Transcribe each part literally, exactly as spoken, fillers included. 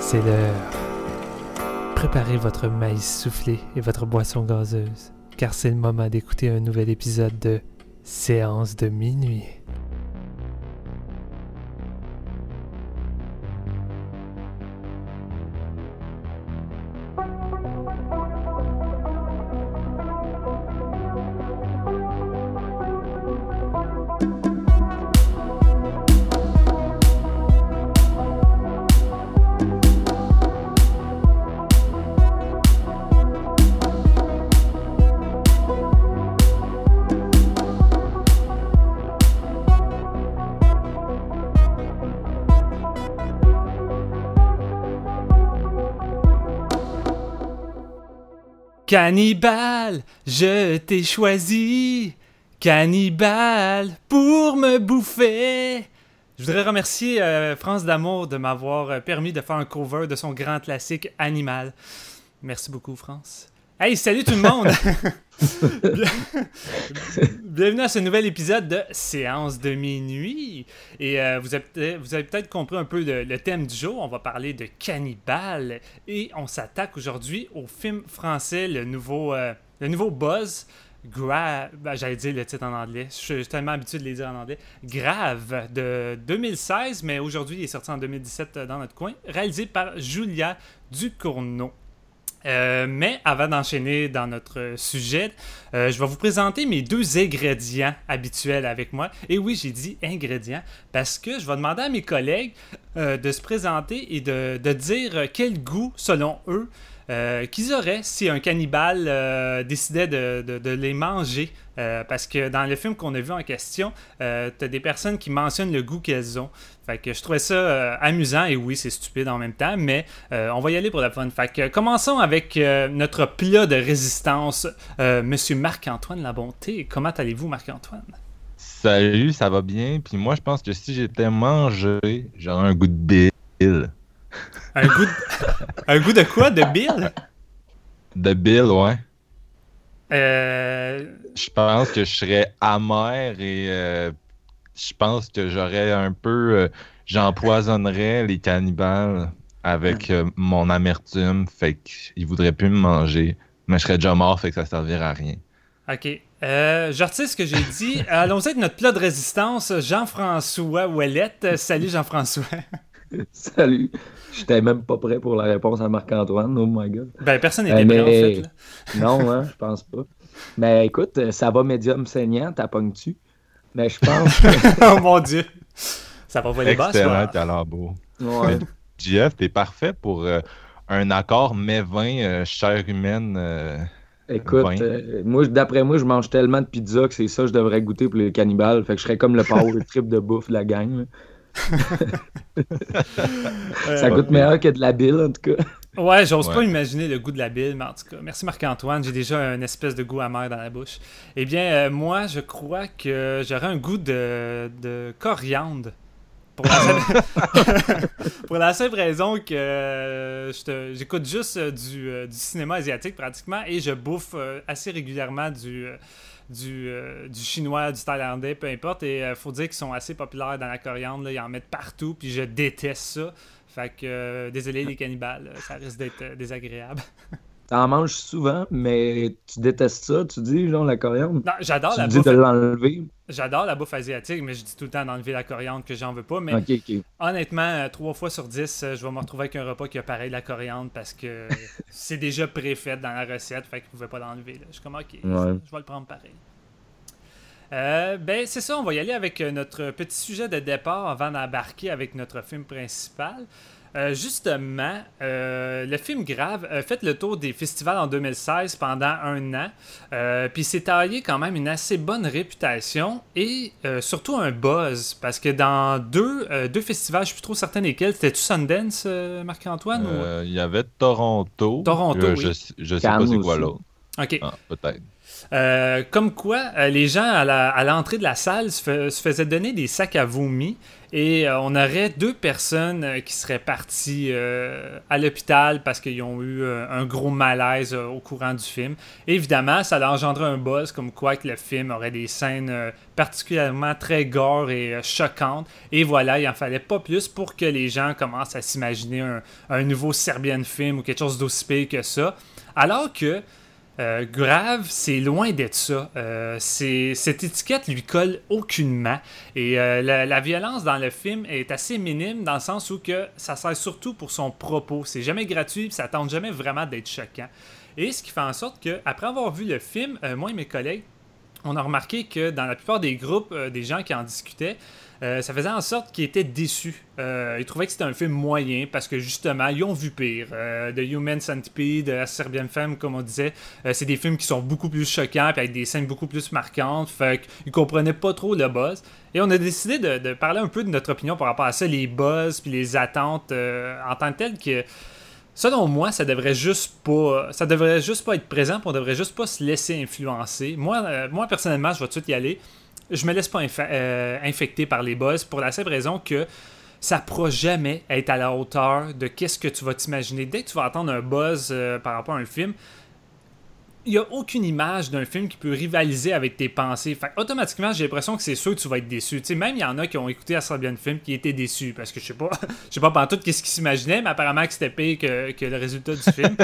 C'est l'heure. Préparez votre maïs soufflé et votre boisson gazeuse, car c'est le moment d'écouter un nouvel épisode de Séance de minuit. Cannibale, je t'ai choisi, cannibale, pour me bouffer. Je voudrais remercier euh, France d'Amour de m'avoir permis de faire un cover de son grand classique Animal. Merci beaucoup, France. Hey, salut tout le monde! Bienvenue à ce nouvel épisode de Séance de minuit. Et euh, vous, avez, vous avez peut-être compris un peu le, le thème du jour. On va parler de cannibale. Et on s'attaque aujourd'hui au film français, le nouveau, euh, le nouveau Buzz. Grave, ben, j'allais dire le titre en anglais. Je suis tellement habitué de les dire en anglais. Grave, de deux mille seize, mais aujourd'hui il est sorti en deux mille dix-sept dans notre coin. Réalisé par Julia Ducournau. Euh, mais avant d'enchaîner dans notre sujet, euh, je vais vous présenter mes deux ingrédients habituels avec moi. Et oui, j'ai dit ingrédients parce que je vais demander à mes collègues euh, de se présenter et de, de dire quel goût, selon eux, euh, qu'ils auraient si un cannibale euh, décidait de, de, de les manger. Euh, parce que dans le film qu'on a vu en question, euh, t'as des personnes qui mentionnent le goût qu'elles ont. Fait que je trouvais ça euh, amusant, et oui, c'est stupide en même temps, mais euh, on va y aller pour la fun. Fait que commençons avec euh, notre plat de résistance, euh, Monsieur Marc-Antoine Labonté. Comment allez-vous, Marc-Antoine? Salut, ça va bien. Puis moi, je pense que si j'étais mangé, j'aurais un goût de Bill. Un goût de... un goût de quoi? De Bill? De Bill, ouais. Euh... Je pense que je serais amer et euh, je pense que j'aurais un peu... Euh, j'empoisonnerais les cannibales avec euh, mon amertume. Fait qu'ils voudraient plus me manger. Mais je serais déjà mort, fait que ça servirait à rien. OK. Euh, je retire ce que j'ai dit. Allons-y avec notre plat de résistance, Jean-François Ouellette. Salut, Jean-François. Salut. J'étais même pas prêt pour la réponse à Marc-Antoine. Oh my God. Ben, personne n'était euh, prêt, mais... en fait. Là. Non, hein, je pense pas. Mais écoute, ça va médium saignant, t'as pognes-tu? Mais je pense que... Oh mon Dieu! Ça va pas les basses, excellent, t'as l'air beau. Ouais. J F, t'es parfait pour euh, un accord mets-vin, euh, chair humaine. Euh, écoute, euh, moi, d'après moi, je mange tellement de pizza que c'est ça que je devrais goûter pour les cannibales. Fait que je serais comme le power trip de bouffe de la gang. Là. Ça goûte meilleur que de la bile, en tout cas. Ouais, j'ose ouais. pas imaginer le goût de la bile, mais en tout cas, merci Marc-Antoine, j'ai déjà une espèce de goût amer dans la bouche. Eh bien, euh, moi, je crois que j'aurais un goût de, de coriandre. Pour la, simple... pour la simple raison que euh, je te... j'écoute juste euh, du, euh, du cinéma asiatique pratiquement et je bouffe euh, assez régulièrement du... Euh, Du, euh, du chinois, du thaïlandais, peu importe. Et il euh, faut dire qu'ils sont assez populaires dans la coriandre. Là. Ils en mettent partout, puis je déteste ça. Fait que, euh, désolé les cannibales, ça risque d'être euh, désagréable. T'en manges souvent, mais tu détestes ça, tu dis, genre, la coriandre? Non, j'adore tu la dis bouffe. de l'enlever? J'adore la bouffe asiatique, mais je dis tout le temps d'enlever la coriandre que j'en veux pas. Mais okay, okay. honnêtement, euh, trois fois sur dix, euh, je vais me retrouver avec un repas qui a pareil de la coriandre parce que c'est déjà préfait dans la recette, fait qu'ils pouvaient pas l'enlever. Là. Je suis comme, ok, ouais. Je vais le prendre pareil. Euh, ben c'est ça, on va y aller avec notre petit sujet de départ avant d'embarquer avec notre film principal. Euh, justement, euh, le film Grave a fait le tour des festivals en deux mille seize pendant un an, euh, puis s'est taillé quand même une assez bonne réputation et euh, surtout un buzz, parce que dans deux, euh, deux festivals, je suis plus trop certain lesquels, c'était-tu Sundance, euh, Marc-Antoine? Il euh, ou... y avait Toronto. Toronto, euh, oui. Je, je sais Cannes pas c'est quoi l'autre. OK. Ah, peut-être. Euh, comme quoi, euh, les gens à, la, à l'entrée de la salle se, fe, se faisaient donner des sacs à vomi et euh, on aurait deux personnes euh, qui seraient parties euh, à l'hôpital parce qu'ils ont eu euh, un gros malaise euh, au courant du film. Et évidemment, ça a engendré un buzz comme quoi que le film aurait des scènes euh, particulièrement très gore et euh, choquantes. Et voilà, il en fallait pas plus pour que les gens commencent à s'imaginer un, un nouveau Serbian film ou quelque chose d'aussi pire que ça. Alors que Euh, Grave, c'est loin d'être ça. Euh, c'est, cette étiquette lui colle aucunement. Et euh, la, la violence dans le film est assez minime dans le sens où que ça sert surtout pour son propos. C'est jamais gratuit et ça tente jamais vraiment d'être choquant. Et ce qui fait en sorte qu'après avoir vu le film, euh, moi et mes collègues, on a remarqué que dans la plupart des groupes, euh, des gens qui en discutaient, euh, ça faisait en sorte qu'ils étaient déçus. Euh, ils trouvaient que c'était un film moyen parce que justement, ils ont vu pire. Euh, The Human Centipede, A Serbian Film, comme on disait, euh, c'est des films qui sont beaucoup plus choquants et avec des scènes beaucoup plus marquantes. Fait qu'ils comprenaient pas trop le buzz. Et on a décidé de, de parler un peu de notre opinion par rapport à ça, les buzz puis les attentes euh, en tant que telles que. Selon moi, ça devrait juste pas ça devrait juste pas être présent, puis on devrait juste pas se laisser influencer. Moi, euh, moi personnellement, je vais tout de suite y aller. Je me laisse pas infa- euh, infecter par les buzz pour la simple raison que ça ne pourra jamais être à la hauteur de qu'est-ce que tu vas t'imaginer. Dès que tu vas entendre un buzz euh, par rapport à un film, il n'y a aucune image d'un film qui peut rivaliser avec tes pensées. Fait automatiquement, j'ai l'impression que c'est sûr que tu vas être déçu. T'sais, même il y en a qui ont écouté A Serbian Film qui étaient déçus parce que je sais pas, je sais pas pantoute qu'est-ce qu'ils s'imaginaient, mais apparemment que c'était pire que, que le résultat du film.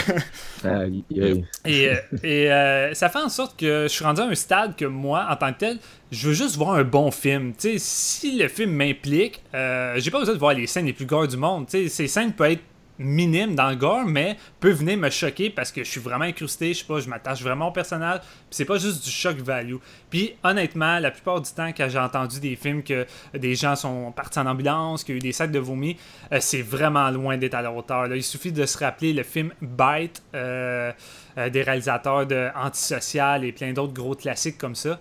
ah, yeah. Et, et euh, ça fait en sorte que je suis rendu à un stade que moi, en tant que tel, je veux juste voir un bon film. T'sais, si le film m'implique, euh, j'ai pas besoin de voir les scènes les plus gore du monde. T'sais, ces scènes peuvent être minime dans le gore, mais peut venir me choquer parce que je suis vraiment incrusté, je sais pas, je m'attache vraiment au personnage, puis c'est pas juste du shock value. Puis honnêtement, la plupart du temps, quand j'ai entendu des films que des gens sont partis en ambulance, qu'il y a eu des sacs de vomi, euh, c'est vraiment loin d'être à la hauteur. Là. Il suffit de se rappeler le film Bite, euh, euh, des réalisateurs de Antisocial et plein d'autres gros classiques comme ça,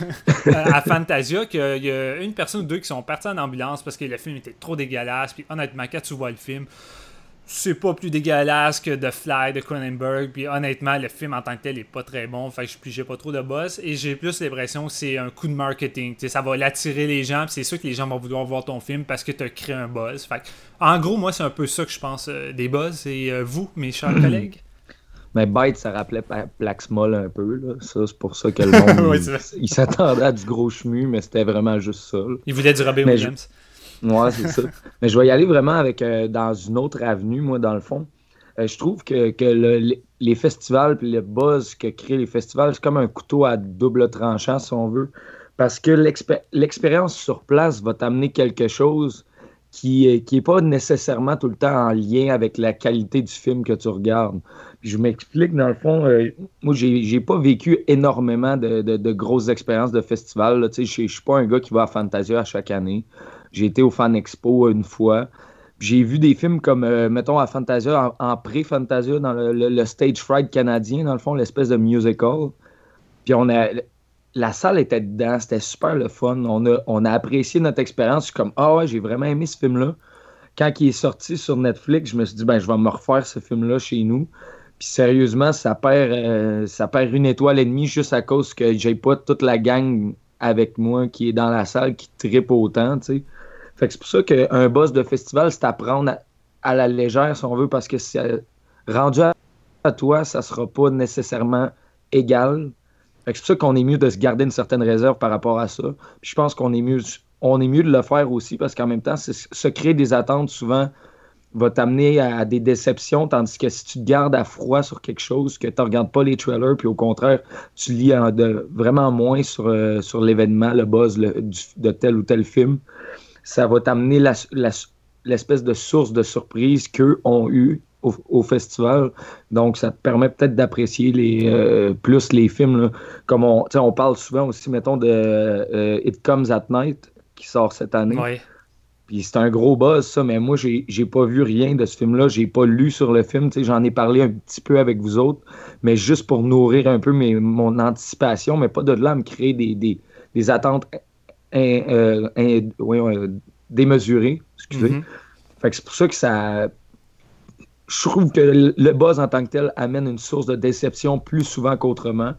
à Fantasia, qu'il y a une personne ou deux qui sont partis en ambulance parce que le film était trop dégueulasse, puis honnêtement, quand tu vois le film, c'est pas plus dégueulasse que The Fly de Cronenberg, puis honnêtement le film en tant que tel est pas très bon, fait que j'ai pas trop de buzz et j'ai plus l'impression que c'est un coup de marketing, t'sais, ça va l'attirer les gens, puis c'est sûr que les gens vont vouloir voir ton film parce que t'as créé un buzz. Fait que, en gros, moi c'est un peu ça que je pense euh, des buzz. Et euh, vous, mes chers collègues? Mais Bite, ça rappelait Plaxmol un peu, là. Ça, c'est pour ça que le monde ouais, il, il s'attendait à du gros chemu, mais c'était vraiment juste ça. Là. Il voulait du Robin mais Williams. Je... Ouais, c'est ça. Mais je vais y aller vraiment avec euh, dans une autre avenue, moi, dans le fond. Euh, je trouve que, que le, les festivals et le buzz que créent les festivals, c'est comme un couteau à double tranchant, si on veut. Parce que l'expé- l'expérience sur place va t'amener quelque chose qui n'est qui est pas nécessairement tout le temps en lien avec la qualité du film que tu regardes. Puis je m'explique, dans le fond, euh, moi, j'ai, j'ai pas vécu énormément de, de, de grosses expériences de festival. Je ne suis pas un gars qui va à Fantasia à chaque année. J'ai été au Fan Expo une fois. J'ai vu des films comme, euh, mettons, à Fantasia, en, en pré-Fantasia, dans le, le, le Stage Fright canadien, dans le fond, l'espèce de musical. Puis on a... La salle était dedans, c'était super le fun. On a, on a apprécié notre expérience. Je suis comme, ah ouais, j'ai vraiment aimé ce film-là. Quand il est sorti sur Netflix, je me suis dit, ben, je vais me refaire ce film-là chez nous. Puis sérieusement, ça perd, euh, ça perd une étoile et demie juste à cause que j'ai pas toute la gang avec moi qui est dans la salle qui trippe autant, tu sais. Fait que c'est pour ça qu'un boss de festival, c'est à prendre à, à la légère, si on veut, parce que c'est rendu à, à toi, ça sera pas nécessairement égal. Fait que c'est pour ça qu'on est mieux de se garder une certaine réserve par rapport à ça. Puis je pense qu'on est mieux, on est mieux de le faire aussi, parce qu'en même temps, c'est, se créer des attentes, souvent, va t'amener à des déceptions, tandis que si tu te gardes à froid sur quelque chose, que tu ne regardes pas les trailers, puis au contraire, tu lis en de, vraiment moins sur, euh, sur l'événement, le buzz le, du, de tel ou tel film, ça va t'amener la, la, l'espèce de source de surprise qu'eux ont eu au, au festival. Donc, ça te permet peut-être d'apprécier les, euh, plus les films. Là. Comme on, on parle souvent aussi, mettons, de euh, It Comes at Night, qui sort cette année. Ouais. Puis c'est un gros buzz, ça, mais moi, j'ai, j'ai pas vu rien de ce film-là. J'ai pas lu sur le film. T'sais, j'en ai parlé un petit peu avec vous autres, mais juste pour nourrir un peu mes, mon anticipation, mais pas de là à me créer des, des, des attentes in, euh, in, oui, euh, démesurées. Excusez. Mm-hmm. Fait que c'est pour ça que ça... Je trouve que le buzz en tant que tel amène une source de déception plus souvent qu'autrement.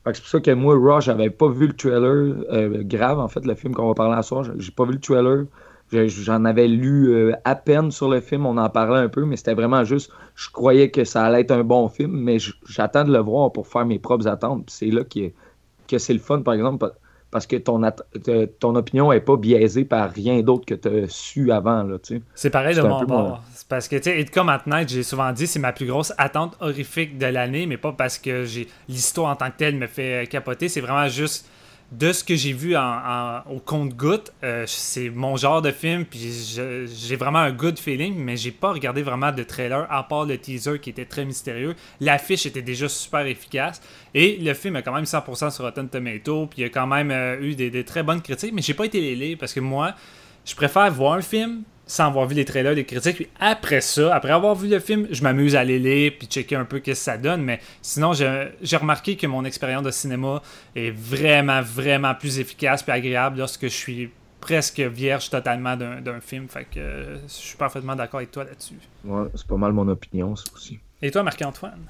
Fait que c'est pour ça que moi, Raw, j'avais pas vu le trailer euh, grave, en fait, le film qu'on va parler ce soir. J'ai pas vu le trailer. J'en avais lu euh, à peine sur le film, on en parlait un peu, mais c'était vraiment juste, je croyais que ça allait être un bon film, mais j'attends de le voir pour faire mes propres attentes. Puis c'est là que, que c'est le fun, par exemple, parce que ton, ton opinion n'est pas biaisée par rien d'autre que tu as su avant. Là, c'est pareil de mon bord. C'est parce que, tu sais, It Come at Night, j'ai souvent dit, c'est ma plus grosse attente horrifique de l'année, mais pas parce que j'ai l'histoire en tant que telle me fait capoter, c'est vraiment juste de ce que j'ai vu en, en, au compte-gouttes. Euh, c'est mon genre de film, puis je, j'ai vraiment un good feeling, mais j'ai pas regardé vraiment de trailer, à part le teaser qui était très mystérieux. L'affiche était déjà super efficace, et le film a quand même cent pour cent sur Rotten Tomatoes, puis il a quand même euh, eu des, des très bonnes critiques, mais j'ai pas été les lire, parce que moi, je préfère voir un film sans avoir vu les trailers, les critiques, puis après ça, après avoir vu le film, je m'amuse à aller lire puis checker un peu ce que ça donne, mais sinon, j'ai, j'ai remarqué que mon expérience de cinéma est vraiment, vraiment plus efficace puis agréable lorsque je suis presque vierge totalement d'un, d'un film, fait que euh, je suis parfaitement d'accord avec toi là-dessus. Ouais, c'est pas mal mon opinion, ça aussi. Et toi, Marc-Antoine?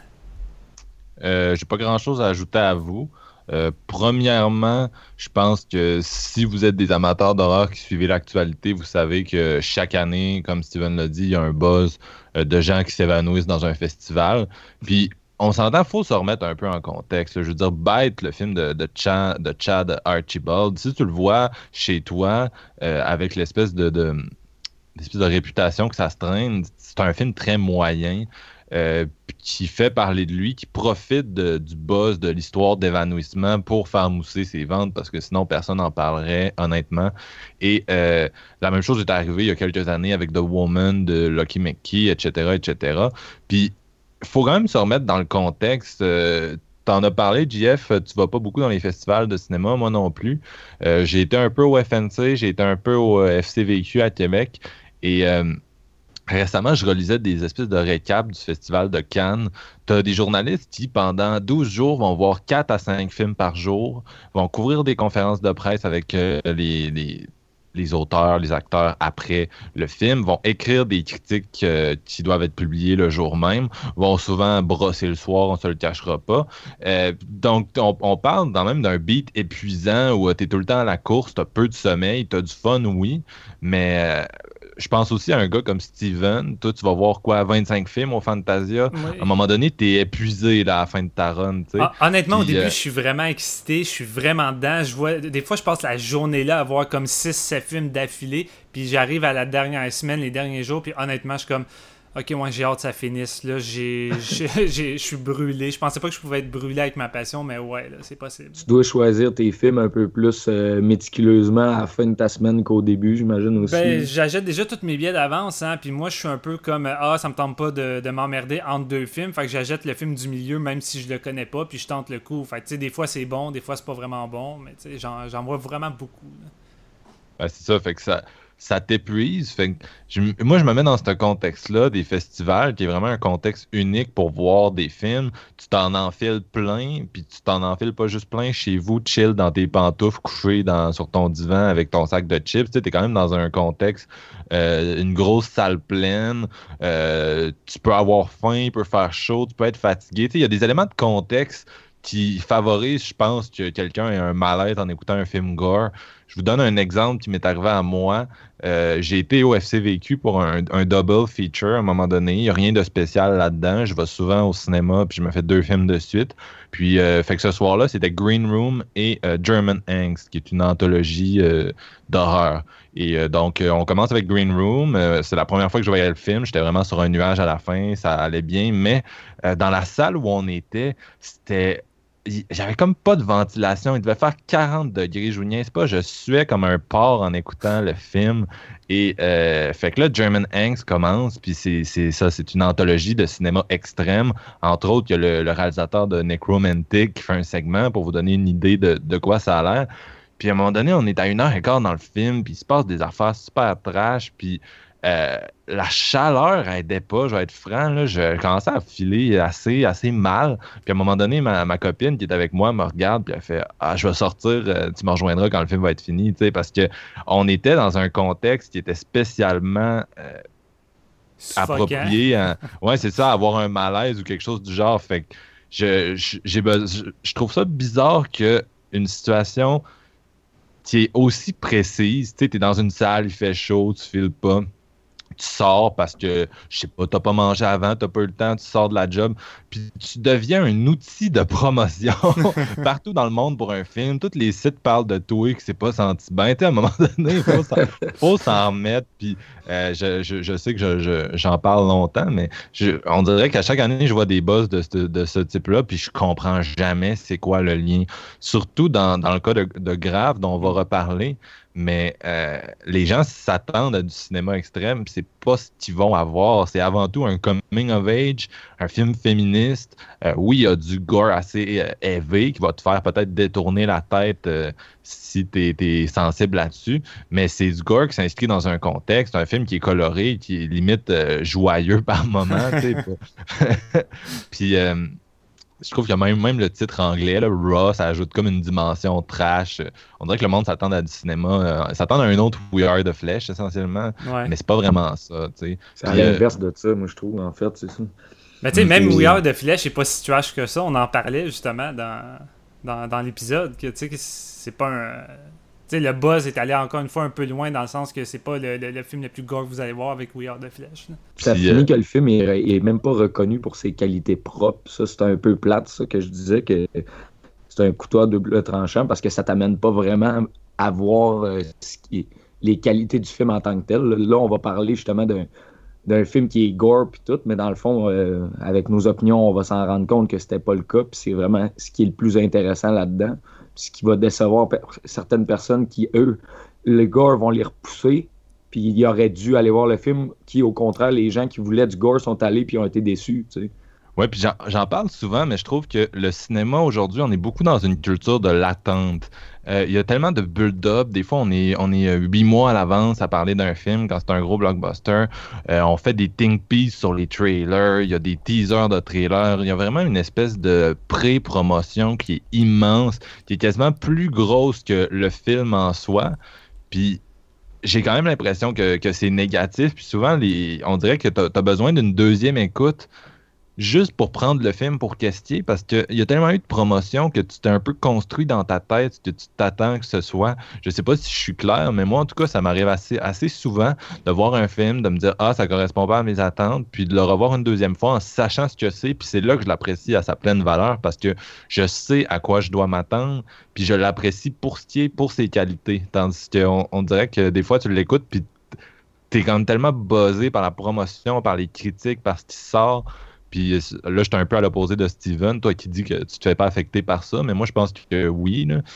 Euh, j'ai pas grand-chose à ajouter à vous. Euh, premièrement, je pense que si vous êtes des amateurs d'horreur qui suivez l'actualité, vous savez que chaque année, comme Steven l'a dit, il y a un buzz euh, de gens qui s'évanouissent dans un festival. Puis, on s'entend, il faut se remettre un peu en contexte. Je veux dire, Bite, le film de, de, Chad, de Chad Archibald, si tu le vois chez toi, euh, avec l'espèce de, de, l'espèce de réputation que ça se traîne, c'est un film très moyen. Euh, qui fait parler de lui, qui profite de, du buzz de l'histoire d'évanouissement pour faire mousser ses ventes, parce que sinon personne n'en parlerait honnêtement. Et euh, la même chose est arrivée il y a quelques années avec The Woman de Lucky McKee, et cetera, et cetera. Puis il faut quand même se remettre dans le contexte. Euh, T'en as parlé, J F, tu vas pas beaucoup dans les festivals de cinéma, moi non plus. Euh, j'ai été un peu au F N C, j'ai été un peu au F C V Q à Québec, et euh, récemment, je relisais des espèces de récaps du Festival de Cannes. Tu as des journalistes qui, pendant douze jours, vont voir quatre à cinq films par jour, vont couvrir des conférences de presse avec euh, les, les, les auteurs, les acteurs après le film, vont écrire des critiques euh, qui doivent être publiées le jour même, vont souvent brosser le soir, on se le cachera pas. Euh, donc, on, on parle quand même d'un beat épuisant où tu es tout le temps à la course, tu as peu de sommeil, tu as du fun, oui, mais... Euh, je pense aussi à un gars comme Steven. Toi, tu vas voir quoi, vingt-cinq films au Fantasia. Oui. À un moment donné, t'es épuisé là, à la fin de ta run. Ah, honnêtement, Puis, au début, euh... je suis vraiment excité. Je suis vraiment dedans. Je vois... Des fois, je passe la journée là à voir comme six sept films d'affilée. Puis j'arrive à la dernière semaine, les derniers jours. Puis honnêtement, je suis comme... Ok, moi, j'ai hâte que ça finisse. Là, j'ai, j'ai, j'ai, je suis brûlé. Je pensais pas que je pouvais être brûlé avec ma passion, mais ouais, là, c'est possible. Tu dois choisir tes films un peu plus euh, méticuleusement à la fin de ta semaine qu'au début, j'imagine aussi. Ben, j'achète déjà tous mes billets d'avance, hein, puis moi, je suis un peu comme ah, ça me tente pas de, de m'emmerder entre deux films, fait que j'achète le film du milieu, même si je le connais pas, puis je tente le coup. Fait que, tu sais, des fois, c'est bon, des fois, c'est pas vraiment bon, mais tu sais, j'en, j'en vois vraiment beaucoup. Ben, c'est ça, fait que ça. ça t'épuise. Fait que je, moi, je me mets dans ce contexte-là, des festivals, qui est vraiment un contexte unique pour voir des films. Tu t'en enfiles plein, puis tu t'en enfiles pas juste plein chez vous, chill dans tes pantoufles, couché dans, sur ton divan avec ton sac de chips. Tu sais, t'es quand même dans un contexte, euh, une grosse salle pleine. Euh, tu peux avoir faim, il peut faire chaud, tu peux être fatigué. Tu sais, il y a des éléments de contexte qui favorisent, je pense, que quelqu'un ait un mal-être en écoutant un film gore. Je vous donne un exemple qui m'est arrivé à moi. Euh, j'ai été au F C V Q pour un, un double feature à un moment donné. Il n'y a rien de spécial là-dedans. Je vais souvent au cinéma puis je me fais deux films de suite. Puis, euh, fait que ce soir-là, c'était Green Room et euh, German Angst, qui est une anthologie euh, d'horreur. Et euh, donc, euh, on commence avec Green Room. Euh, c'est la première fois que je voyais le film. J'étais vraiment sur un nuage à la fin. Ça allait bien. Mais euh, dans la salle où on était, c'était... J'avais comme pas de ventilation. Il devait faire quarante degrés. Je vous niaise pas. Je suais comme un porc en écoutant le film. Et euh, fait que là, German Angst commence. Puis c'est, c'est ça, c'est une anthologie de cinéma extrême. Entre autres, il y a le, le réalisateur de Necromantic qui fait un segment pour vous donner une idée de, de quoi ça a l'air. Puis à un moment donné, on est à une heure et quart dans le film. Puis il se passe des affaires super trash. Puis Euh, la chaleur aidait pas, je vais être franc, là, je commençais à filer assez, assez mal. Puis à un moment donné, ma, ma copine qui est avec moi me regarde puis elle fait « Ah, je vais sortir, euh, tu me rejoindras quand le film va être fini. » Tu sais, parce que on était dans un contexte qui était spécialement euh, approprié. À, ouais, c'est ça, avoir un malaise ou quelque chose du genre. Fait que je, je, j'ai, je, je trouve ça bizarre que une situation qui est aussi précise, tu sais, t'es dans une salle, il fait chaud, tu files pas. Tu sors parce que, je sais pas, t'as pas mangé avant, t'as pas eu le temps, tu sors de la job, puis tu deviens un outil de promotion partout dans le monde pour un film. Tous les sites parlent de toi qui s'est pas senti bien. À un moment donné, il faut, s'en, faut s'en remettre. Puis euh, je, je, je sais que je, je, j'en parle longtemps, mais je, on dirait qu'à chaque année, je vois des buzz de, de, de ce type-là, puis je comprends jamais c'est quoi le lien. Surtout dans, dans le cas de, de Grave, dont on va reparler. Mais euh, les gens s'attendent à du cinéma extrême, puis c'est pas ce qu'ils vont avoir. C'est avant tout un coming of age, un film féministe. Euh, oui, il y a du gore assez euh, élevé qui va te faire peut-être détourner la tête euh, si t'es, t'es sensible là-dessus. Mais c'est du gore qui s'inscrit dans un contexte, un film qui est coloré, qui est limite euh, joyeux par moment. Puis euh, je trouve que même, même le titre anglais, là, Raw, ça ajoute comme une dimension trash. On dirait que le monde s'attend à du cinéma, euh, s'attend à un autre We Are the Flesh, essentiellement. Ouais. Mais c'est pas vraiment ça, tu sais. C'est à l'inverse euh... de ça, moi, je trouve, en fait, c'est ça. Mais tu sais, même We Are the Flesh, c'est pas si trash que ça. On en parlait, justement, dans, dans, dans l'épisode, que, tu sais, que c'est pas un... Tu sais, le buzz est allé encore une fois un peu loin dans le sens que c'est pas le, le, le film le plus gore que vous allez voir avec We Are the Flesh. Là. Ça finit euh... que le film est, est même pas reconnu pour ses qualités propres. Ça, c'est un peu plate, ça, que je disais, que c'est un couteau à double tranchant parce que ça t'amène pas vraiment à voir euh, ce qui est, les qualités du film en tant que tel. Là, on va parler justement d'un, d'un film qui est gore pis tout, mais dans le fond, euh, avec nos opinions, on va s'en rendre compte que c'était pas le cas, puis c'est vraiment ce qui est le plus intéressant là-dedans. Ce qui va décevoir per- certaines personnes qui, eux, le gore vont les repousser, puis ils auraient dû aller voir le film, qui, au contraire, les gens qui voulaient du gore sont allés puis ont été déçus, tu sais. Oui, puis j'en, j'en parle souvent, mais je trouve que le cinéma, aujourd'hui, on est beaucoup dans une culture de l'attente. Euh, il y a tellement de build-up. Des fois, on est on est huit mois à l'avance à parler d'un film quand c'est un gros blockbuster. Euh, on fait des think pieces sur les trailers. Il y a des teasers de trailers. Il y a vraiment une espèce de pré-promotion qui est immense, qui est quasiment plus grosse que le film en soi. Puis j'ai quand même l'impression que, que c'est négatif. Puis souvent, les, on dirait que tu as besoin d'une deuxième écoute juste pour prendre le film pour questier, parce qu'il y a tellement eu de promotion que tu t'es un peu construit dans ta tête que tu t'attends que ce soit. Je sais pas si je suis clair, mais moi, en tout cas, ça m'arrive assez, assez souvent de voir un film, de me dire « Ah, ça correspond pas à mes attentes », puis de le revoir une deuxième fois en sachant ce que c'est, puis c'est là que je l'apprécie à sa pleine valeur, parce que je sais à quoi je dois m'attendre, puis je l'apprécie pour ce qui est, pour ses qualités. Tandis qu'on on dirait que des fois, tu l'écoutes, puis t'es quand même tellement buzzé par la promotion, par les critiques, par ce qui sort. Puis là, j'étais un peu à l'opposé de Steven, toi qui dis que tu te fais pas affecter par ça, mais moi, je pense que oui. Là.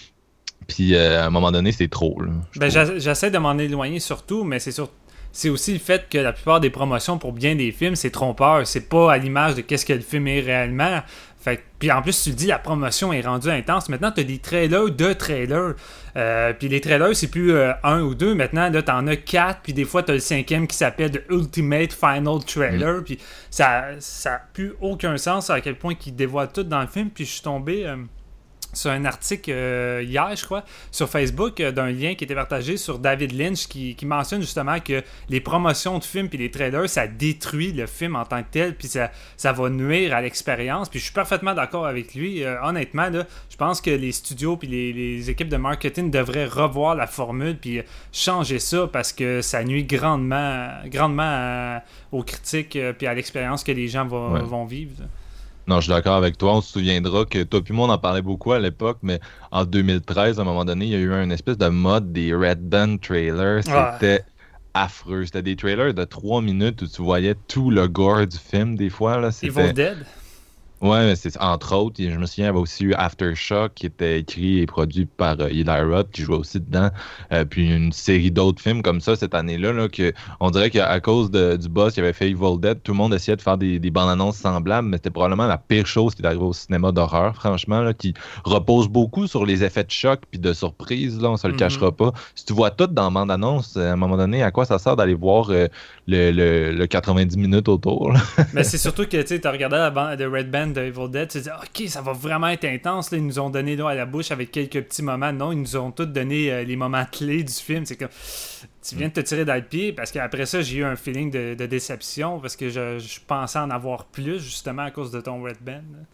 Puis euh, à un moment donné, c'est trop. Là, ben, j'a- j'essaie de m'en éloigner surtout, mais c'est sur... c'est aussi le fait que la plupart des promotions pour bien des films, c'est trompeur. C'est pas à l'image de qu'est-ce que le film est réellement. Fait, puis en plus, tu le dis, la promotion est rendue intense. Maintenant, tu as des trailers de trailers. Euh, puis les trailers, c'est plus euh, un ou deux. Maintenant, là, t'en as quatre. Puis des fois, tu as le cinquième qui s'appelle The Ultimate Final Trailer. Mm. Puis ça n'a plus aucun sens à quel point ils dévoilent tout dans le film. Puis je suis tombé euh, sur un article euh, hier, je crois, sur Facebook, euh, d'un lien qui était partagé sur David Lynch qui, qui mentionne justement que les promotions de films puis les trailers, ça détruit le film en tant que tel, puis ça, ça va nuire à l'expérience. Puis je suis parfaitement d'accord avec lui. Euh, honnêtement, là, je pense que les studios puis les, les équipes de marketing devraient revoir la formule puis changer ça parce que ça nuit grandement, grandement à, aux critiques euh, puis à l'expérience que les gens va, ouais. vont vivre. Là. Non, je suis d'accord avec toi. On se souviendra que toi et moi, on en parlait beaucoup à l'époque, mais en deux mille treize, à un moment donné, il y a eu une espèce de mode des Red Band trailers. C'était ah. affreux. C'était des trailers de trois minutes où tu voyais tout le gore du film, des fois. Là. C'était... Evil Dead? Ouais, mais c'est entre autres. Je me souviens, il y avait aussi eu Aftershock qui était écrit et produit par euh, Eli Roth qui jouait aussi dedans. Euh, puis une série d'autres films comme ça cette année-là. Là, que on dirait qu'à cause de, du boss qui avait fait Evil Dead, tout le monde essayait de faire des, des bandes annonces semblables, mais c'était probablement la pire chose qui est arrivée au cinéma d'horreur, franchement, là, qui repose beaucoup sur les effets de choc puis de surprise. Là, on se le mm-hmm. cachera pas. Si tu vois tout dans la bande annonce, à un moment donné, à quoi ça sert d'aller voir euh, le, le, le quatre-vingt-dix minutes autour? Là? Mais c'est surtout que tu as regardé la bande de Red Band de Evil Dead, tu te dis ok, ça va vraiment être intense, là, ils nous ont donné l'eau à la bouche avec quelques petits moments. Non, ils nous ont tous donné euh, les moments clés du film. C'est comme tu viens de te tirer dans le pied, parce qu'après ça j'ai eu un feeling de, de déception parce que je, je pensais en avoir plus justement à cause de ton Red Band là.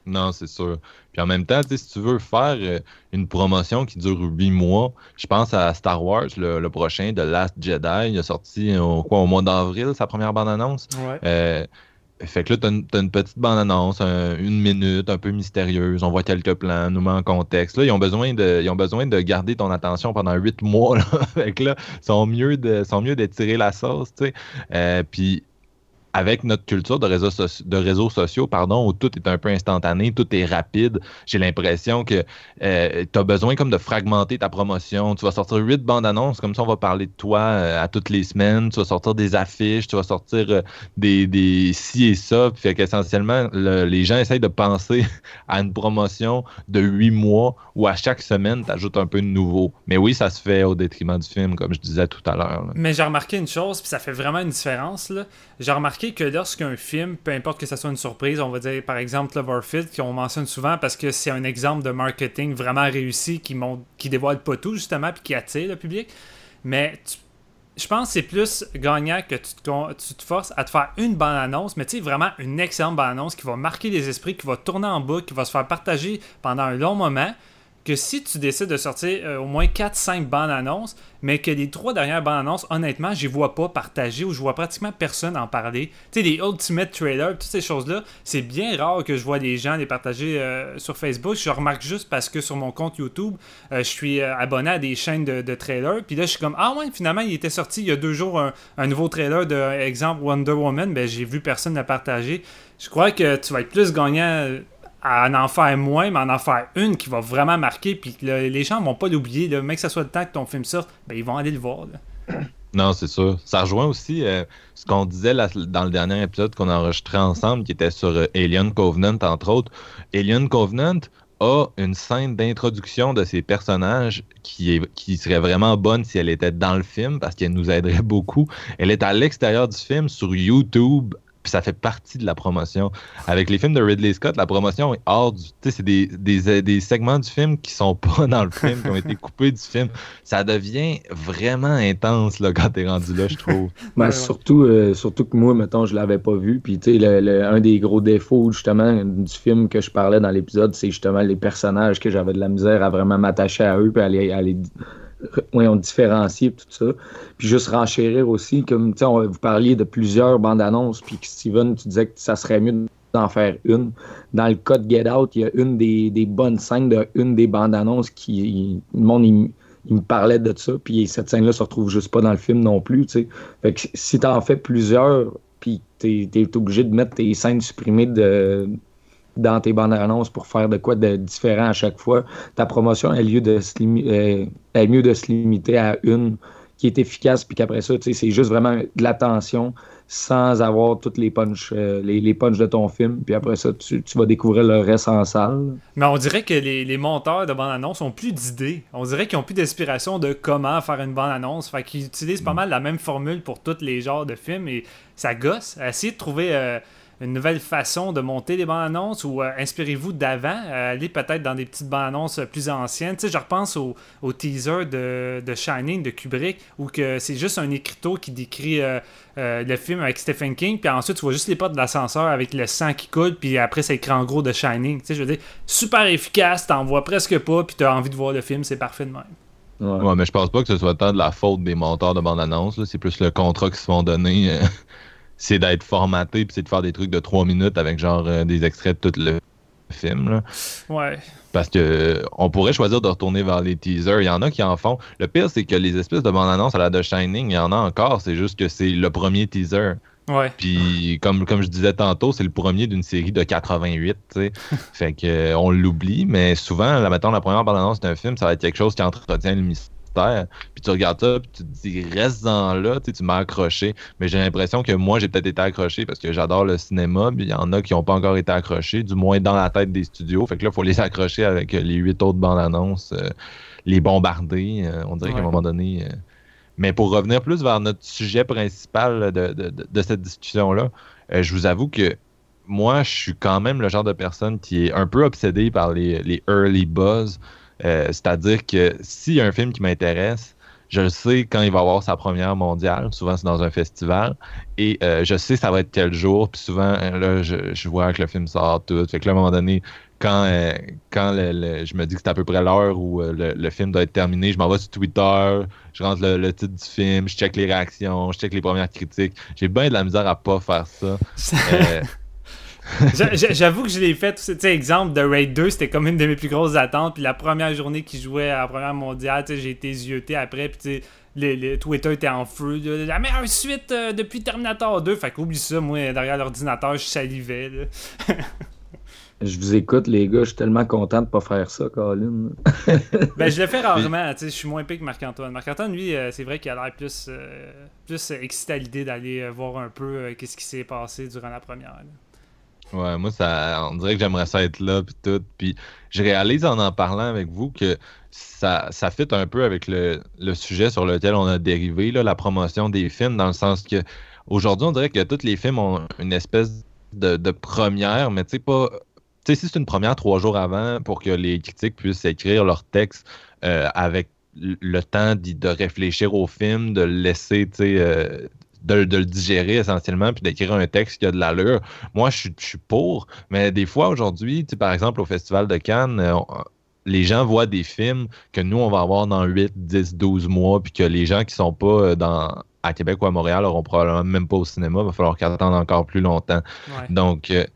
Non, c'est sûr. Puis en même temps, tu sais, si tu veux faire euh, une promotion qui dure huit mois, je pense à Star Wars, le, le prochain, The Last Jedi. Il a sorti au, quoi, au mois d'avril, sa première bande-annonce. Ouais. Euh, fait que là, t'as une, t'as une petite bande-annonce, un- une minute, un peu mystérieuse. On voit quelques plans, nous met en contexte. Là, ils ont besoin de, ils ont besoin de garder ton attention pendant huit mois. Là. Fait que là, ils sont mieux de, sont mieux d'étirer la sauce, tu sais. Euh, puis avec notre culture de réseaux, soci- de réseaux sociaux, pardon, où tout est un peu instantané, tout est rapide, j'ai l'impression que euh, tu as besoin comme de fragmenter ta promotion. Tu vas sortir huit bandes annonces, comme ça on va parler de toi euh, à toutes les semaines. Tu vas sortir des affiches, tu vas sortir euh, des, des ci et ça. Puis fait qu'essentiellement, le- les gens essayent de penser à une promotion de huit mois où à chaque semaine, tu ajoutes un peu de nouveau. Mais oui, ça se fait au détriment du film, comme je disais tout à l'heure. Là. Mais j'ai remarqué une chose, puis ça fait vraiment une différence, là. J'ai remarqué que lorsqu'un film, peu importe que ça soit une surprise, on va dire par exemple Cloverfield, qu'on mentionne souvent parce que c'est un exemple de marketing vraiment réussi qui montre, qui dévoile pas tout justement puis qui attire le public. Mais tu- je pense que c'est plus gagnant que tu te, con- tu te forces à te faire une bande-annonce, mais tu sais, vraiment une excellente bande-annonce qui va marquer les esprits, qui va tourner en boucle, qui va se faire partager pendant un long moment, que si tu décides de sortir euh, au moins quatre cinq bandes annonces, mais que les trois dernières bandes annonces, honnêtement, je les vois pas partagées ou je vois pratiquement personne en parler. Tu sais, les Ultimate Trailers, toutes ces choses-là, c'est bien rare que je vois les gens les partager euh, sur Facebook. Je remarque juste parce que sur mon compte YouTube, euh, je suis euh, abonné à des chaînes de, de trailers. Puis là, je suis comme, ah ouais, finalement, il était sorti il y a deux jours un, un nouveau trailer de, exemple, Wonder Woman. Ben, j'ai vu personne le partager. Je crois que tu vas être plus gagnant euh, à en faire moins, mais en en faire une qui va vraiment marquer, puis que là, les gens vont pas l'oublier, là, même que ça soit le temps que ton film sorte, ben ils vont aller le voir. Là. Non, c'est sûr. Ça rejoint aussi euh, ce qu'on disait là, dans le dernier épisode qu'on a enregistré ensemble, qui était sur euh, Alien Covenant, entre autres. Alien Covenant a une scène d'introduction de ses personnages qui, est, qui serait vraiment bonne si elle était dans le film, parce qu'elle nous aiderait beaucoup. Elle est à l'extérieur du film, sur YouTube, puis ça fait partie de la promotion. Avec les films de Ridley Scott, la promotion est hors du... Tu sais, c'est des, des, des segments du film qui sont pas dans le film, qui ont été coupés du film. Ça devient vraiment intense là, quand t'es rendu là, je trouve. Ben, Ouais, surtout, euh, surtout que moi, mettons, je l'avais pas vu. Puis, tu sais, le, le- un des gros défauts, justement, du film que je parlais dans l'épisode, c'est justement les personnages que j'avais de la misère à vraiment m'attacher à eux, puis à les, à les oui, on différencie tout ça. Puis juste renchérir aussi, comme, tu sais, on- vous parliez de plusieurs bandes annonces, puis que Steven, tu disais que ça serait mieux d'en faire une. Dans le cas de Get Out, il y a une des, des bonnes scènes de une des bandes annonces qui, le monde, il, il me parlait de ça, puis cette scène-là se retrouve juste pas dans le film non plus, tu sais. Fait que si t'en fais plusieurs, puis t'es, t'es obligé de mettre tes scènes supprimées de, dans tes bandes annonces pour faire de quoi de différent à chaque fois, ta promotion a lieu de se, limi- euh, a mieux de se limiter à une qui est efficace, puis qu'après ça, tu sais, c'est juste vraiment de l'attention sans avoir toutes les punches, euh, les, les punches de ton film, puis après ça, tu, tu vas découvrir le reste en salle. Mais on dirait que les, les monteurs de bande-annonce ont plus d'idées. On dirait qu'ils ont plus d'inspiration de comment faire une bande-annonce. Fait qu'ils utilisent pas mal la même formule pour tous les genres de films et ça gosse. Essayez de trouver euh, une nouvelle façon de monter les bandes-annonces ou euh, inspirez-vous d'avant. Euh, allez peut-être dans des petites bandes-annonces plus anciennes. Tu sais, je repense au, au teaser de, de Shining de Kubrick où que c'est juste un écriteau qui décrit euh, euh, le film avec Stephen King, puis ensuite tu vois juste les pas de l'ascenseur avec le sang qui coule, puis après c'est écrit en gros de Shining. Tu sais, je veux dire, super efficace, t'en vois presque pas, puis t'as envie de voir le film, c'est parfait de même. Ouais. Ouais, mais je pense pas que ce soit tant de la faute des monteurs de bande-annonce. Là. C'est plus le contrat qu'ils se font donner. euh, c'est d'être formaté, puis c'est de faire des trucs de trois minutes avec genre euh, des extraits de tout le film. Là. Ouais. Parce que euh, on pourrait choisir de retourner vers les teasers. Il y en a qui en font. Le pire, c'est que les espèces de bandes-annonces à la de Shining, il y en a encore. C'est juste que c'est le premier teaser. Ouais. Puis, comme, comme je disais tantôt, c'est le premier d'une série de quatre-vingt-huit, tu sais. Fait que, euh, on l'oublie, mais souvent, là, mettons, la première bande-annonce d'un film, ça va être quelque chose qui entretient le mystère. Puis tu regardes ça, puis tu te dis, reste-en là, tu sais, tu m'as accroché. Mais j'ai l'impression que moi, j'ai peut-être été accroché parce que j'adore le cinéma, puis il y en a qui n'ont pas encore été accrochés, du moins dans la tête des studios. Fait que là, il faut les accrocher avec euh, les huit autres bandes-annonces, euh, les bombarder. euh, on dirait Ouais. qu'à un moment donné... euh, Mais pour revenir plus vers notre sujet principal de, de, de, de cette discussion-là, euh, je vous avoue que moi, je suis quand même le genre de personne qui est un peu obsédé par les, les early buzz. Euh, c'est-à-dire que s'il y a un film qui m'intéresse, je le sais quand il va avoir sa première mondiale, souvent c'est dans un festival, et euh, je sais ça va être quel jour, puis souvent, là, je, je vois que le film sort tout, fait que là, à un moment donné, quand, euh, quand le, le, je me dis que c'est à peu près l'heure où euh, le, le film doit être terminé, je m'en vais sur Twitter, je rentre le, le titre du film, je check les réactions, je check les premières critiques. J'ai bien de la misère à pas faire ça. euh... J'avoue que je l'ai fait. Tu sais, exemple, The Raid deux, c'était comme une de mes plus grosses attentes. Puis la première journée qu'il jouait à la première mondiale, tu sais, j'ai été zioté après. Puis tu sais, le, le Twitter était en feu. La meilleure suite euh, depuis Terminator deux. Fait qu'oublie ça, moi, derrière l'ordinateur, je salivais. Là. Je vous écoute, les gars, je suis tellement content de pas faire ça, Colin. Ben, je le fais rarement, tu sais, je suis moins épais que Marc-Antoine. Marc-Antoine, lui, euh, c'est vrai qu'il a l'air plus, euh, plus excité à l'idée d'aller euh, voir un peu euh, qu'est-ce qui s'est passé durant la première. Là. Ouais, moi, ça, on dirait que j'aimerais ça être là, puis tout. Puis je réalise en en parlant avec vous que ça, ça fit un peu avec le, le sujet sur lequel on a dérivé, là, la promotion des films, dans le sens que aujourd'hui, on dirait que tous les films ont une espèce de, de première, mais tu sais, pas... Tu sais, si c'est une première trois jours avant pour que les critiques puissent écrire leur texte euh, avec le temps de, de réfléchir au film, de le laisser, tu sais, euh, de, de le digérer essentiellement, puis d'écrire un texte qui a de l'allure. Moi, je suis, je suis pour, mais des fois, aujourd'hui, tu sais, par exemple, au Festival de Cannes, euh, on, les gens voient des films que nous, on va avoir dans huit, dix, douze mois, puis que les gens qui sont pas dans... à Québec ou à Montréal auront probablement même pas au cinéma, il va falloir qu'ils attendent encore plus longtemps. Ouais. Donc... Euh,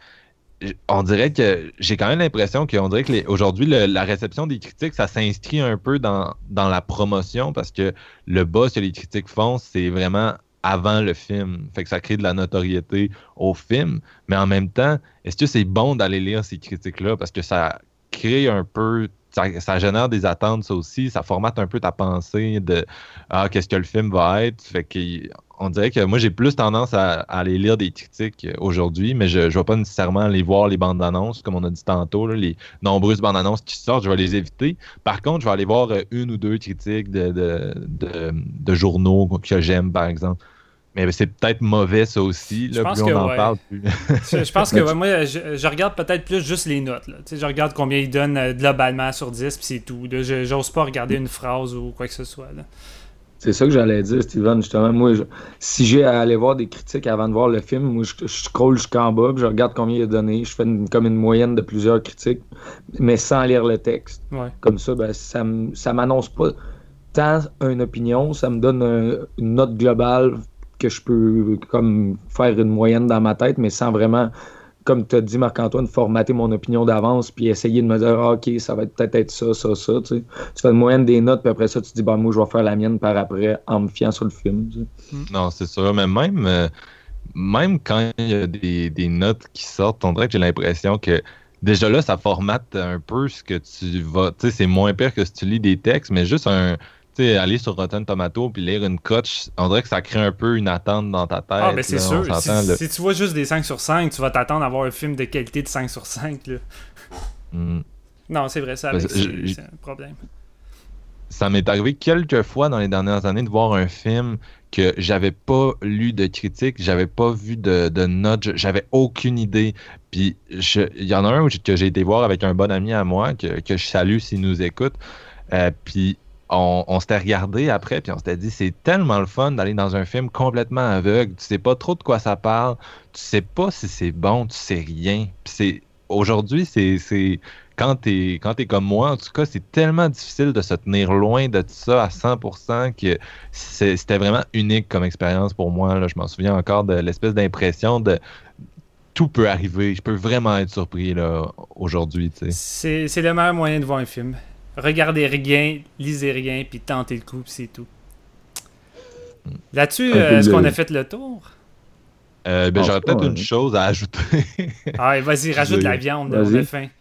on dirait que j'ai quand même l'impression qu'on dirait que les, aujourd'hui, le, la réception des critiques, ça s'inscrit un peu dans, dans la promotion parce que le buzz que les critiques font, c'est vraiment avant le film. Fait que ça crée de la notoriété au film. Mais en même temps, est-ce que c'est bon d'aller lire ces critiques-là? Parce que ça crée un peu... Ça, ça génère des attentes, ça aussi. Ça formate un peu ta pensée de « Ah, qu'est-ce que le film va être? » Fait que... On dirait que moi, j'ai plus tendance à, à aller lire des critiques aujourd'hui, mais je ne vais pas nécessairement aller voir les bandes annonces, comme on a dit tantôt, là, les nombreuses bandes annonces qui sortent, je vais les éviter. Par contre, je vais aller voir une ou deux critiques de, de, de, de journaux que j'aime, par exemple. Mais c'est peut-être mauvais, ça aussi. Là, plus on en ouais. parle, plus... je, je pense que ouais, moi, je, je regarde peut-être plus juste les notes. Là. Je regarde combien ils donnent euh, globalement sur dix, puis c'est tout. Là. Je n'ose pas regarder une phrase ou quoi que ce soit. Là. C'est ça que j'allais dire, Steven, justement. Moi, je, si j'ai à aller voir des critiques avant de voir le film, moi, je, je scroll jusqu'en bas, puis je regarde combien il a donné. Je fais une, comme une moyenne de plusieurs critiques, mais sans lire le texte. Ouais. Comme ça, ben, ça, ça m'annonce pas tant une opinion, ça me donne un, une note globale que je peux comme faire une moyenne dans ma tête, mais sans vraiment... comme tu as dit, Marc-Antoine, formater mon opinion d'avance puis essayer de me dire ah, OK, ça va peut-être être ça, ça, ça. Tu sais. Tu fais une moyenne des notes, puis après ça, tu te dis bah, moi, je vais faire la mienne par après en me fiant sur le film. Tu sais. Non, c'est sûr. Mais même, euh, même quand il y a des, des notes qui sortent, on dirait que j'ai l'impression que déjà là, ça formate un peu ce que tu vas. Tu sais, c'est moins pire que si tu lis des textes, mais juste un. Tu sais, aller sur Rotten Tomatoes puis lire une coche, on dirait que ça crée un peu une attente dans ta tête. Ah, ben c'est là, sûr. Si, le... si tu vois juste des cinq sur cinq, tu vas t'attendre à avoir un film de qualité de cinq sur cinq. Là. Mm. Non, c'est vrai, ça avec, Ben, c'est, je, c'est un problème. Ça m'est arrivé quelques fois dans les dernières années de voir un film que j'avais pas lu de critique, j'avais pas vu de, de notes, j'avais aucune idée. Puis il y en a un que j'ai été voir avec un bon ami à moi, que, que je salue s'il nous écoute. Euh, puis on, on s'était regardé après, puis on s'était dit c'est tellement le fun d'aller dans un film complètement aveugle. Tu sais pas trop de quoi ça parle, tu sais pas si c'est bon, tu sais rien. Puis c'est aujourd'hui, c'est, c'est quand t'es quand t'es comme moi, en tout cas, c'est tellement difficile de se tenir loin de ça à cent pour cent que c'est, c'était vraiment unique comme expérience pour moi. Là. Je m'en souviens encore de l'espèce d'impression de tout peut arriver. Je peux vraiment être surpris là, aujourd'hui. Tu sais. C'est, c'est le meilleur moyen de voir un film. Regardez rien, lisez rien, puis tentez le coup, puis c'est tout. Là-dessus, euh, est-ce qu'on a fait le tour? Euh, ben, oh, j'aurais peut-être ouais. une chose à ajouter. Ah, vas-y, rajoute de la viande, on a faim.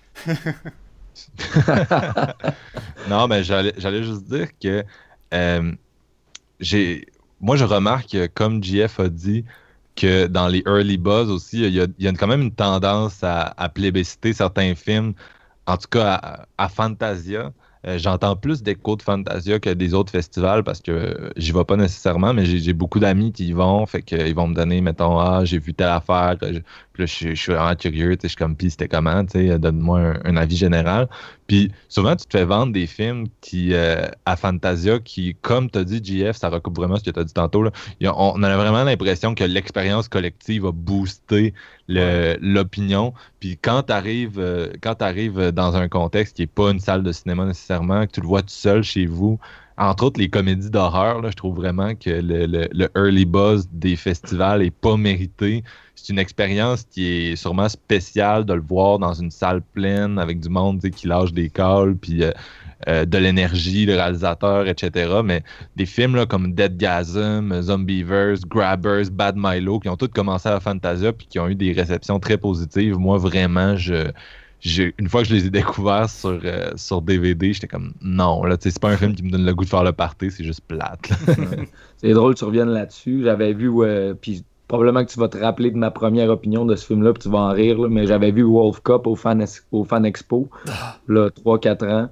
Non, mais j'allais, j'allais juste dire que euh, j'ai, moi, je remarque, comme J F a dit, que dans les early buzz aussi, il y a, il y a quand même une tendance à, à plébisciter certains films, en tout cas à, à Fantasia. Euh, j'entends plus d'échos de Fantasia que des autres festivals parce que euh, j'y vais pas nécessairement, mais j'ai, j'ai beaucoup d'amis qui y vont, fait qu'ils vont me donner, mettons, ah, j'ai vu telle affaire que, Puis là, je, je suis vraiment curieux, tu sais, je suis comme, puis c'était comment, tu sais, donne-moi un, un avis général. Puis souvent, tu te fais vendre des films qui, euh, à Fantasia, qui, comme tu as dit, J F, ça recoupe vraiment ce que tu as dit tantôt, là. Il y a- on, on a vraiment l'impression que l'expérience collective a boosté le, l'opinion. Puis quand tu arrives euh, quand t'arrives dans un contexte qui n'est pas une salle de cinéma nécessairement, que tu le vois tout seul chez vous, entre autres les comédies d'horreur, là, je trouve vraiment que le, le, le early buzz des festivals est pas mérité. C'est une expérience qui est sûrement spéciale de le voir dans une salle pleine avec du monde, tu sais, qui lâche des calls, puis euh, euh, de l'énergie, le réalisateur, et cetera. Mais des films là, comme Deadgasm, Zombieverse, Grabbers, Bad Milo, qui ont tous commencé à la Fantasia puis qui ont eu des réceptions très positives. Moi, vraiment, je, je une fois que je les ai découverts sur, euh, sur D V D, j'étais comme non, là, tu sais, c'est pas un film qui me donne le goût de faire le party, c'est juste plate. Là. C'est drôle que tu reviennes là-dessus. J'avais vu, euh, puis probablement que tu vas te rappeler de ma première opinion de ce film-là, puis tu vas en rire, là, mais j'avais vu Wolf Cup au Fan, au Fan Expo, là, trois quatre ans.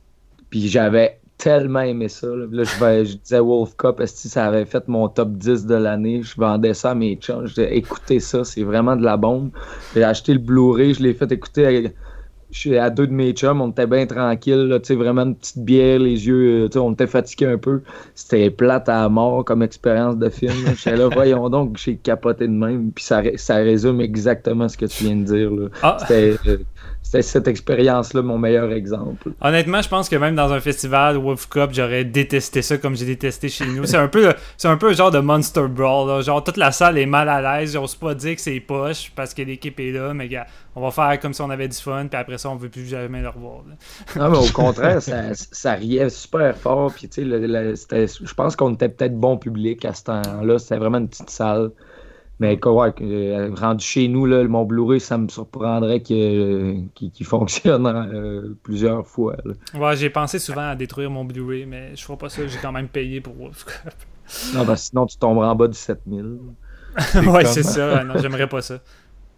Puis j'avais tellement aimé ça. Là, là je, vais, je disais Wolf Cup, si ça avait fait mon top dix de l'année. Je vendais ça à mes chums. Je disais, écoutez ça, c'est vraiment de la bombe. J'ai acheté le Blu-ray, je l'ai fait écouter. À, je suis à deux de mes chums, on était bien tranquille, là, vraiment une petite bière, les yeux, on était fatigués un peu. C'était plate à mort comme expérience de film. J'étais là, voyons donc, j'ai capoté de même. Puis ça, ça résume exactement ce que tu viens de dire. Là. Ah. C'était, euh, c'était cette expérience-là mon meilleur exemple. Honnêtement, je pense que même dans un festival Wolf Cup, j'aurais détesté ça comme j'ai détesté chez nous. C'est un peu, c'est un peu genre de Monster Brawl. Là. Genre, toute la salle est mal à l'aise. J'ose pas dire que c'est poche parce que l'équipe est là, mais gars, on va faire comme si on avait du fun, puis après ça, on veut plus jamais le revoir. Là. Non, mais au contraire, ça, ça riait super fort. Puis, tu sais, le, le, je pense qu'on était peut-être bon public à ce temps-là. C'était vraiment une petite salle. Mais quoi, ouais, rendu chez nous, là, mon Blu-ray, ça me surprendrait qu'il, qu'il, qu'il fonctionne euh, plusieurs fois. Là. Ouais, j'ai pensé souvent à détruire mon Blu-ray, mais je ferai pas ça. J'ai quand même payé pour Wolf Cup. Non, ben, sinon, tu tomberas en bas du sept mille. Ouais, c'est ça. Non, j'aimerais pas ça.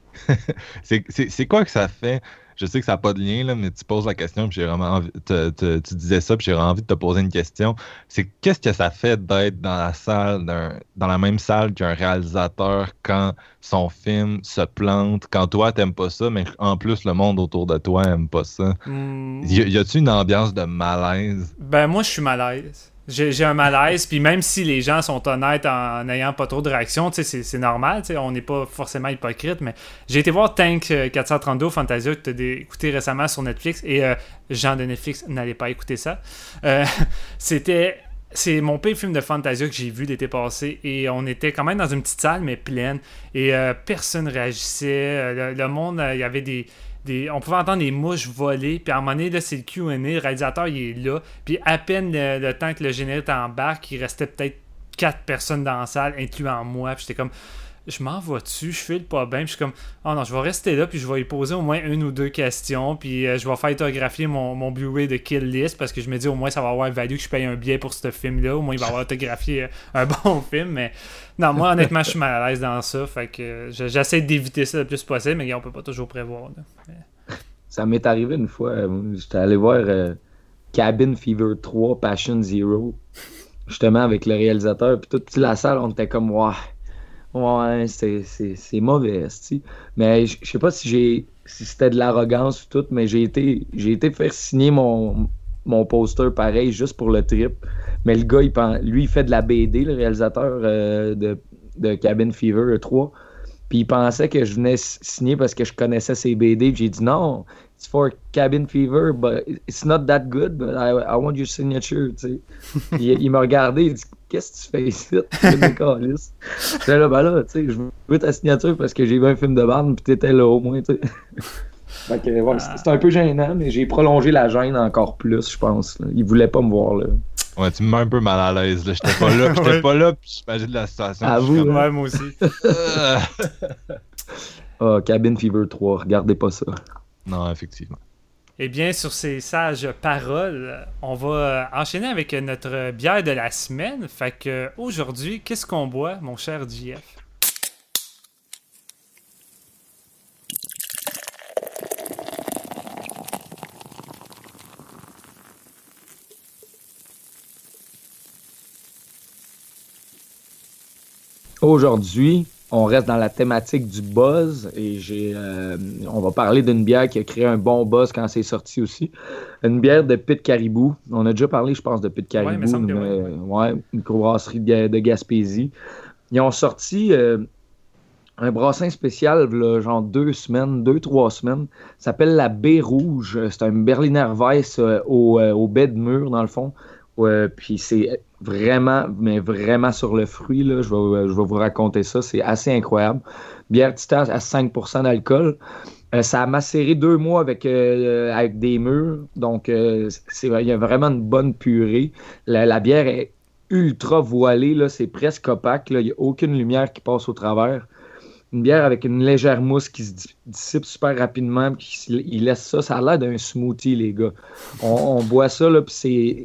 c'est, c'est, c'est quoi que ça fait? Je sais que ça n'a pas de lien, là, mais tu poses la question, puis j'ai vraiment envie, te, te, tu disais ça, puis j'ai vraiment envie de te poser une question. C'est qu'est-ce que ça fait d'être dans la salle, d'un, dans la même salle qu'un réalisateur quand son film se plante, quand toi t'aimes pas ça, mais en plus le monde autour de toi aime pas ça? Mm. Y, y a-tu une ambiance de malaise? Ben moi je suis malaise. J'ai, j'ai un malaise, puis même si les gens sont honnêtes en n'ayant pas trop de réaction, c'est, c'est normal, on n'est pas forcément hypocrite, mais j'ai été voir Tank quatre cent trente-deux au Fantasia que tu as écouté récemment sur Netflix, et euh, gens de Netflix, n'allez pas écouter ça. Euh, c'était... C'est mon pire film de Fantasia que j'ai vu l'été passé, et on était quand même dans une petite salle, mais pleine, et euh, personne réagissait, le, le monde, il euh, y avait des... Des, on pouvait entendre des mouches voler, puis à un moment donné, là, c'est le Q and A, le réalisateur il est là, puis à peine le, le temps que le générique embarque, il restait peut-être quatre personnes dans la salle, incluant moi, puis j'étais comme, je m'en vais dessus, je file pas bien, puis je suis comme, oh non, je vais rester là, puis je vais y poser au moins une ou deux questions, puis euh, je vais faire autographier mon, mon Blu-ray de Kill List, parce que je me dis au moins ça va avoir value que je paye un billet pour ce film-là, au moins il va avoir autographié un bon film, mais non, moi honnêtement je suis mal à l'aise dans ça, fait que euh, j'essaie d'éviter ça le plus possible, mais on peut pas toujours prévoir. Là. Mais... Ça m'est arrivé une fois, euh, j'étais allé voir euh, Cabin Fever trois, Passion Zero, justement avec le réalisateur, puis toute la salle on était comme, waouh. Ouais, c'est, c'est, c'est mauvais, t'sais. Mais je sais pas si j'ai si c'était de l'arrogance ou tout, mais j'ai été j'ai été faire signer mon, mon poster pareil juste pour le trip. Mais le gars, il pense, lui, il fait de la B D, le réalisateur euh, de, de Cabin Fever trois. Puis il pensait que je venais signer parce que je connaissais ses B D. Puis j'ai dit non, it's for Cabin Fever, but it's not that good, but I, I want your signature, tu sais. il, il m'a regardé, il dit qu'est-ce que tu fais ici? J'étais là, ben là, tu sais, je veux ta signature parce que j'ai vu un film de bande, puis t'étais là au moins, tu sais. Fait que, ouais, c'était, c'était un peu gênant, mais j'ai prolongé la gêne encore plus, je pense. Là. Il voulait pas me voir, là. Ouais, tu me mets un peu mal à l'aise, là. J'étais pas là, j'étais ouais. pas là, puis j'imagine la situation. À vous, comme... ouais, moi aussi. Ah, Cabin Fever trois, regardez pas ça. Non, effectivement. Eh bien, sur ces sages paroles, on va enchaîner avec notre bière de la semaine. Fait que aujourd'hui, qu'est-ce qu'on boit, mon cher J F? Aujourd'hui, on reste dans la thématique du buzz et j'ai, euh, on va parler d'une bière qui a créé un bon buzz quand c'est sorti aussi. Une bière de Pit Caribou. On a déjà parlé, je pense, de Pit Caribou, Ouais, il me semble que une, oui, oui. ouais, une microbrasserie de, de Gaspésie. Ils ont sorti euh, un brassin spécial, là, genre deux semaines, deux, trois semaines. Ça s'appelle la Baie Rouge. C'est un Berliner Weiss euh, au, euh, au baie de mûr, dans le fond. Ouais, puis c'est vraiment, mais vraiment sur le fruit, là, je vais, je vais vous raconter ça, c'est assez incroyable. Bière Tita à cinq pour cent d'alcool. Euh, ça a macéré deux mois avec, euh, avec des mûres, donc euh, c'est, il y a vraiment une bonne purée. La, la bière est ultra voilée, là, c'est presque opaque, là, il n'y a aucune lumière qui passe au travers. Une bière avec une légère mousse qui se dissipe super rapidement, puis il laisse ça, ça a l'air d'un smoothie, les gars. On, on boit ça, là, puis c'est...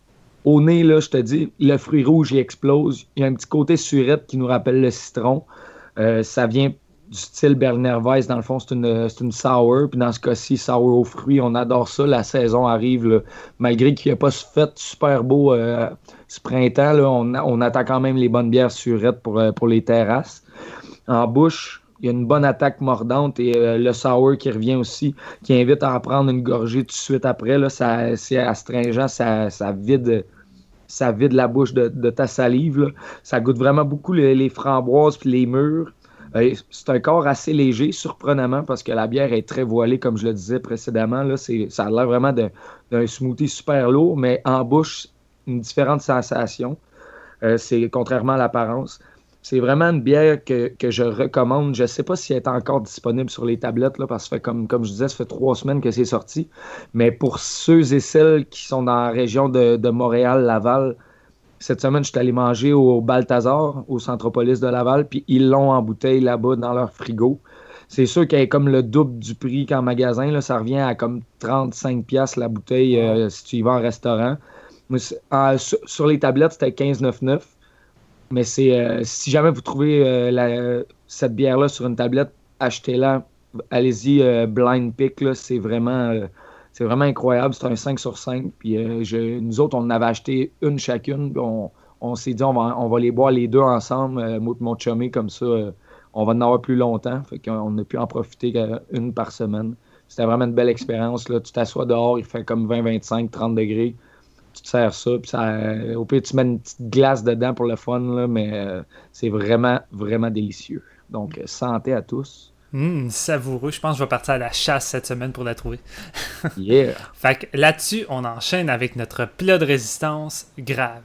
Au nez, là, je te dis, le fruit rouge, il explose. Il y a un petit côté surette qui nous rappelle le citron. Euh, ça vient du style Berliner Weiss. Dans le fond, c'est une, c'est une sour. Puis dans ce cas-ci, sour aux fruits, on adore ça. La saison arrive, là. Malgré qu'il n'y a pas fait super beau euh, ce printemps, là, on, on attend quand même les bonnes bières surettes pour, euh, pour les terrasses. En bouche, il y a une bonne attaque mordante et euh, le sour qui revient aussi, qui invite à en prendre une gorgée tout de suite après. Là, ça, c'est astringent, ça, ça vide... ça vide la bouche de, de ta salive. Là. Ça goûte vraiment beaucoup les, les framboises puis les mûres. Euh, c'est un corps assez léger, surprenamment, parce que la bière est très voilée, comme je le disais précédemment. Là. C'est, ça a l'air vraiment de, d'un smoothie super lourd, mais en bouche, une différente sensation. Euh, c'est contrairement à l'apparence. C'est vraiment une bière que, que je recommande. Je ne sais pas si elle est encore disponible sur les tablettes, là, parce que ça fait comme, comme je disais, ça fait trois semaines que c'est sorti. Mais pour ceux et celles qui sont dans la région de, de Montréal-Laval, cette semaine, je suis allé manger au Balthazar, au Centropolis de Laval, puis ils l'ont en bouteille là-bas dans leur frigo. C'est sûr qu'elle est comme le double du prix qu'en magasin. Là, ça revient à comme trente-cinq piastres la bouteille euh, si tu y vas en restaurant. Mais, en, sur, sur les tablettes, c'était quinze quatre-vingt-neuf. Mais c'est euh, si jamais vous trouvez euh, la, cette bière-là sur une tablette, achetez-la. Allez-y, euh, blind pick, là, c'est vraiment, euh, c'est vraiment incroyable. C'est un cinq sur cinq. Puis euh, je, nous autres, on en avait acheté une chacune. On, on s'est dit, on va, on va les boire les deux ensemble, euh, moi et mon chumé, comme ça, euh, on va en avoir plus longtemps. Fait qu'on a pu en profiter une par semaine. C'était vraiment une belle expérience. Là. Tu t'assois dehors, il fait comme vingt, vingt-cinq, trente degrés. Tu te sers ça, puis ça, euh, au pire, tu mets une petite glace dedans pour le fun, là, mais euh, c'est vraiment, vraiment délicieux. Donc, euh, santé à tous. Mmh, savoureux. Je pense que je vais partir à la chasse cette semaine pour la trouver. Yeah! Fait que là-dessus, on enchaîne avec notre plat de résistance grave.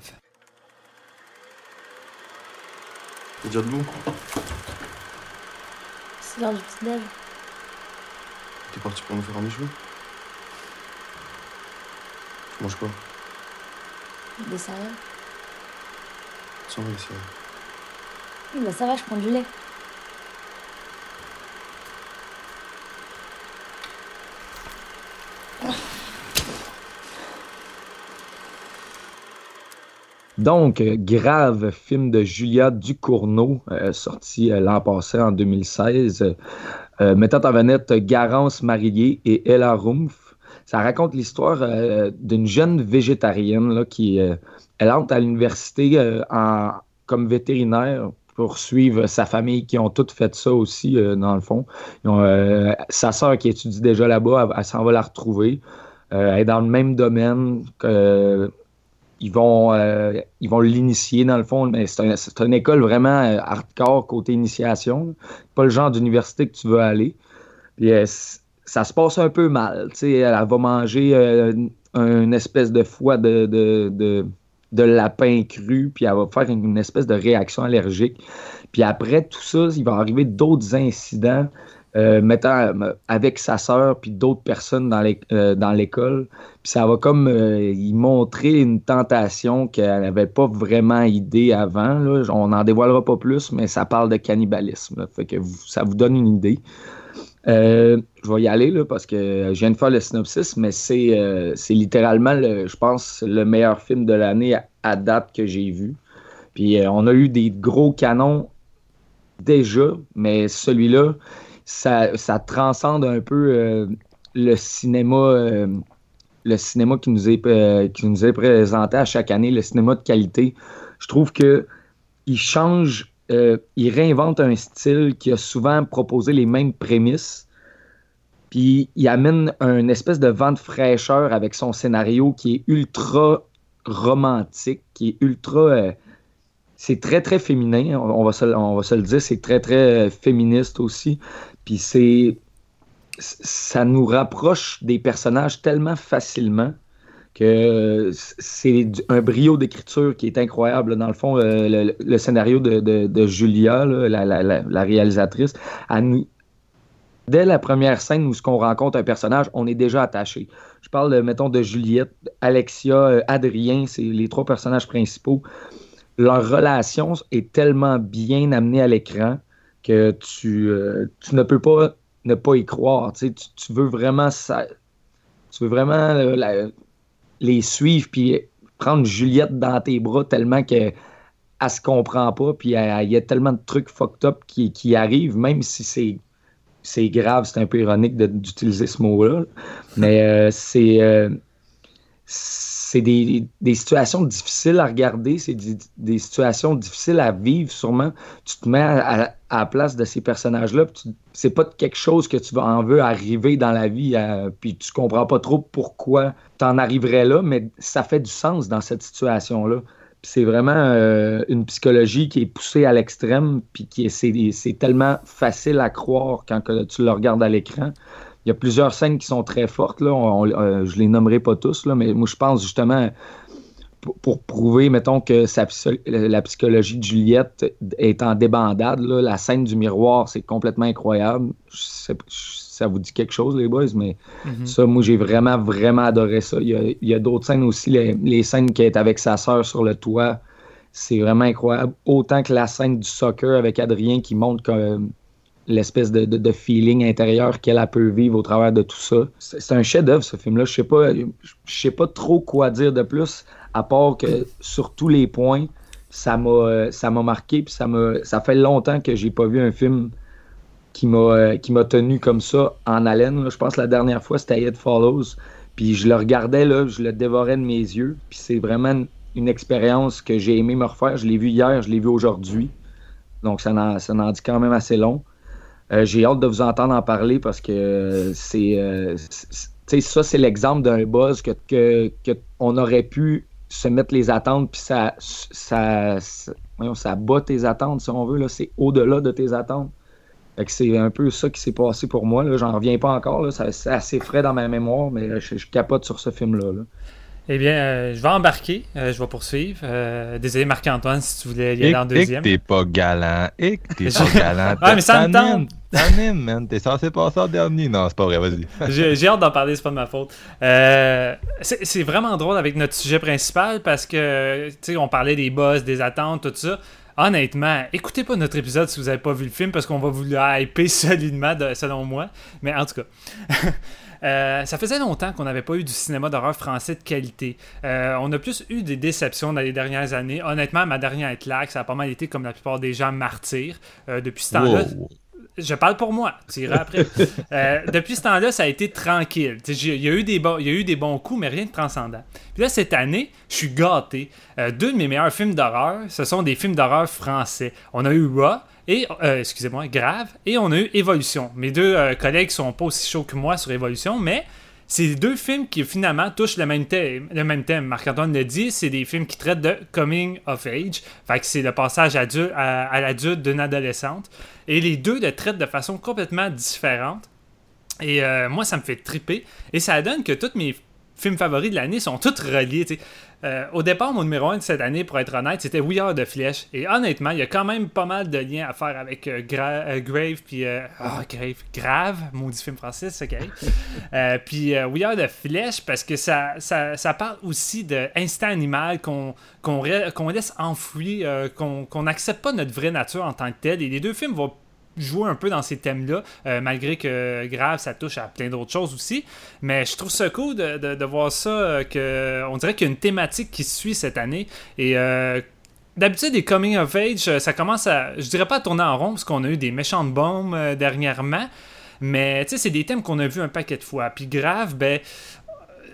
T'es déjà debout? C'est l'heure du petit-déj. T'es parti pour nous faire un michou? Tu manges quoi? Des céréales. Sans les céréales. Oui, bah ça va, je prends du lait. Donc, euh, Grave, film de Julia Ducournau, euh, sorti euh, l'an passé, en deux mille seize, euh, mettant en vedette Garance Marillier et Ella Rumpf. Ça raconte l'histoire euh, d'une jeune végétarienne là, qui euh, elle entre à l'université euh, en, comme vétérinaire pour suivre sa famille qui ont toutes fait ça aussi, euh, dans le fond. Ils ont, euh, sa sœur qui étudie déjà là-bas, elle, elle s'en va la retrouver. Euh, elle est dans le même domaine que... Euh, Ils vont, euh, ils vont l'initier, dans le fond, mais c'est, un, c'est une école vraiment euh, hardcore côté initiation. Pas le genre d'université que tu veux aller. Puis, euh, ça se passe un peu mal. Elle, elle va manger euh, une espèce de foie de, de, de, de lapin cru, puis elle va faire une, une espèce de réaction allergique. Puis après tout ça, il va arriver d'autres incidents. Euh, mettant euh, avec sa sœur puis d'autres personnes dans, les, euh, dans l'école. Puis ça va comme euh, y montrer une tentation qu'elle n'avait pas vraiment idée avant. Là. On n'en dévoilera pas plus, mais ça parle de cannibalisme. Là. Fait que vous, ça vous donne une idée. Euh, je vais y aller là, parce que je viens de faire le synopsis, mais c'est, euh, c'est littéralement, le, je pense, le meilleur film de l'année à, à date que j'ai vu. Puis euh, on a eu des gros canons déjà, mais celui-là, Ça, ça transcende un peu euh, le cinéma euh, le cinéma qui nous est euh, qui nous est présenté à chaque année, le cinéma de qualité. Je trouve que il change euh, il réinvente un style qui a souvent proposé les mêmes prémices. Puis il amène un espèce de vent de fraîcheur avec son scénario qui est ultra romantique, qui est ultra... Euh, c'est très, très féminin, on va se, on va se le dire. C'est très, très euh, féministe aussi. Puis c'est... ça nous rapproche des personnages tellement facilement que c'est un brio d'écriture qui est incroyable. Dans le fond, le, le, le scénario de, de, de Julia, là, la, la, la, la réalisatrice, elle nous, dès la première scène où on rencontre un personnage, on est déjà attaché. Je parle, de, mettons, de Juliette, Alexia, Adrien, c'est les trois personnages principaux. Leur relation est tellement bien amenée à l'écran que tu, euh, tu ne peux pas ne pas y croire. Tu, sais, tu, tu veux vraiment ça, tu veux vraiment euh, la, les suivre puis prendre Juliette dans tes bras tellement qu'elle ne se comprend pas, puis il y a tellement de trucs fucked up qui, qui arrivent, même si c'est, c'est grave, c'est un peu ironique de, d'utiliser ce mot-là, mais euh, c'est, euh, c'est des, des situations difficiles à regarder, c'est des, des situations difficiles à vivre sûrement. Tu te mets à, à, à la place de ces personnages-là, puis tu, c'est pas quelque chose que tu en veux arriver dans la vie, à, puis tu comprends pas trop pourquoi tu en arriverais là, mais ça fait du sens dans cette situation-là. Puis c'est vraiment euh, une psychologie qui est poussée à l'extrême, puis qui est, c'est, c'est tellement facile à croire quand que tu le regardes à l'écran. Il y a plusieurs scènes qui sont très fortes, là. On, on, euh, je les nommerai pas tous, là, mais moi je pense justement pour, pour prouver, mettons, que sa, la psychologie de Juliette est en débandade, là. La scène du miroir, c'est complètement incroyable. Je sais, ça vous dit quelque chose, les boys, mais mm-hmm. ça, moi j'ai vraiment, vraiment adoré ça. Il y a, il y a d'autres scènes aussi, les, les scènes qui est avec sa sœur sur le toit, c'est vraiment incroyable. Autant que la scène du soccer avec Adrien qui montre que l'espèce de, de, de feeling intérieur qu'elle a peut vivre au travers de tout ça. C'est, c'est un chef-d'œuvre, ce film-là. Je sais pas, je sais pas trop quoi dire de plus, à part que sur tous les points, ça m'a, ça m'a marqué, puis ça m'a, ça fait longtemps que j'ai pas vu un film qui m'a, qui m'a tenu comme ça en haleine. Là. Je pense que la dernière fois, c'était It Follows, puis je le regardais, là, je le dévorais de mes yeux, puis c'est vraiment une, une expérience que j'ai aimé me refaire. Je l'ai vu hier, je l'ai vu aujourd'hui, donc ça en, ça en dit quand même assez long. Euh, j'ai hâte de vous entendre en parler parce que euh, c'est, euh, c'est, ça, c'est l'exemple d'un buzz que, que, que on aurait pu se mettre les attentes, puis ça, ça, ça, voyons, ça bat tes attentes, si on veut. Là, c'est au-delà de tes attentes. Fait que c'est un peu ça qui s'est passé pour moi. Là. J'en reviens pas encore. Là. Ça, c'est assez frais dans ma mémoire, mais je, je capote sur ce film-là. Là. Eh bien, euh, je vais embarquer, euh, je vais poursuivre. Euh, désolé, Marc-Antoine, si tu voulais y aller en deuxième. Et que t'es pas galant, et que t'es pas galant. Ah, mais ça me tente. T'animes, man. T'es censé passer en dernier. Non, c'est pas vrai, vas-y. j'ai, j'ai hâte d'en parler, c'est pas de ma faute. Euh, c'est, c'est vraiment drôle avec notre sujet principal parce que, tu sais, on parlait des buzz, des attentes, tout ça. Honnêtement, écoutez pas notre épisode si vous n'avez pas vu le film parce qu'on va vous le hyper solidement, de, selon moi. Mais en tout cas... Euh, ça faisait longtemps qu'on n'avait pas eu du cinéma d'horreur français de qualité. Euh, on a plus eu des déceptions dans les dernières années. Honnêtement, ma dernière claque, ça a pas mal été comme la plupart des gens martyrs. Euh, depuis ce temps-là, wow. Je parle pour moi, tu iras après. euh, depuis ce temps-là, ça a été tranquille. Il y a eu des bon, il y a eu des bons coups, mais rien de transcendant. Puis là, cette année, je suis gâté. Euh, deux de mes meilleurs films d'horreur, ce sont des films d'horreur français. On a eu Raw, et, euh, excusez-moi, Grave, et on a eu Évolution. Mes deux euh, collègues sont pas aussi chauds que moi sur Évolution, mais c'est deux films qui finalement touchent le même thème. Le même thème. Marc-Antoine l'a dit, c'est des films qui traitent de coming of age. Fait que c'est le passage adulte, à, à l'adulte d'une adolescente. Et les deux le traitent de façon complètement différente. Et euh, moi, ça me fait triper. Et ça donne que tous mes films favoris de l'année sont tous reliés, tu sais. Euh, au départ, mon numéro un de cette année, pour être honnête, c'était We Are the Flesh. Et honnêtement, il y a quand même pas mal de liens à faire avec euh, Gra- euh, Grave, puis... Euh, oh, Grave, Grave, maudit film français, c'est ça qui arrive. euh, puis euh, We Are the Flesh, parce que ça, ça, ça parle aussi d'instinct animal qu'on, qu'on, ra- qu'on laisse enfoui, euh, qu'on qu'on n'accepte pas notre vraie nature en tant que tel. Et les deux films vont jouer un peu dans ces thèmes-là, euh, malgré que Grave, ça touche à plein d'autres choses aussi. Mais je trouve ça cool de, de, de voir ça, euh, que on dirait qu'il y a une thématique qui se suit cette année. Et euh, d'habitude, les coming of age, ça commence à, je dirais pas à tourner en rond, parce qu'on a eu des méchantes bombes euh, dernièrement. Mais tu sais, c'est des thèmes qu'on a vus un paquet de fois. Puis Grave, ben...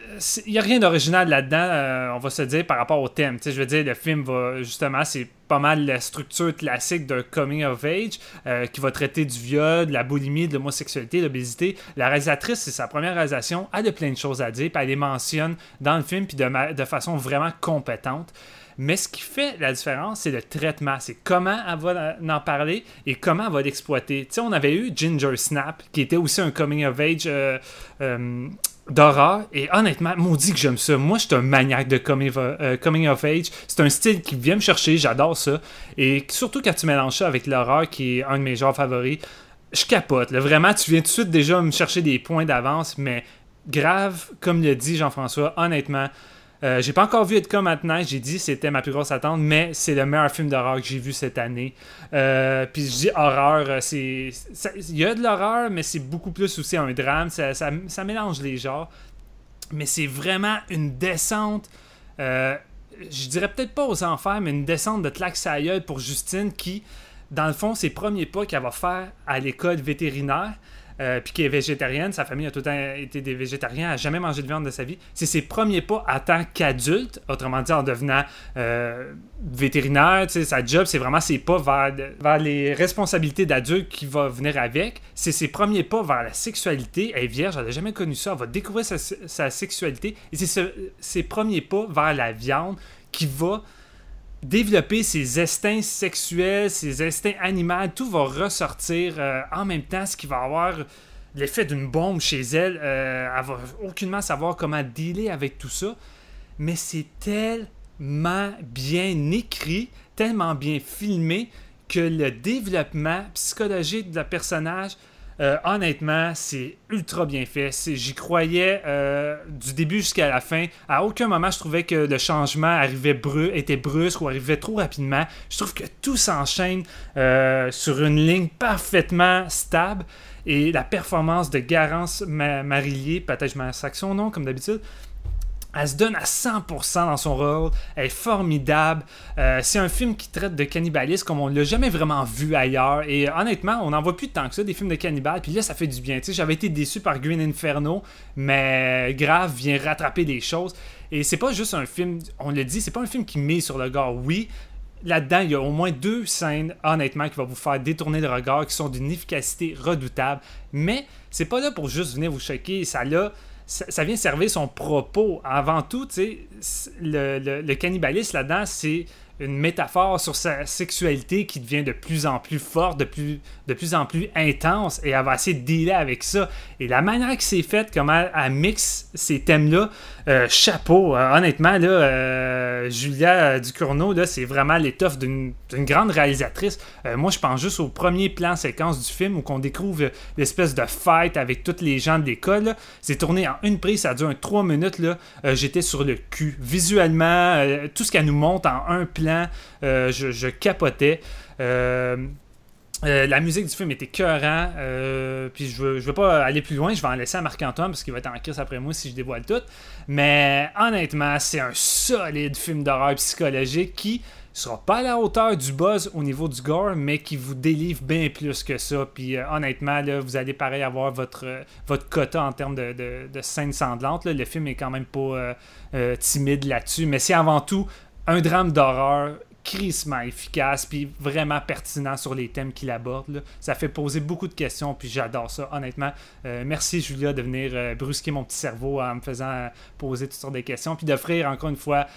il n'y a rien d'original là-dedans, euh, on va se dire, par rapport au thème. T'sais, je veux dire, le film va, justement, c'est pas mal la structure classique d'un coming of age euh, qui va traiter du viol, de la boulimie, de l'homosexualité, de l'obésité. La réalisatrice, c'est sa première réalisation, elle a plein de choses à dire, puis elle les mentionne dans le film, puis de, ma- de façon vraiment compétente. Mais ce qui fait la différence, c'est le traitement. C'est comment elle va en parler et comment elle va l'exploiter. Tu sais, on avait eu Ginger Snap, qui était aussi un coming of age euh, euh, d'horreur. Et honnêtement, maudit que j'aime ça. Moi, je suis un maniaque de coming of, euh, coming of age. C'est un style qui vient me chercher. J'adore ça. Et surtout quand tu mélanges ça avec l'horreur, qui est un de mes genres favoris, je capote. Là. Vraiment, tu viens tout de suite déjà me chercher des points d'avance. Mais grave, comme le dit Jean-François, honnêtement... Euh, j'ai pas encore vu Edcom at Night, j'ai dit c'était ma plus grosse attente, mais c'est le meilleur film d'horreur que j'ai vu cette année. Euh, Puis je dis horreur, c'est il y a de l'horreur, mais c'est beaucoup plus aussi un drame, ça, ça, ça mélange les genres. Mais c'est vraiment une descente, euh, je dirais peut-être pas aux enfers, mais une descente de claque sa gueule pour Justine qui, dans le fond, ses premiers pas qu'elle va faire à l'école vétérinaire. Euh, puis qui est végétarienne, sa famille a tout le temps été des végétariens, elle n'a jamais mangé de viande de sa vie. C'est ses premiers pas en tant qu'adulte, autrement dit en devenant euh, vétérinaire, sa job, c'est vraiment ses pas vers, vers les responsabilités d'adulte qui va venir avec. C'est ses premiers pas vers la sexualité. Elle est vierge, elle n'a jamais connu ça, elle va découvrir sa, sa sexualité. Et c'est ce, ses premiers pas vers la viande qui va développer ses instincts sexuels, ses instincts animaux, tout va ressortir euh, en même temps, ce qui va avoir l'effet d'une bombe chez elle. Euh, elle va aucunement savoir comment dealer avec tout ça, mais c'est tellement bien écrit, tellement bien filmé, que le développement psychologique de la personnage, Euh, honnêtement, c'est ultra bien fait. C'est, j'y croyais euh, du début jusqu'à la fin. À aucun moment, je trouvais que le changement arrivait bru- était brusque ou arrivait trop rapidement. Je trouve que tout s'enchaîne euh, sur une ligne parfaitement stable. Et la performance de Garance Ma- Marillier, peut-être je massacre son nom comme d'habitude, elle se donne à cent pour cent dans son rôle. Elle est formidable. Euh, c'est un film qui traite de cannibalisme comme on ne l'a jamais vraiment vu ailleurs. Et honnêtement, on n'en voit plus tant que ça, des films de cannibales. Puis là, ça fait du bien. Tu sais, j'avais été déçu par Green Inferno, mais Grave vient rattraper des choses. Et c'est pas juste un film, on le dit, c'est pas un film qui mise sur le gore. Oui, là-dedans, il y a au moins deux scènes, honnêtement, qui vont vous faire détourner le regard, qui sont d'une efficacité redoutable. Mais c'est pas là pour juste venir vous choquer. Ça l'a... Ça vient servir son propos. Avant tout, tu sais, le, le, le cannibalisme là-dedans, c'est une métaphore sur sa sexualité qui devient de plus en plus forte, de plus, de plus en plus intense, et elle va essayer de dealer avec ça. Et la manière que c'est faite, comment elle, elle mixe ces thèmes-là, euh, chapeau. Euh, honnêtement, là, euh, Julia Ducournau, là, c'est vraiment l'étoffe d'une, d'une grande réalisatrice. Euh, moi, je pense juste au premier plan séquence du film où on découvre l'espèce de fight avec tous les gens de l'école. Là. C'est tourné en une prise, ça dure trois minutes. Là. Euh, j'étais sur le cul. Visuellement, euh, tout ce qu'elle nous montre en un plan, euh, je, je capotais. Euh, Euh, la musique du film était écœurant, euh, puis je veux, je veux pas aller plus loin, je vais en laisser à Marc-Antoine parce qu'il va être en crise après moi si je dévoile tout, mais honnêtement c'est un solide film d'horreur psychologique qui sera pas à la hauteur du buzz au niveau du gore, mais qui vous délivre bien plus que ça, puis euh, honnêtement là, vous allez pareil avoir votre, euh, votre quota en termes de, de, de scènes sanglantes, là. Le film est quand même pas euh, euh, timide là-dessus, mais c'est avant tout un drame d'horreur crissement efficace puis vraiment pertinent sur les thèmes qu'il aborde. Là. Ça fait poser beaucoup de questions puis j'adore ça, honnêtement. Euh, merci Julia de venir euh, brusquer mon petit cerveau en me faisant euh, poser toutes sortes de questions puis d'offrir encore une fois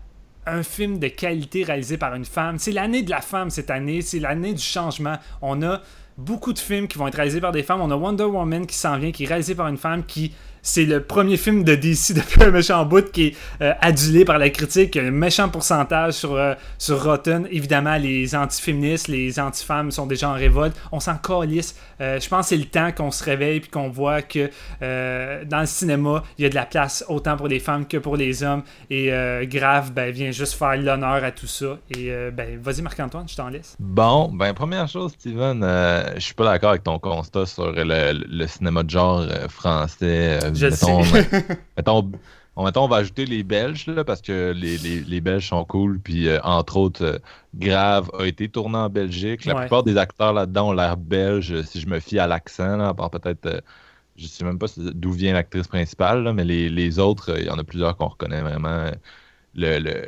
un film de qualité réalisé par une femme. C'est l'année de la femme cette année, c'est l'année du changement. On a beaucoup de films qui vont être réalisés par des femmes. On a Wonder Woman qui s'en vient, qui est réalisé par une femme qui... C'est le premier film de D C depuis un méchant bout qui est euh, adulé par la critique, un méchant pourcentage sur, euh, sur Rotten. Évidemment, les anti-féministes, les anti-femmes sont déjà en révolte. On s'en calisse. Euh, je pense que c'est le temps qu'on se réveille et qu'on voit que euh, dans le cinéma, il y a de la place autant pour les femmes que pour les hommes. Et euh, Grave ben, vient juste faire l'honneur à tout ça. Et euh, ben, vas-y Marc-Antoine, je t'en laisse. Bon, ben première chose, Steven, euh, je suis pas d'accord avec ton constat sur le, le cinéma de genre euh, français. Euh, Je mettons, sais. mettons, on, mettons, on va ajouter les Belges, là, parce que les, les, les Belges sont cool, puis euh, entre autres, euh, Grave a été tourné en Belgique. La Ouais. plupart des acteurs là-dedans ont l'air belges, si je me fie à l'accent, là, à part peut-être euh, je sais même pas d'où vient l'actrice principale, là, mais les, les autres, il y en a plusieurs qu'on reconnaît vraiment le, le,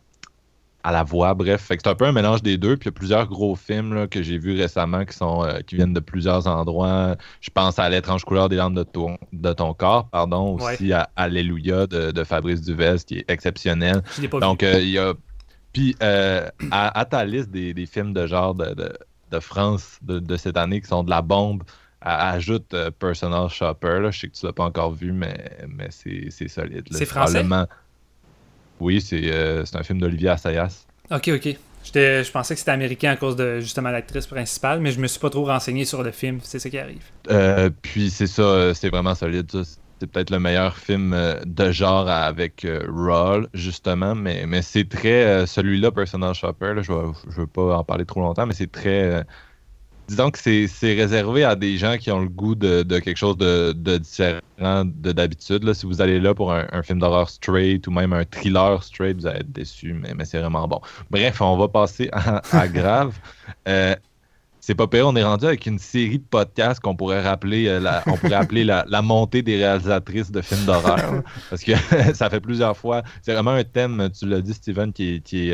à la voix. Bref, fait que c'est un peu un mélange des deux. Puis il y a plusieurs gros films là, que j'ai vus récemment qui, sont, euh, qui viennent de plusieurs endroits. Je pense à L'étrange couleur des larmes de ton, de ton corps, pardon, aussi ouais. à Alléluia de, de Fabrice Duvesne, qui est exceptionnel. Je l'ai pas Donc, vu. il euh, y a... Puis, euh, à, à ta liste des, des films de genre de, de, de France de, de cette année qui sont de la bombe, à, ajoute euh, Personal Shopper. Là. Je sais que tu l'as pas encore vu, mais, mais c'est, c'est solide. Là. C'est français? Oui, c'est, euh, c'est un film d'Olivier Assayas. Ok, ok. J'étais, je pensais que c'était américain à cause de justement l'actrice principale, mais je me suis pas trop renseigné sur le film. C'est ça qui arrive. Euh, puis c'est ça, c'est vraiment solide. Ça. C'est peut-être le meilleur film de genre avec euh, Raw, justement, mais, mais c'est très... Euh, celui-là, Personal Shopper, là, je ne veux pas en parler trop longtemps, mais c'est très... Euh, disons que c'est, c'est réservé à des gens qui ont le goût de, de quelque chose de, de différent de d'habitude. Là. Si vous allez là pour un, un film d'horreur straight ou même un thriller straight, vous allez être déçus, mais, mais c'est vraiment bon. Bref, on va passer à, à Grave. Euh, c'est pas pire, on est rendu avec une série de podcasts qu'on pourrait rappeler, euh, la, on pourrait appeler la, la montée des réalisatrices de films d'horreur. Là, parce que ça fait plusieurs fois. C'est vraiment un thème, tu l'as dit, Steven, qui, qui,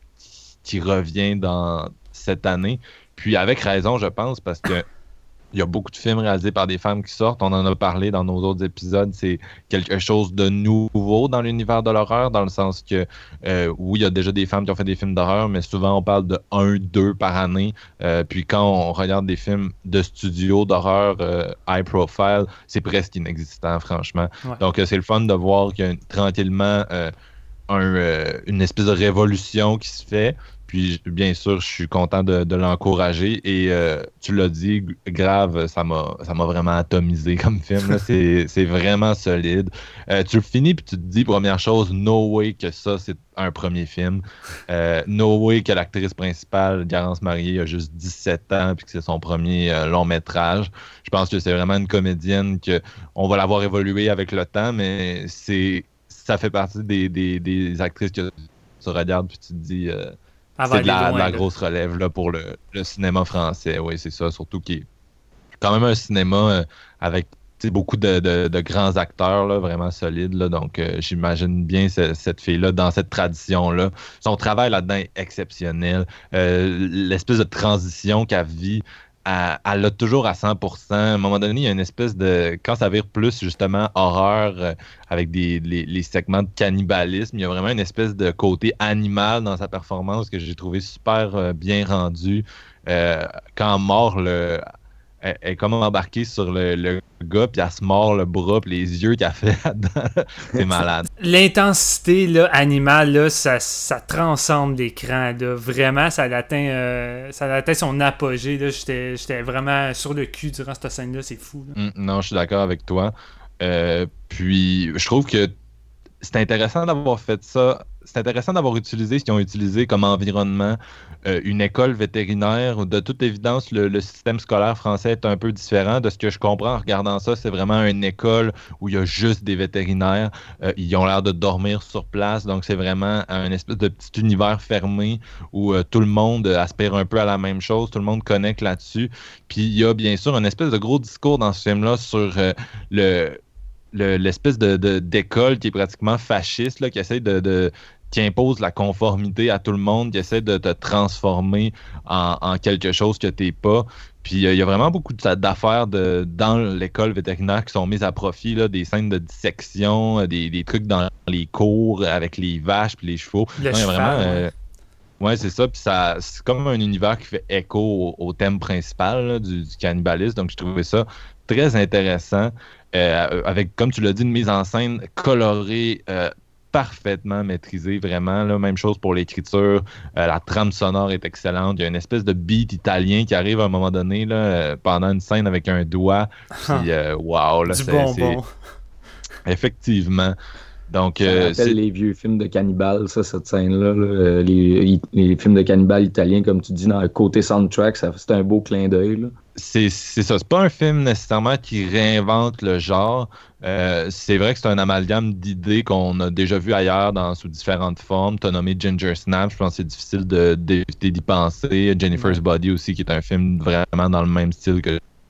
qui revient dans cette année. Puis avec raison, je pense, parce que il y a beaucoup de films réalisés par des femmes qui sortent. On en a parlé dans nos autres épisodes. C'est quelque chose de nouveau dans l'univers de l'horreur, dans le sens que, euh, oui, il y a déjà des femmes qui ont fait des films d'horreur, mais souvent on parle de un, deux par année. Euh, puis quand on regarde des films de studio d'horreur euh, high profile, c'est presque inexistant, franchement. Ouais. Donc, euh, c'est le fun de voir qu'il y a tranquillement euh, un, euh, une espèce de révolution qui se fait. Puis, bien sûr, je suis content de, de l'encourager. Et euh, tu l'as dit, Grave, ça m'a, ça m'a vraiment atomisé comme film. Là. C'est, c'est vraiment solide. Euh, tu le finis, puis tu te dis, première chose, no way que ça, c'est un premier film. Euh, no way que l'actrice principale, Garance Marié, a juste dix-sept ans, puis que c'est son premier euh, long métrage. Je pense que c'est vraiment une comédienne qu'on va la voir évoluer avec le temps, mais c'est, ça fait partie des, des, des actrices que tu regardes, puis tu te dis... Euh, Ah, c'est de la, loin, de la grosse relève là, pour le, le cinéma français. Oui, c'est ça. Surtout qui est quand même un cinéma euh, avec beaucoup de, de, de grands acteurs là, vraiment solides. Là, donc, euh, j'imagine bien ce, cette fille-là dans cette tradition-là. Son travail là-dedans est exceptionnel. Euh, l'espèce de transition qu'elle vit, elle, elle l'a toujours à cent pour cent. À un moment donné, il y a une espèce de... Quand ça vire plus, justement, horreur, euh, avec des, les, les segments de cannibalisme, il y a vraiment une espèce de côté animal dans sa performance que j'ai trouvé super euh, bien rendu. Euh, quand mord le... Elle est comme embarquée sur le, le gars, puis elle se mord le bras, puis les yeux qu'elle fait là-dedans. C'est malade. L'intensité là, animale, là, ça, ça transcende l'écran. Là. Vraiment, ça atteint, euh, ça atteint son apogée. Là. J'étais, j'étais vraiment sur le cul durant cette scène-là. C'est fou. Là. Mm, non, je suis d'accord avec toi. Euh, puis, je trouve que c'est intéressant d'avoir fait ça. C'est intéressant d'avoir utilisé ce qu'ils ont utilisé comme environnement. Euh, une école vétérinaire. De toute évidence, le, le système scolaire français est un peu différent. De ce que je comprends en regardant ça, c'est vraiment une école où il y a juste des vétérinaires. Euh, ils ont l'air de dormir sur place. Donc, c'est vraiment un espèce de petit univers fermé où euh, tout le monde aspire un peu à la même chose. Tout le monde connecte là-dessus. Puis, il y a bien sûr une espèce de gros discours dans ce film-là sur euh, le... Le, l'espèce de, de, d'école qui est pratiquement fasciste, là, qui essaie de, de qui impose la conformité à tout le monde, qui essaie de te transformer en, en quelque chose que t'es pas. Puis il euh, y a vraiment beaucoup d'affaires de, dans l'école vétérinaire qui sont mises à profit, là, des scènes de dissection, des, des trucs dans les cours avec les vaches puis les chevaux. Le non, cheval, vraiment, ouais. euh, ouais, c'est ça. Puis ça, c'est comme un univers qui fait écho au, au thème principal là, du, du cannibalisme. Donc, je trouvais ça très intéressant. Euh, avec, comme tu l'as dit, une mise en scène colorée, euh, parfaitement maîtrisée, vraiment. Là, même chose pour l'écriture. Euh, la trame sonore est excellente. Il y a une espèce de beat italien qui arrive à un moment donné, là, euh, pendant une scène avec un doigt. Puis, euh, wow, là, du c'est, bonbon. c'est... Effectivement. Donc, ça euh, rappelle c'est... les vieux films de cannibales, ça, cette scène-là. Là. Les, les films de cannibales italiens, comme tu dis, dans le côté soundtrack, ça, c'est un beau clin d'œil. Là. C'est, c'est ça. C'est pas un film nécessairement qui réinvente le genre. Euh, c'est vrai que c'est un amalgame d'idées qu'on a déjà vu ailleurs dans, sous différentes formes. Tu as nommé Ginger Snap. Je pense que c'est difficile de, d'éviter d'y penser. Jennifer's Body aussi, qui est un film vraiment dans le même style que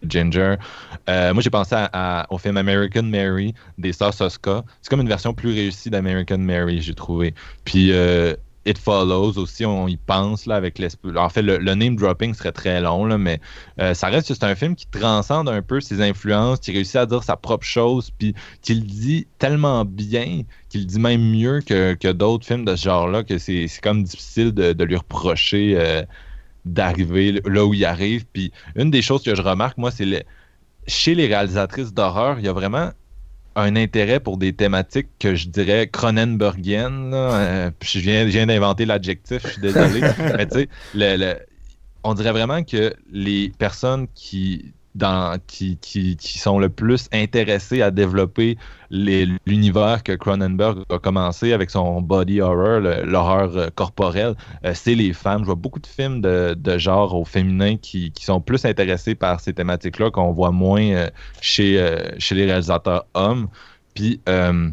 Ginger. Euh, moi, j'ai pensé à, à, au film American Mary des sœurs Soska. C'est comme une version plus réussie d'American Mary, j'ai trouvé. Puis euh, It Follows aussi, on y pense là avec l'esprit. En fait, le, le name dropping serait très long, là, mais euh, ça reste que c'est un film qui transcende un peu ses influences, qui réussit à dire sa propre chose, puis qui le dit tellement bien, qu'il le dit même mieux que, que d'autres films de ce genre-là, que c'est, c'est comme difficile de, de lui reprocher euh, d'arriver là où il arrive. Puis une des choses que je remarque, moi, c'est le, chez les réalisatrices d'horreur, il y a vraiment un intérêt pour des thématiques que je dirais Cronenbergiennes. Là. Euh, je, viens, je viens d'inventer l'adjectif, je suis désolé. Mais tu sais, le, le, on dirait vraiment que les personnes qui, dans, qui, qui, qui sont le plus intéressées à développer les, l'univers que Cronenberg a commencé avec son body horror, le, l'horreur euh, corporelle, euh, c'est les femmes. Je vois beaucoup de films de, de genre au féminin qui, qui sont plus intéressés par ces thématiques-là, qu'on voit moins euh, chez, euh, chez les réalisateurs hommes. Puis, euh,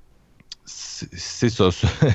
c'est, c'est ça.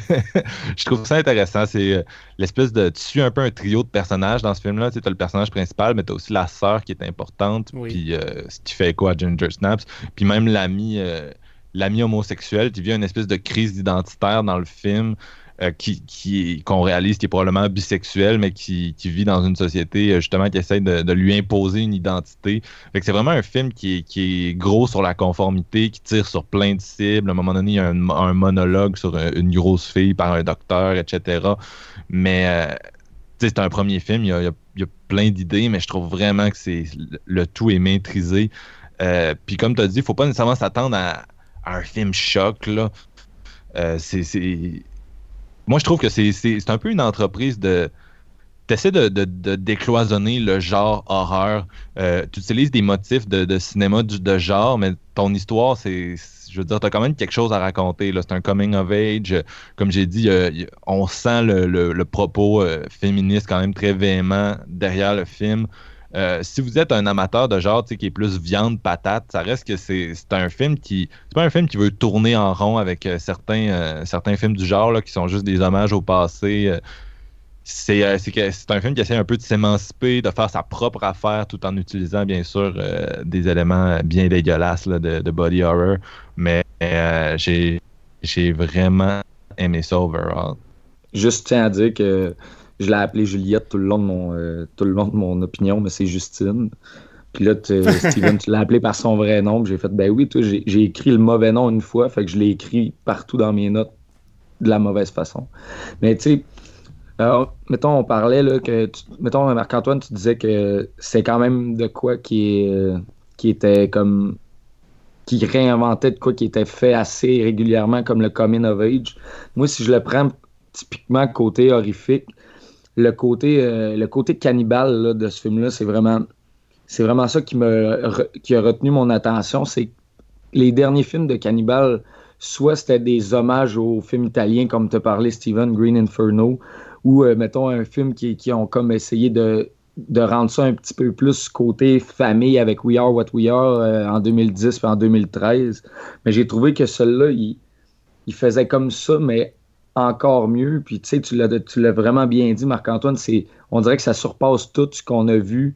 Je trouve ça intéressant. C'est euh, l'espèce de... Tu suis un peu un trio de personnages dans ce film-là. Tu as le personnage principal, mais tu as aussi la sœur qui est importante. Oui. Puis, euh, ce qui fait écho à Ginger Snaps. Puis même l'ami... Euh, l'ami homosexuel qui vit une espèce de crise identitaire dans le film euh, qui, qui, qu'on réalise qui est probablement bisexuel, mais qui, qui vit dans une société justement qui essaie de, de lui imposer une identité. Fait que c'est vraiment un film qui est, qui est gros sur la conformité, qui tire sur plein de cibles. À un moment donné, il y a un, un monologue sur une grosse fille par un docteur, et cetera. Mais euh, c'est un premier film, il y, a, il, y a, il y a plein d'idées, mais je trouve vraiment que c'est le tout est maîtrisé. Euh, Puis comme tu as dit, il ne faut pas nécessairement s'attendre à un film choc, là. Euh, c'est, c'est... Moi, je trouve que c'est, c'est, c'est un peu une entreprise de... T'essaies de, de, de décloisonner le genre horreur. Euh, tu utilises des motifs de, de cinéma de, de genre, mais ton histoire, c'est... Je veux dire, t'as quand même quelque chose à raconter, là. C'est un coming of age. Comme j'ai dit, euh, on sent le, le, le propos euh, féministe quand même très véhément derrière le film. Euh, si vous êtes un amateur de genre, tu sais, qui est plus viande, patate, ça reste que c'est, c'est un film qui... C'est pas un film qui veut tourner en rond avec euh, certains, euh, certains films du genre, là, qui sont juste des hommages au passé. Euh, c'est, euh, c'est, que, c'est un film qui essaie un peu de s'émanciper, de faire sa propre affaire, tout en utilisant, bien sûr, euh, des éléments bien dégueulasses là, de, de body horror. Mais euh, j'ai, j'ai vraiment aimé ça overall. Juste tiens à dire que je l'ai appelée Juliette tout le long de mon, euh, tout le long de mon opinion, mais c'est Justine. Puis là, Steven, tu l'as appelée par son vrai nom. Puis j'ai fait, ben oui, toi, j'ai, j'ai écrit le mauvais nom une fois, fait que je l'ai écrit partout dans mes notes de la mauvaise façon. Mais tu sais, euh, mettons, on parlait, là, que, tu, mettons, Marc-Antoine, tu disais que c'est quand même de quoi qui, est, euh, qui était comme... qui réinventait de quoi qui était fait assez régulièrement, comme le coming of age. Moi, si je le prends typiquement côté horrifique, le côté, euh, le côté cannibale là, de ce film-là, c'est vraiment, c'est vraiment ça qui, me, qui a retenu mon attention. C'est les derniers films de cannibales, soit c'était des hommages aux films italiens, comme tu as parlé, Steven, Green Inferno, ou, euh, mettons, un film qui, qui ont comme essayé de, de rendre ça un petit peu plus côté famille avec We Are What We Are euh, en deux mille dix et en deux mille treize. Mais j'ai trouvé que celui-là, il, il faisait comme ça, mais encore mieux. Puis tu sais, tu l'as, tu l'as vraiment bien dit, Marc-Antoine, c'est, on dirait que ça surpasse tout ce qu'on a vu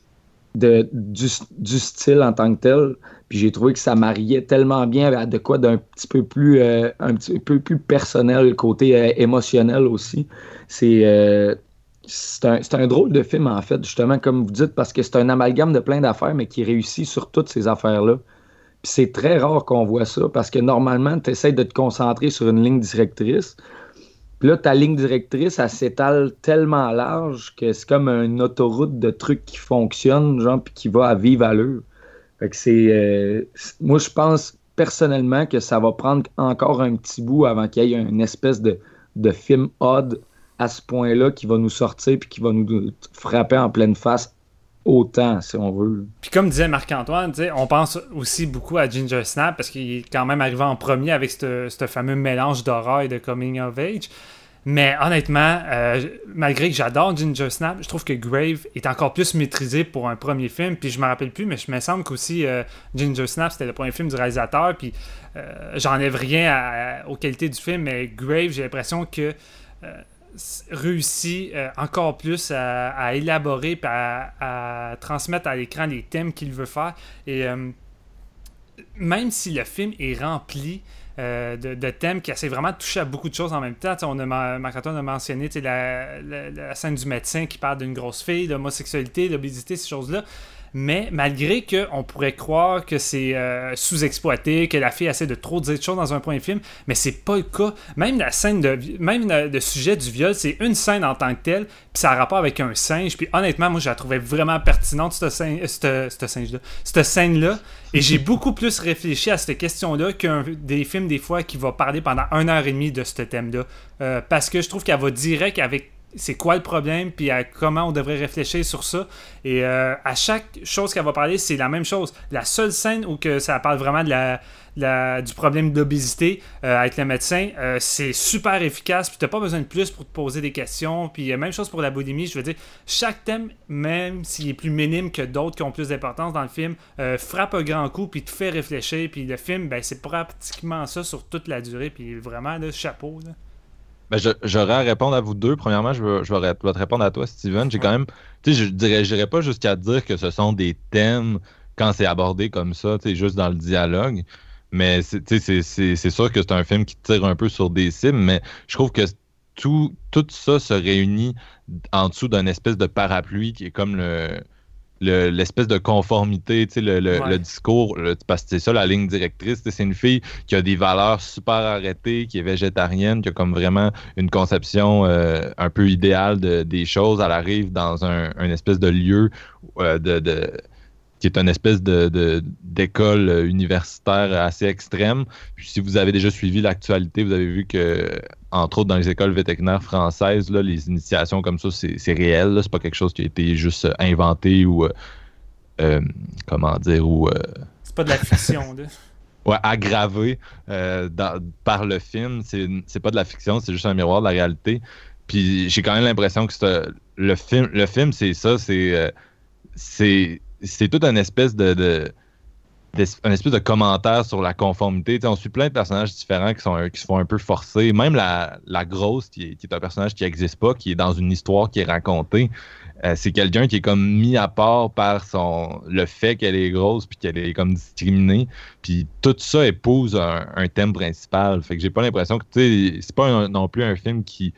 de, du, du style en tant que tel. Puis j'ai trouvé que ça mariait tellement bien à de quoi d'un petit peu plus, euh, un petit peu plus personnel, côté euh, émotionnel aussi. C'est, euh, c'est, un, c'est un drôle de film, en fait, justement, comme vous dites, parce que c'est un amalgame de plein d'affaires, mais qui réussit sur toutes ces affaires-là. Puis c'est très rare qu'on voit ça, parce que normalement, tu essaies de te concentrer sur une ligne directrice. Puis là, ta ligne directrice, elle s'étale tellement large que c'est comme une autoroute de trucs qui fonctionnent, genre, puis qui va à vive allure. Fait que c'est... Euh, moi, je pense personnellement que ça va prendre encore un petit bout avant qu'il y ait une espèce de, de film odd à ce point-là qui va nous sortir puis qui va nous frapper en pleine face autant, si on veut. Puis comme disait Marc-Antoine, on pense aussi beaucoup à Ginger Snap parce qu'il est quand même arrivé en premier avec ce fameux mélange d'horreur et de coming of age. Mais honnêtement, euh, malgré que j'adore Ginger Snap, je trouve que Grave est encore plus maîtrisé pour un premier film. Puis je me rappelle plus, mais je me semble qu'aussi euh, Ginger Snap, c'était le premier film du réalisateur. Puis euh, j'enlève rien à, à, aux qualités du film, mais Grave, j'ai l'impression que... Euh, réussit euh, encore plus à, à élaborer et à, à transmettre à l'écran les thèmes qu'il veut faire. Et euh, même si le film est rempli euh, de, de thèmes qui essaient vraiment de toucher à beaucoup de choses en même temps, on a, Marc-Antoine a mentionné la, la, la scène du médecin qui parle d'une grosse fille, l'homosexualité, l'obésité, ces choses-là. Mais malgré qu'on pourrait croire que c'est euh, sous-exploité, que la fille essaie de trop dire de choses dans un premier film, mais c'est pas le cas. Même la scène de même le, le sujet du viol, c'est une scène en tant que telle, puis ça a rapport avec un singe. Puis honnêtement, moi, je la trouvais vraiment pertinente, cette, scène, cette, cette, singe-là, cette scène-là. Et j'ai beaucoup plus réfléchi à cette question-là qu'un des films, des fois, qui va parler pendant une heure et demie de ce thème-là. Euh, parce que je trouve qu'elle va direct avec c'est quoi le problème, puis à comment on devrait réfléchir sur ça. Et euh, à chaque chose qu'elle va parler, c'est la même chose. La seule scène où que ça parle vraiment de la, la, du problème d'obésité euh, avec le médecin, euh, c'est super efficace, puis t'as pas besoin de plus pour te poser des questions. Puis même chose pour la boulimie, je veux dire, chaque thème, même s'il est plus minime que d'autres qui ont plus d'importance dans le film, euh, frappe un grand coup, puis te fait réfléchir. Puis le film, ben, c'est pratiquement ça sur toute la durée, puis vraiment, là, chapeau, là. Ben, je, j'aurais à répondre à vous deux. Premièrement, je vais, je vais te répondre à toi, Steven. J'ai quand même, tu sais, je dirais, je dirais pas jusqu'à dire que ce sont des thèmes quand c'est abordé comme ça, tu sais, juste dans le dialogue. Mais c'est, tu sais, c'est, c'est, c'est sûr que c'est un film qui tire un peu sur des cibles, mais je trouve que tout, tout ça se réunit en dessous d'une espèce de parapluie qui est comme le... Le, l'espèce de conformité, tu sais, le, le, ouais. le discours, le, parce que c'est ça la ligne directrice, c'est une fille qui a des valeurs super arrêtées, qui est végétarienne, qui a comme vraiment une conception euh, un peu idéale de, des choses. Elle arrive dans un, un espèce de lieu euh, de, de, qui est une espèce de, de, d'école universitaire assez extrême. Puis si vous avez déjà suivi l'actualité, vous avez vu que, entre autres dans les écoles vétérinaires françaises, là, les initiations comme ça, c'est, c'est réel. Là. C'est pas quelque chose qui a été juste inventé ou, euh, euh, comment dire, ou... Euh, c'est pas de la fiction, là. Ouais, aggravé euh, dans, par le film. C'est, c'est pas de la fiction, c'est juste un miroir de la réalité. Puis j'ai quand même l'impression que c'est, le, film, le film, c'est ça, c'est... Euh, c'est c'est toute une espèce de, de, de une espèce de commentaire sur la conformité. T'sais, on suit plein de personnages différents qui, sont, qui se font un peu forcer. Même la, la grosse, qui est, qui est un personnage qui n'existe pas, qui est dans une histoire qui est racontée, euh, c'est quelqu'un qui est comme mis à part par son le fait qu'elle est grosse puis qu'elle est comme discriminée. Puis tout ça épouse un, un thème principal. Fait que j'ai pas l'impression que c'est pas un, non plus un film qui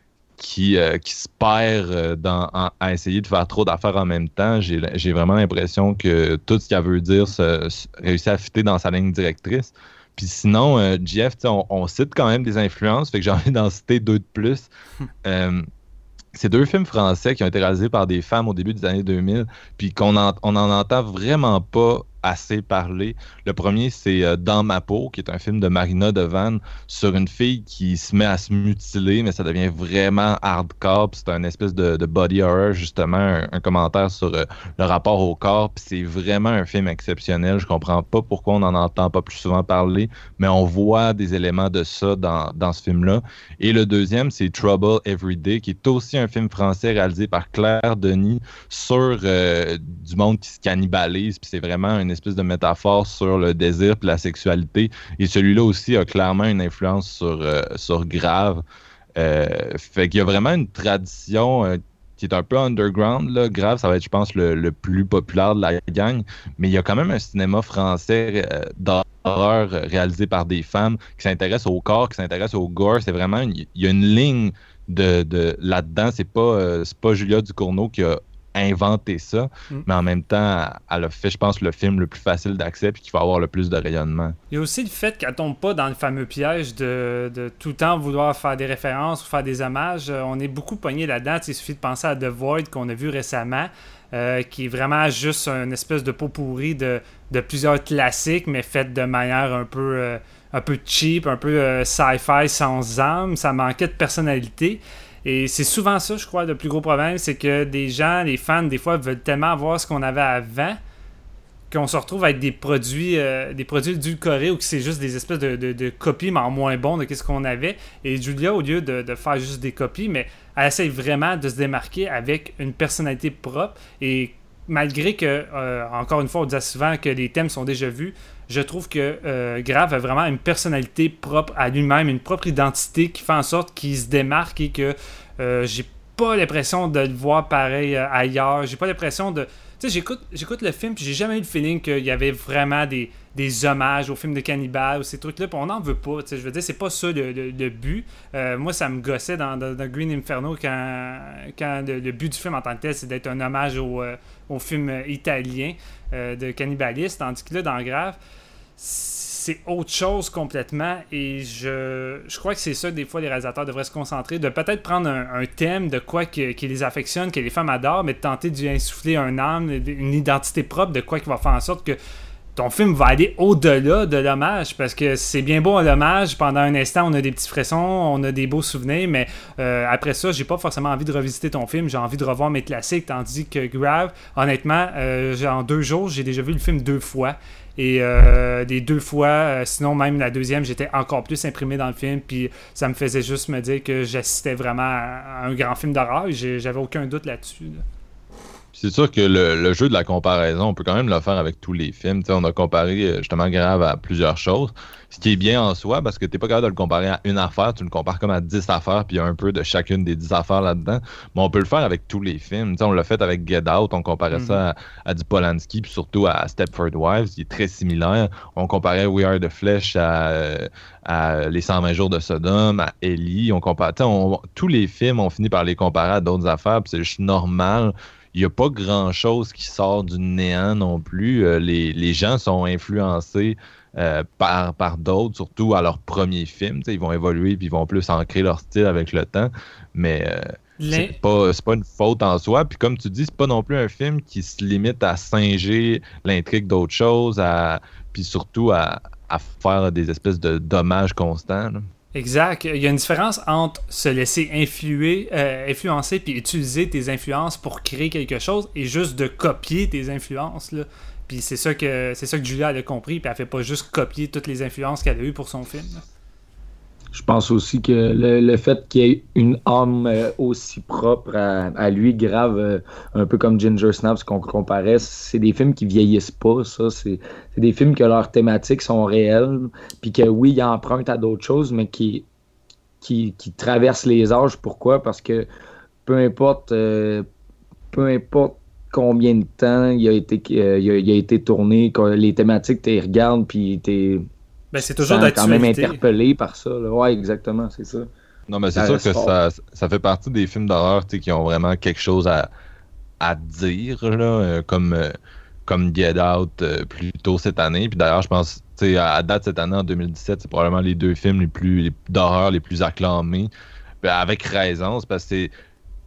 Qui, euh, qui se perd dans, en, à essayer de faire trop d'affaires en même temps. J'ai, j'ai vraiment l'impression que tout ce qu'elle veut dire se, se réussit à fitter dans sa ligne directrice. Puis sinon, euh, Jeff, on, on cite quand même des influences, fait que j'ai envie d'en citer deux de plus. euh, c'est deux films français qui ont été réalisés par des femmes au début des années deux mille, puis qu'on en, on en entend vraiment pas assez parler. Le premier, c'est euh, Dans ma peau, qui est un film de Marina Devan sur une fille qui se met à se mutiler, mais ça devient vraiment hardcore. Puis c'est un espèce de, de body horror, justement, un, un commentaire sur euh, le rapport au corps. Puis c'est vraiment un film exceptionnel. Je comprends pas pourquoi on n'en entend pas plus souvent parler, mais on voit des éléments de ça dans, dans ce film-là. Et le deuxième, c'est Trouble Every Day, qui est aussi un film français réalisé par Claire Denis sur euh, du monde qui se cannibalise. Puis c'est vraiment une espèce de métaphore sur le désir et la sexualité. Et celui-là aussi a clairement une influence sur, euh, sur Grave. Euh, fait qu'il y a vraiment une tradition euh, qui est un peu underground. Là. Grave, ça va être, je pense, le, le plus populaire de la gang. Mais il y a quand même un cinéma français euh, d'horreur réalisé par des femmes qui s'intéressent au corps, qui s'intéressent au gore. C'est vraiment... Il y a une ligne de, de là-dedans. C'est pas, euh, c'est pas Julia Ducournau qui a inventé ça, mm. mais en même temps, elle a fait, je pense, le film le plus facile d'accès puis qui va avoir le plus de rayonnement. Il y a aussi le fait qu'elle tombe pas dans le fameux piège de, de tout le temps vouloir faire des références ou faire des hommages. On est beaucoup pogné là-dedans. Il suffit de penser à The Void qu'on a vu récemment, euh, qui est vraiment juste une espèce de pot pourri de, de plusieurs classiques, mais fait de manière un peu, euh, un peu cheap, un peu euh, sci-fi sans âme. Ça manquait de personnalité. Et c'est souvent ça, je crois, le plus gros problème, c'est que des gens, les fans, des fois, veulent tellement avoir ce qu'on avait avant qu'on se retrouve avec des produits euh, des produits édulcorés ou que c'est juste des espèces de, de, de copies, mais en moins bon de ce qu'on avait. Et Julia, au lieu de, de faire juste des copies, mais elle essaie vraiment de se démarquer avec une personnalité propre. Et malgré que, euh, encore une fois, on disait souvent que les thèmes sont déjà vus, je trouve que euh, Grave a vraiment une personnalité propre à lui-même, une propre identité qui fait en sorte qu'il se démarque et que Euh, j'ai pas l'impression de le voir pareil euh, ailleurs. J'ai pas l'impression de... Tu sais, j'écoute, j'écoute le film, puis j'ai jamais eu le feeling qu'il y avait vraiment des, des hommages au film de cannibale ou ces trucs-là, puis on n'en veut pas. Tu sais, je veux dire, c'est pas ça le, le, le but. Euh, moi, ça me gossait dans, dans, dans Green Inferno quand, quand le, le but du film en tant que tel, c'est d'être un hommage au, euh, au film italien euh, de cannibalisme, tandis que là, dans Grave, c'est autre chose complètement, et je, je crois que c'est ça que des fois les réalisateurs devraient se concentrer, de peut-être prendre un, un thème de quoi que, qui les affectionne, que les femmes adorent, mais de tenter d'y insuffler un âme, une identité propre, de quoi qui va faire en sorte que ton film va aller au-delà de l'hommage, parce que c'est bien beau l'hommage, pendant un instant on a des petits frissons, on a des beaux souvenirs, mais euh, après ça, j'ai pas forcément envie de revisiter ton film, j'ai envie de revoir mes classiques, tandis que Grave, honnêtement, euh, en deux jours, j'ai déjà vu le film deux fois, et euh, des deux fois, euh, sinon même la deuxième, j'étais encore plus imprimé dans le film, puis ça me faisait juste me dire que j'assistais vraiment à, à un grand film d'horreur, et j'ai, j'avais aucun doute là-dessus, là. C'est sûr que le, le jeu de la comparaison, on peut quand même le faire avec tous les films. T'sais, on a comparé justement Grave à plusieurs choses, ce qui est bien en soi parce que t'es pas capable de le comparer à une affaire, tu le compares comme à dix affaires, puis il y a un peu de chacune des dix affaires là-dedans. Mais on peut le faire avec tous les films. T'sais, on l'a fait avec Get Out, on comparait mm-hmm. ça à, à du Polanski, puis surtout à Stepford Wives, qui est très similaire. On comparait We Are the Flesh à, à Les cent vingt jours de Sodome, à Ellie. On compare, on, tous les films, on finit par les comparer à d'autres affaires, puis c'est juste normal. Il n'y a pas grand-chose qui sort du néant non plus. Euh, les, les gens sont influencés euh, par, par d'autres, surtout à leur premier film. T'sais, ils vont évoluer puis ils vont plus ancrer leur style avec le temps. Mais euh, Les... c'est pas, c'est pas une faute en soi. Puis comme tu dis, c'est pas non plus un film qui se limite à singer l'intrigue d'autres choses, à, puis surtout à, à faire des espèces de dommages constants, là. Exact. Il y a une différence entre se laisser influer, euh, influencer puis utiliser tes influences pour créer quelque chose et juste de copier tes influences, là. Puis c'est ça que c'est ça que Julia elle a compris, puis elle fait pas juste copier toutes les influences qu'elle a eues pour son film, là. Je pense aussi que le, le fait qu'il y ait une âme euh, aussi propre à, à lui, Grave, euh, un peu comme Ginger Snaps qu'on comparait, c'est des films qui vieillissent pas, ça. C'est, c'est des films que leurs thématiques sont réelles, puis que oui, ils empruntent à d'autres choses, mais qui, qui, qui traversent les âges. Pourquoi? Parce que peu importe, euh, peu importe combien de temps il a été, euh, il a, il a été tourné, les thématiques, tu les regardes, puis t'es... Ben, c'est toujours d'actualité. Quand même interpellé par ça. Là. Ouais, exactement, c'est ça. Non, mais c'est ça sûr que ça, ça fait partie des films d'horreur qui ont vraiment quelque chose à, à dire, là, euh, comme, euh, comme Get Out euh, plus tôt cette année. Puis d'ailleurs, je pense, à, à date cette année, en deux mille dix-sept, c'est probablement les deux films les plus les, d'horreur les plus acclamés. Ben, avec raison, c'est parce que c'est,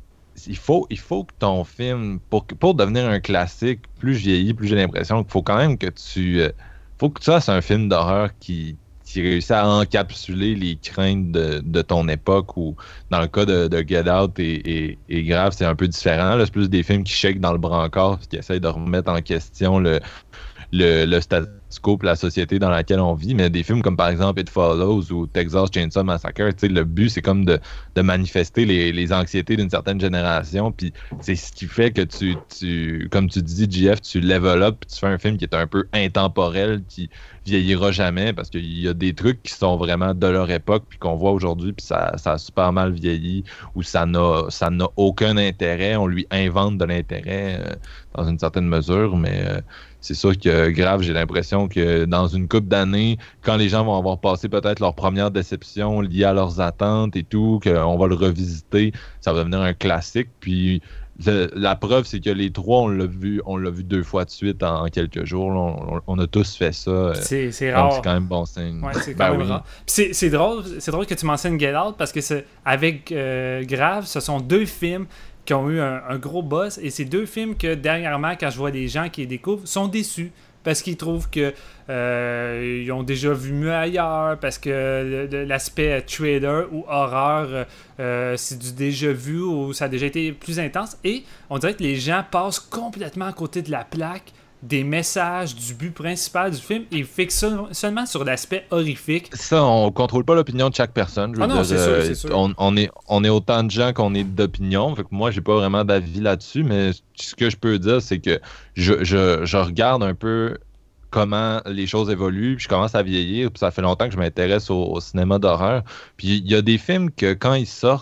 il faut, il faut que ton film, pour, pour devenir un classique, plus je vieillis, plus j'ai l'impression qu'il faut quand même que tu... Euh, faut que tu fasses un film d'horreur qui, qui réussit à encapsuler les craintes de, de ton époque, ou dans le cas de, de Get Out et, et, et Grave, c'est un peu différent. Là, c'est plus des films qui shake dans le brancard, qui essayent de remettre en question le, le, le status quo, la société dans laquelle on vit, mais des films comme par exemple It Follows ou Texas Chainsaw Massacre, le but c'est comme de, de manifester les, les anxiétés d'une certaine génération, puis c'est ce qui fait que tu, tu comme tu dis, J F, tu level up, puis tu fais un film qui est un peu intemporel, qui vieillira jamais, parce qu'il y a des trucs qui sont vraiment de leur époque, puis qu'on voit aujourd'hui, puis ça, ça a super mal vieilli, ou ça n'a, ça n'a aucun intérêt, on lui invente de l'intérêt euh, dans une certaine mesure, mais euh, c'est sûr que Grave, j'ai l'impression que dans une couple d'années, quand les gens vont avoir passé peut-être leur première déception liée à leurs attentes et tout, qu'on va le revisiter, ça va devenir un classique. Puis le, la preuve, c'est que les trois, on l'a vu, on l'a vu deux fois de suite en, en quelques jours. Là, on, on a tous fait ça. C'est, c'est rare. C'est quand même bon signe. Ouais, c'est quand ben même oui. rare. Puis c'est, c'est drôle, c'est drôle que tu mentionnes Get Out parce que c'est, avec euh, Grave, ce sont deux films qui ont eu un, un gros buzz, et c'est deux films que dernièrement, quand je vois des gens qui les découvrent, sont déçus parce qu'ils trouvent que euh, ils ont déjà vu mieux ailleurs, parce que le, le, l'aspect trailer ou horreur, euh, c'est du déjà vu ou ça a déjà été plus intense, et on dirait que les gens passent complètement à côté de la plaque des messages, du but principal du film, et fixent seulement sur l'aspect horrifique. Ça, on contrôle pas l'opinion de chaque personne. Je veux ah non, dire, c'est sûr, c'est sûr. On, on, est, on est autant de gens qu'on est d'opinion. Fait que moi, j'ai pas vraiment d'avis là-dessus, mais ce que je peux dire, c'est que je, je, je regarde un peu comment les choses évoluent, puis je commence à vieillir, puis ça fait longtemps que je m'intéresse au, au cinéma d'horreur. Puis il y a des films que quand ils sortent,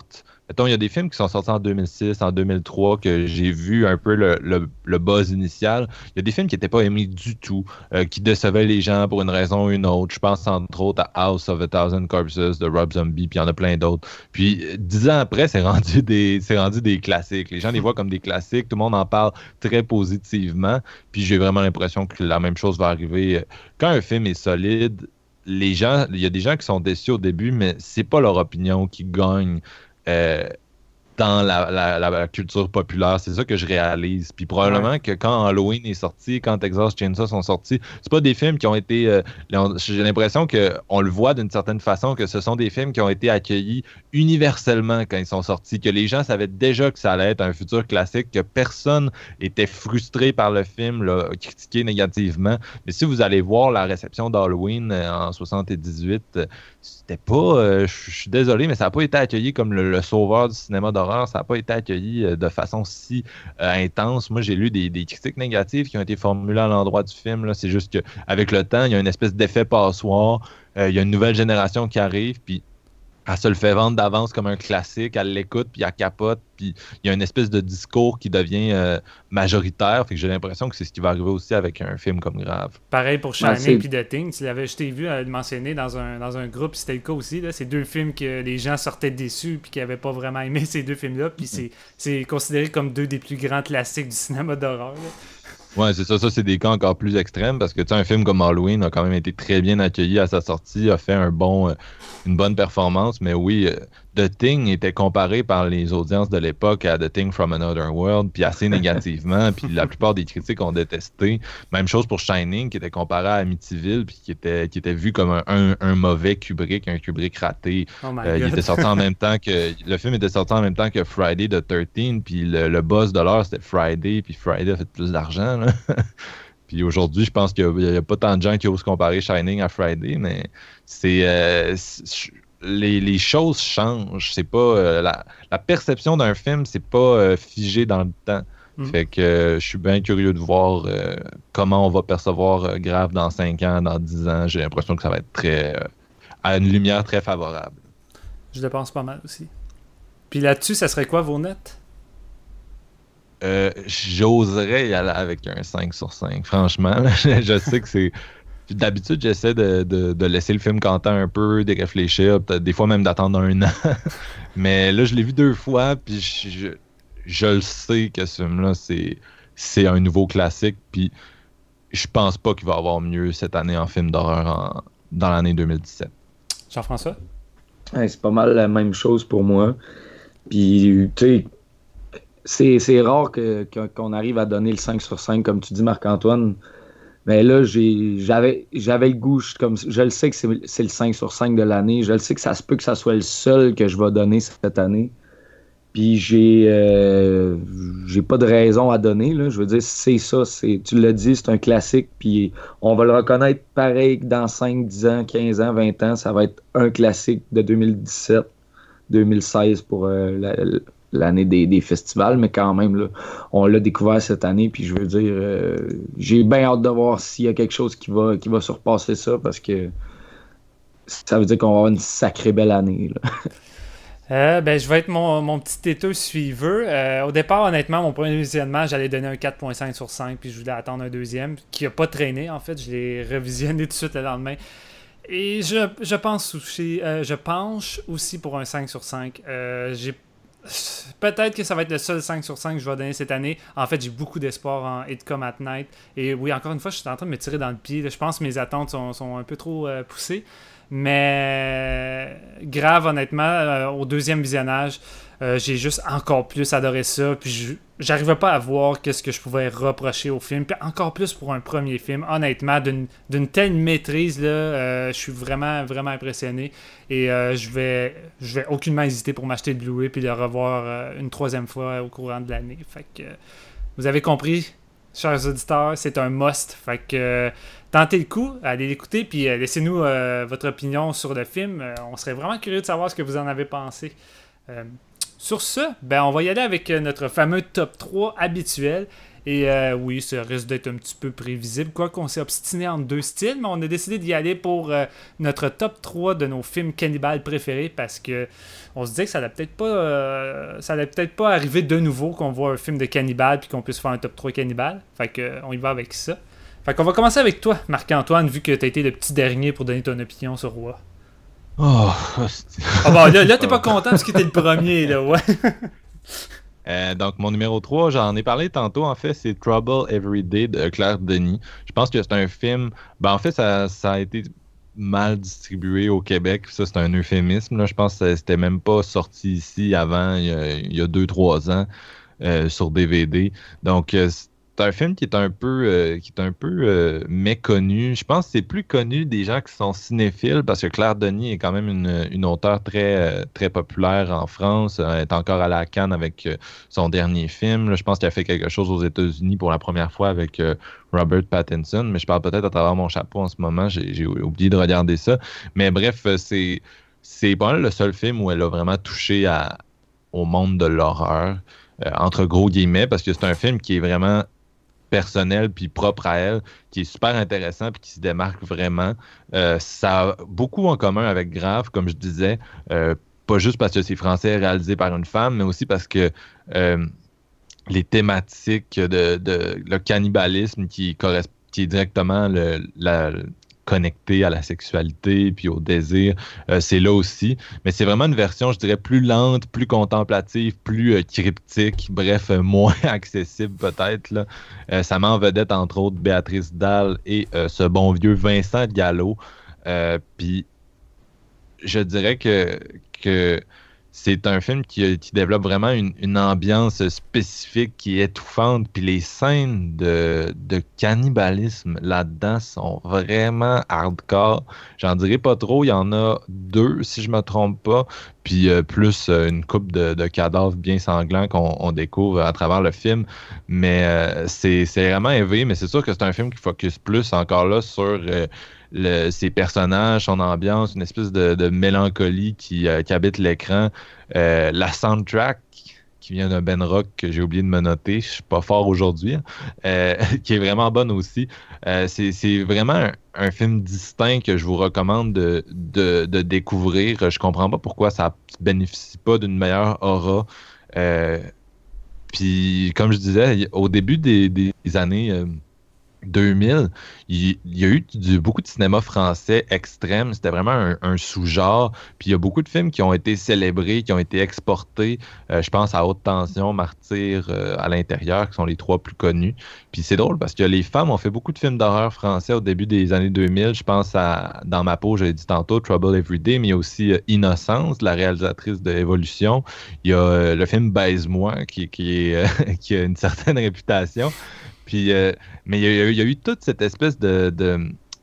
mettons, il y a des films qui sont sortis en deux mille six, en deux mille trois, que j'ai vu un peu le, le, le buzz initial. Il y a des films qui n'étaient pas aimés du tout, euh, qui décevaient les gens pour une raison ou une autre. Je pense entre autres à House of a Thousand Corpses de Rob Zombie, puis il y en a plein d'autres. Puis dix ans après, c'est rendu des, c'est rendu des classiques. Les gens les voient comme des classiques, tout le monde en parle très positivement. Puis j'ai vraiment l'impression que la même chose va arriver. Quand un film est solide, les gens, il y a des gens qui sont déçus au début, mais c'est pas leur opinion qui gagne. Euh, dans la, la, la, la culture populaire. C'est ça que je réalise. Puis probablement ouais. que quand Halloween est sorti, quand Texas Chainsaw sont sortis, c'est pas des films qui ont été... Euh, j'ai l'impression qu'on le voit d'une certaine façon, que ce sont des films qui ont été accueillis universellement quand ils sont sortis, que les gens savaient déjà que ça allait être un futur classique, que personne était frustré par le film, là, critiqué négativement. Mais si vous allez voir la réception d'Halloween en soixante-dix-huit, euh, c'était pas... Euh, je suis désolé, mais ça n'a pas été accueilli comme le, le sauveur du cinéma d'horreur. Ça n'a pas été accueilli de façon si euh, intense. Moi, j'ai lu des, des critiques négatives qui ont été formulées à l'endroit du film. Là. C'est juste qu'avec le temps, il y a une espèce d'effet passoire. Euh, il y a une nouvelle génération qui arrive, puis elle se le fait vendre d'avance comme un classique, elle l'écoute, puis elle capote, puis il y a une espèce de discours qui devient euh, majoritaire, fait que j'ai l'impression que c'est ce qui va arriver aussi avec un film comme Grave. Pareil pour Shining puis The Thing, tu l'avais, je t'ai vu euh, mentionner dans un, dans un groupe, c'était le cas aussi, là, c'est deux films que les gens sortaient déçus puis qui n'avaient pas vraiment aimé ces deux films-là, puis c'est, c'est considéré comme deux des plus grands classiques du cinéma d'horreur, là. Ouais, c'est ça. Ça, c'est des cas encore plus extrêmes parce que, tu sais, un film comme Halloween a quand même été très bien accueilli à sa sortie, a fait un bon, euh, une bonne performance. Mais oui, euh, The Thing était comparé par les audiences de l'époque à The Thing from Another World, puis assez négativement. Puis la plupart des critiques ont détesté. Même chose pour Shining, qui était comparé à Amityville, puis qui était, qui était vu comme un, un, un mauvais Kubrick, un Kubrick raté. Oh euh, il était sorti en même temps que... Le film était sorti en même temps que Friday the thirteenth, puis le, le buzz de l'heure, c'était Friday, puis Friday a fait plus d'argent, là. Puis aujourd'hui, je pense qu'il n'y a, a pas tant de gens qui osent comparer Shining à Friday, mais c'est, euh, c'est les, les choses changent. C'est pas euh, la, la perception d'un film, c'est pas euh, figé dans le temps. Mm. Fait que euh, je suis bien curieux de voir euh, comment on va percevoir euh, Grave dans cinq ans, dans dix ans. J'ai l'impression que ça va être très euh, à une lumière très favorable. Je le pense pas mal aussi. Puis là-dessus, ça serait quoi vos notes? Euh, j'oserais y aller avec un cinq sur cinq, franchement. Là, je sais que c'est... D'habitude, j'essaie de, de, de laisser le film canter un peu, de réfléchir, peut-être des fois même d'attendre un an. Mais là, je l'ai vu deux fois, puis je, je, je le sais que ce film-là, c'est, c'est un nouveau classique, puis je pense pas qu'il va y avoir mieux cette année en film d'horreur en, dans l'année deux mille dix-sept. Jean-François? Ouais, c'est pas mal la même chose pour moi. Puis, tu sais, C'est, c'est rare que, que, qu'on arrive à donner le cinq sur cinq, comme tu dis, Marc-Antoine. Mais là, j'ai, j'avais, j'avais le goût. Je, comme, je le sais que c'est, c'est le cinq sur cinq de l'année. Je le sais que ça se peut que ça soit le seul que je vais donner cette année. Puis j'ai, euh, j'ai pas de raison à donner. Là. Je veux dire, c'est ça. C'est, tu l'as dit, c'est un classique. Puis on va le reconnaître pareil que dans cinq, dix ans, quinze ans, vingt ans. Ça va être un classique de deux mille dix-sept, deux mille seize pour euh, la, la l'année des, des festivals, mais quand même, là, on l'a découvert cette année, puis je veux dire, euh, j'ai bien hâte de voir s'il y a quelque chose qui va, qui va surpasser ça, parce que ça veut dire qu'on va avoir une sacrée belle année, là. Euh, ben, je vais être mon, mon petit têteux suiveux. Euh, au départ, honnêtement, mon premier visionnement, j'allais donner un quatre virgule cinq sur cinq, puis je voulais attendre un deuxième, qui n'a pas traîné, en fait. Je l'ai revisionné tout de suite le lendemain. Et je, je pense aussi, euh, je penche aussi pour un cinq sur cinq. Euh, j'ai Peut-être que ça va être le seul cinq sur cinq que je vais donner cette année. En fait, j'ai beaucoup d'espoir en It Come at Night. Et oui, encore une fois, je suis en train de me tirer dans le pied. Là. Je pense que mes attentes sont, sont un peu trop euh, poussées. Mais Grave, honnêtement, euh, au deuxième visionnage, euh, j'ai juste encore plus adoré ça. Puis je, j'arrivais pas à voir qu'est-ce que je pouvais reprocher au film. Puis encore plus pour un premier film. Honnêtement, d'une, d'une telle maîtrise, là, euh, je suis vraiment, vraiment impressionné. Et euh, je vais je vais aucunement hésiter pour m'acheter le Blu-ray puis le revoir euh, une troisième fois au courant de l'année. Fait que euh, vous avez compris, chers auditeurs, c'est un must. Fait que euh, tentez le coup, allez l'écouter puis euh, laissez-nous euh, votre opinion sur le film. Euh, on serait vraiment curieux de savoir ce que vous en avez pensé. Euh, sur ce, ben on va y aller avec notre fameux top trois habituel. Et euh, oui, ça risque d'être un petit peu prévisible, quoi qu'on s'est obstiné entre deux styles, mais on a décidé d'y aller pour euh, notre top trois de nos films cannibales préférés parce que on se disait que ça allait peut-être pas euh, ça allait peut-être pas arriver de nouveau qu'on voit un film de cannibale puis qu'on puisse faire un top trois cannibale. Fait que euh, on y va avec ça. Fait qu'on va commencer avec toi, Marc-Antoine, vu que t'as été le petit dernier pour donner ton opinion sur Roi. Oh, Ah bon, là, là t'es pas content parce que t'es le premier, là, ouais. Euh, donc, mon numéro trois, j'en ai parlé tantôt, en fait, c'est Trouble Every Day de Claire Denis. Je pense que c'est un film... Ben, en fait, ça, ça a été mal distribué au Québec. Ça, c'est un euphémisme. Là. Je pense que c'était même pas sorti ici avant, il y a, il y a deux trois ans, euh, sur D V D. Donc, euh, c'est un film qui est un peu, euh, qui est un peu euh, méconnu. Je pense que c'est plus connu des gens qui sont cinéphiles parce que Claire Denis est quand même une, une auteure très, euh, très populaire en France. Elle est encore à la Cannes avec euh, son dernier film. Là, je pense qu'elle a fait quelque chose aux États-Unis pour la première fois avec euh, Robert Pattinson, mais je parle peut-être à travers mon chapeau en ce moment. J'ai, j'ai oublié de regarder ça. Mais bref, c'est, c'est pas mal le seul film où elle a vraiment touché à, au monde de l'horreur, euh, entre gros guillemets, parce que c'est un film qui est vraiment personnel puis propre à elle, qui est super intéressant puis qui se démarque vraiment. Euh, ça a beaucoup en commun avec Grave, comme je disais, euh, pas juste parce que c'est français réalisé par une femme, mais aussi parce que euh, les thématiques de, de le cannibalisme qui, correspond, qui est directement le, la, connecté à la sexualité puis au désir, euh, c'est là aussi. Mais c'est vraiment une version, je dirais, plus lente, plus contemplative, plus euh, cryptique, bref, euh, moins accessible peut-être. Là. Euh, ça met en vedette, entre autres, Béatrice Dalle et euh, ce bon vieux Vincent Gallo. Euh, puis je dirais que, que c'est un film qui, qui développe vraiment une, une ambiance spécifique qui est étouffante. Puis les scènes de, de cannibalisme là-dedans sont vraiment hardcore. J'en dirais pas trop. Il y en a deux, si je me trompe pas. Puis euh, plus euh, une couple de, de cadavres bien sanglants qu'on on découvre à travers le film. Mais euh, c'est, c'est vraiment élevé. Mais c'est sûr que c'est un film qui focus plus encore là sur... Euh, Le, ses personnages, son ambiance, une espèce de, de mélancolie qui, euh, qui habite l'écran. Euh, la soundtrack qui vient d'un Ben Rock que j'ai oublié de me noter, je suis pas fort aujourd'hui, hein, euh, qui est vraiment bonne aussi. Euh, c'est, c'est vraiment un, un film distinct que je vous recommande de, de, de découvrir. Je comprends pas pourquoi ça ne bénéficie pas d'une meilleure aura. Euh, Puis, comme je disais, au début des, des années... Euh, deux mille, il, il y a eu du, beaucoup de cinéma français extrême. C'était vraiment un, un sous-genre. Puis il y a beaucoup de films qui ont été célébrés, qui ont été exportés. Euh, je pense à Haute Tension, Martyr, euh, à l'intérieur, qui sont les trois plus connus. Puis c'est drôle parce que les femmes ont fait beaucoup de films d'horreur français au début des années deux mille. Je pense à, dans ma peau, j'avais dit tantôt, Trouble Every Day, mais il y a aussi euh, Innocence, la réalisatrice de Évolution. Il y a euh, le film Baise-moi, qui, qui, est, euh, qui a une certaine réputation. Puis, euh, mais il y, a, il y a eu toute cette espèce de, de,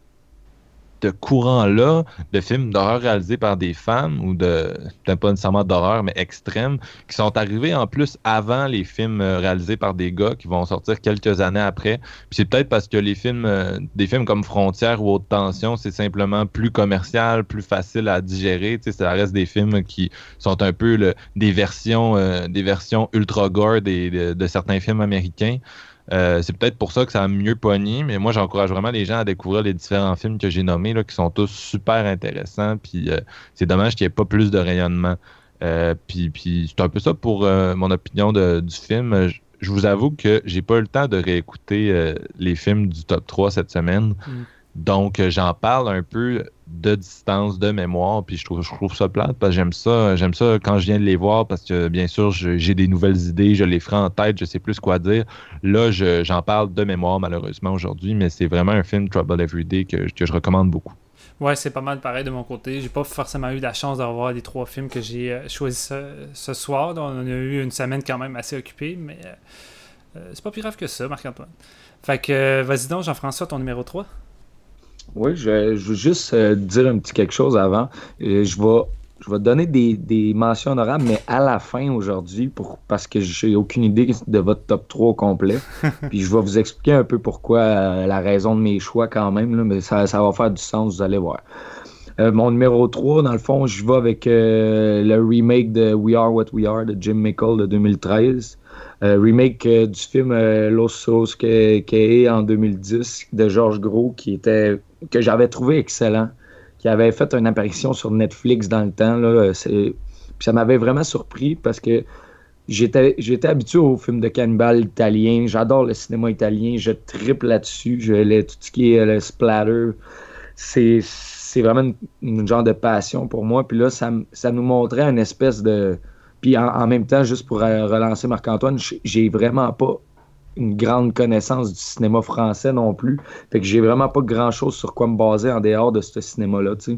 de courant-là de films d'horreur réalisés par des femmes, ou de, peut-être pas nécessairement d'horreur, mais extrêmes, qui sont arrivés en plus avant les films réalisés par des gars qui vont sortir quelques années après. Puis c'est peut-être parce que les films, euh, des films comme Frontières ou Haute Tension, c'est simplement plus commercial, plus facile à digérer. Tu sais, ça reste des films qui sont un peu le, des versions, euh, des versions ultra-gore des, de, de certains films américains. Euh, c'est peut-être pour ça que ça a mieux pogné, mais moi j'encourage vraiment les gens à découvrir les différents films que j'ai nommés, là, qui sont tous super intéressants, puis euh, c'est dommage qu'il n'y ait pas plus de rayonnement. Euh, puis, puis c'est un peu ça pour euh, mon opinion de, du film. Je, je vous avoue que j'ai pas eu le temps de réécouter euh, les films du top trois cette semaine, mm. donc euh, j'en parle un peu de distance, de mémoire, puis je trouve, je trouve ça plate parce que j'aime ça, j'aime ça quand je viens de les voir parce que bien sûr je, j'ai des nouvelles idées, je les ferai en tête, je sais plus quoi dire. Là, je, j'en parle de mémoire malheureusement aujourd'hui, mais c'est vraiment un film Trouble Every Day que, que je recommande beaucoup. Ouais, c'est pas mal pareil de mon côté. J'ai pas forcément eu la chance de revoir les trois films que j'ai euh, choisis ce, ce soir. Donc, on a eu une semaine quand même assez occupée, mais euh, c'est pas plus grave que ça, Marc-Antoine. Fait que, euh, vas-y donc, Jean-François, ton numéro trois. Oui, je, je veux juste euh, dire un petit quelque chose avant. Euh, je vais je vais donner des, des mentions honorables, mais à la fin aujourd'hui, pour, parce que j'ai aucune idée de votre top trois au complet. Puis je vais vous expliquer un peu pourquoi, euh, la raison de mes choix quand même, là, mais ça, ça va faire du sens, vous allez voir. Euh, mon numéro trois, dans le fond, je vais avec euh, le remake de We Are What We Are de Jim Mickle de deux mille treize. Euh, remake euh, du film euh, Los Osos que, que en deux mille dix de Georges Gros, qui était que j'avais trouvé excellent, qui avait fait une apparition sur Netflix dans le temps. Là, c'est, puis ça m'avait vraiment surpris parce que j'étais, j'étais habitué aux films de cannibales italiens. J'adore le cinéma italien. Je triple là-dessus. Je, le, tout ce qui est le splatter, c'est, c'est vraiment une, une genre de passion pour moi. Puis là, ça, ça nous montrait une espèce de... Puis en, en même temps, juste pour euh, relancer Marc-Antoine, j'ai vraiment pas une grande connaissance du cinéma français non plus. Fait que j'ai vraiment pas grand-chose sur quoi me baser en dehors de ce cinéma-là, tu sais.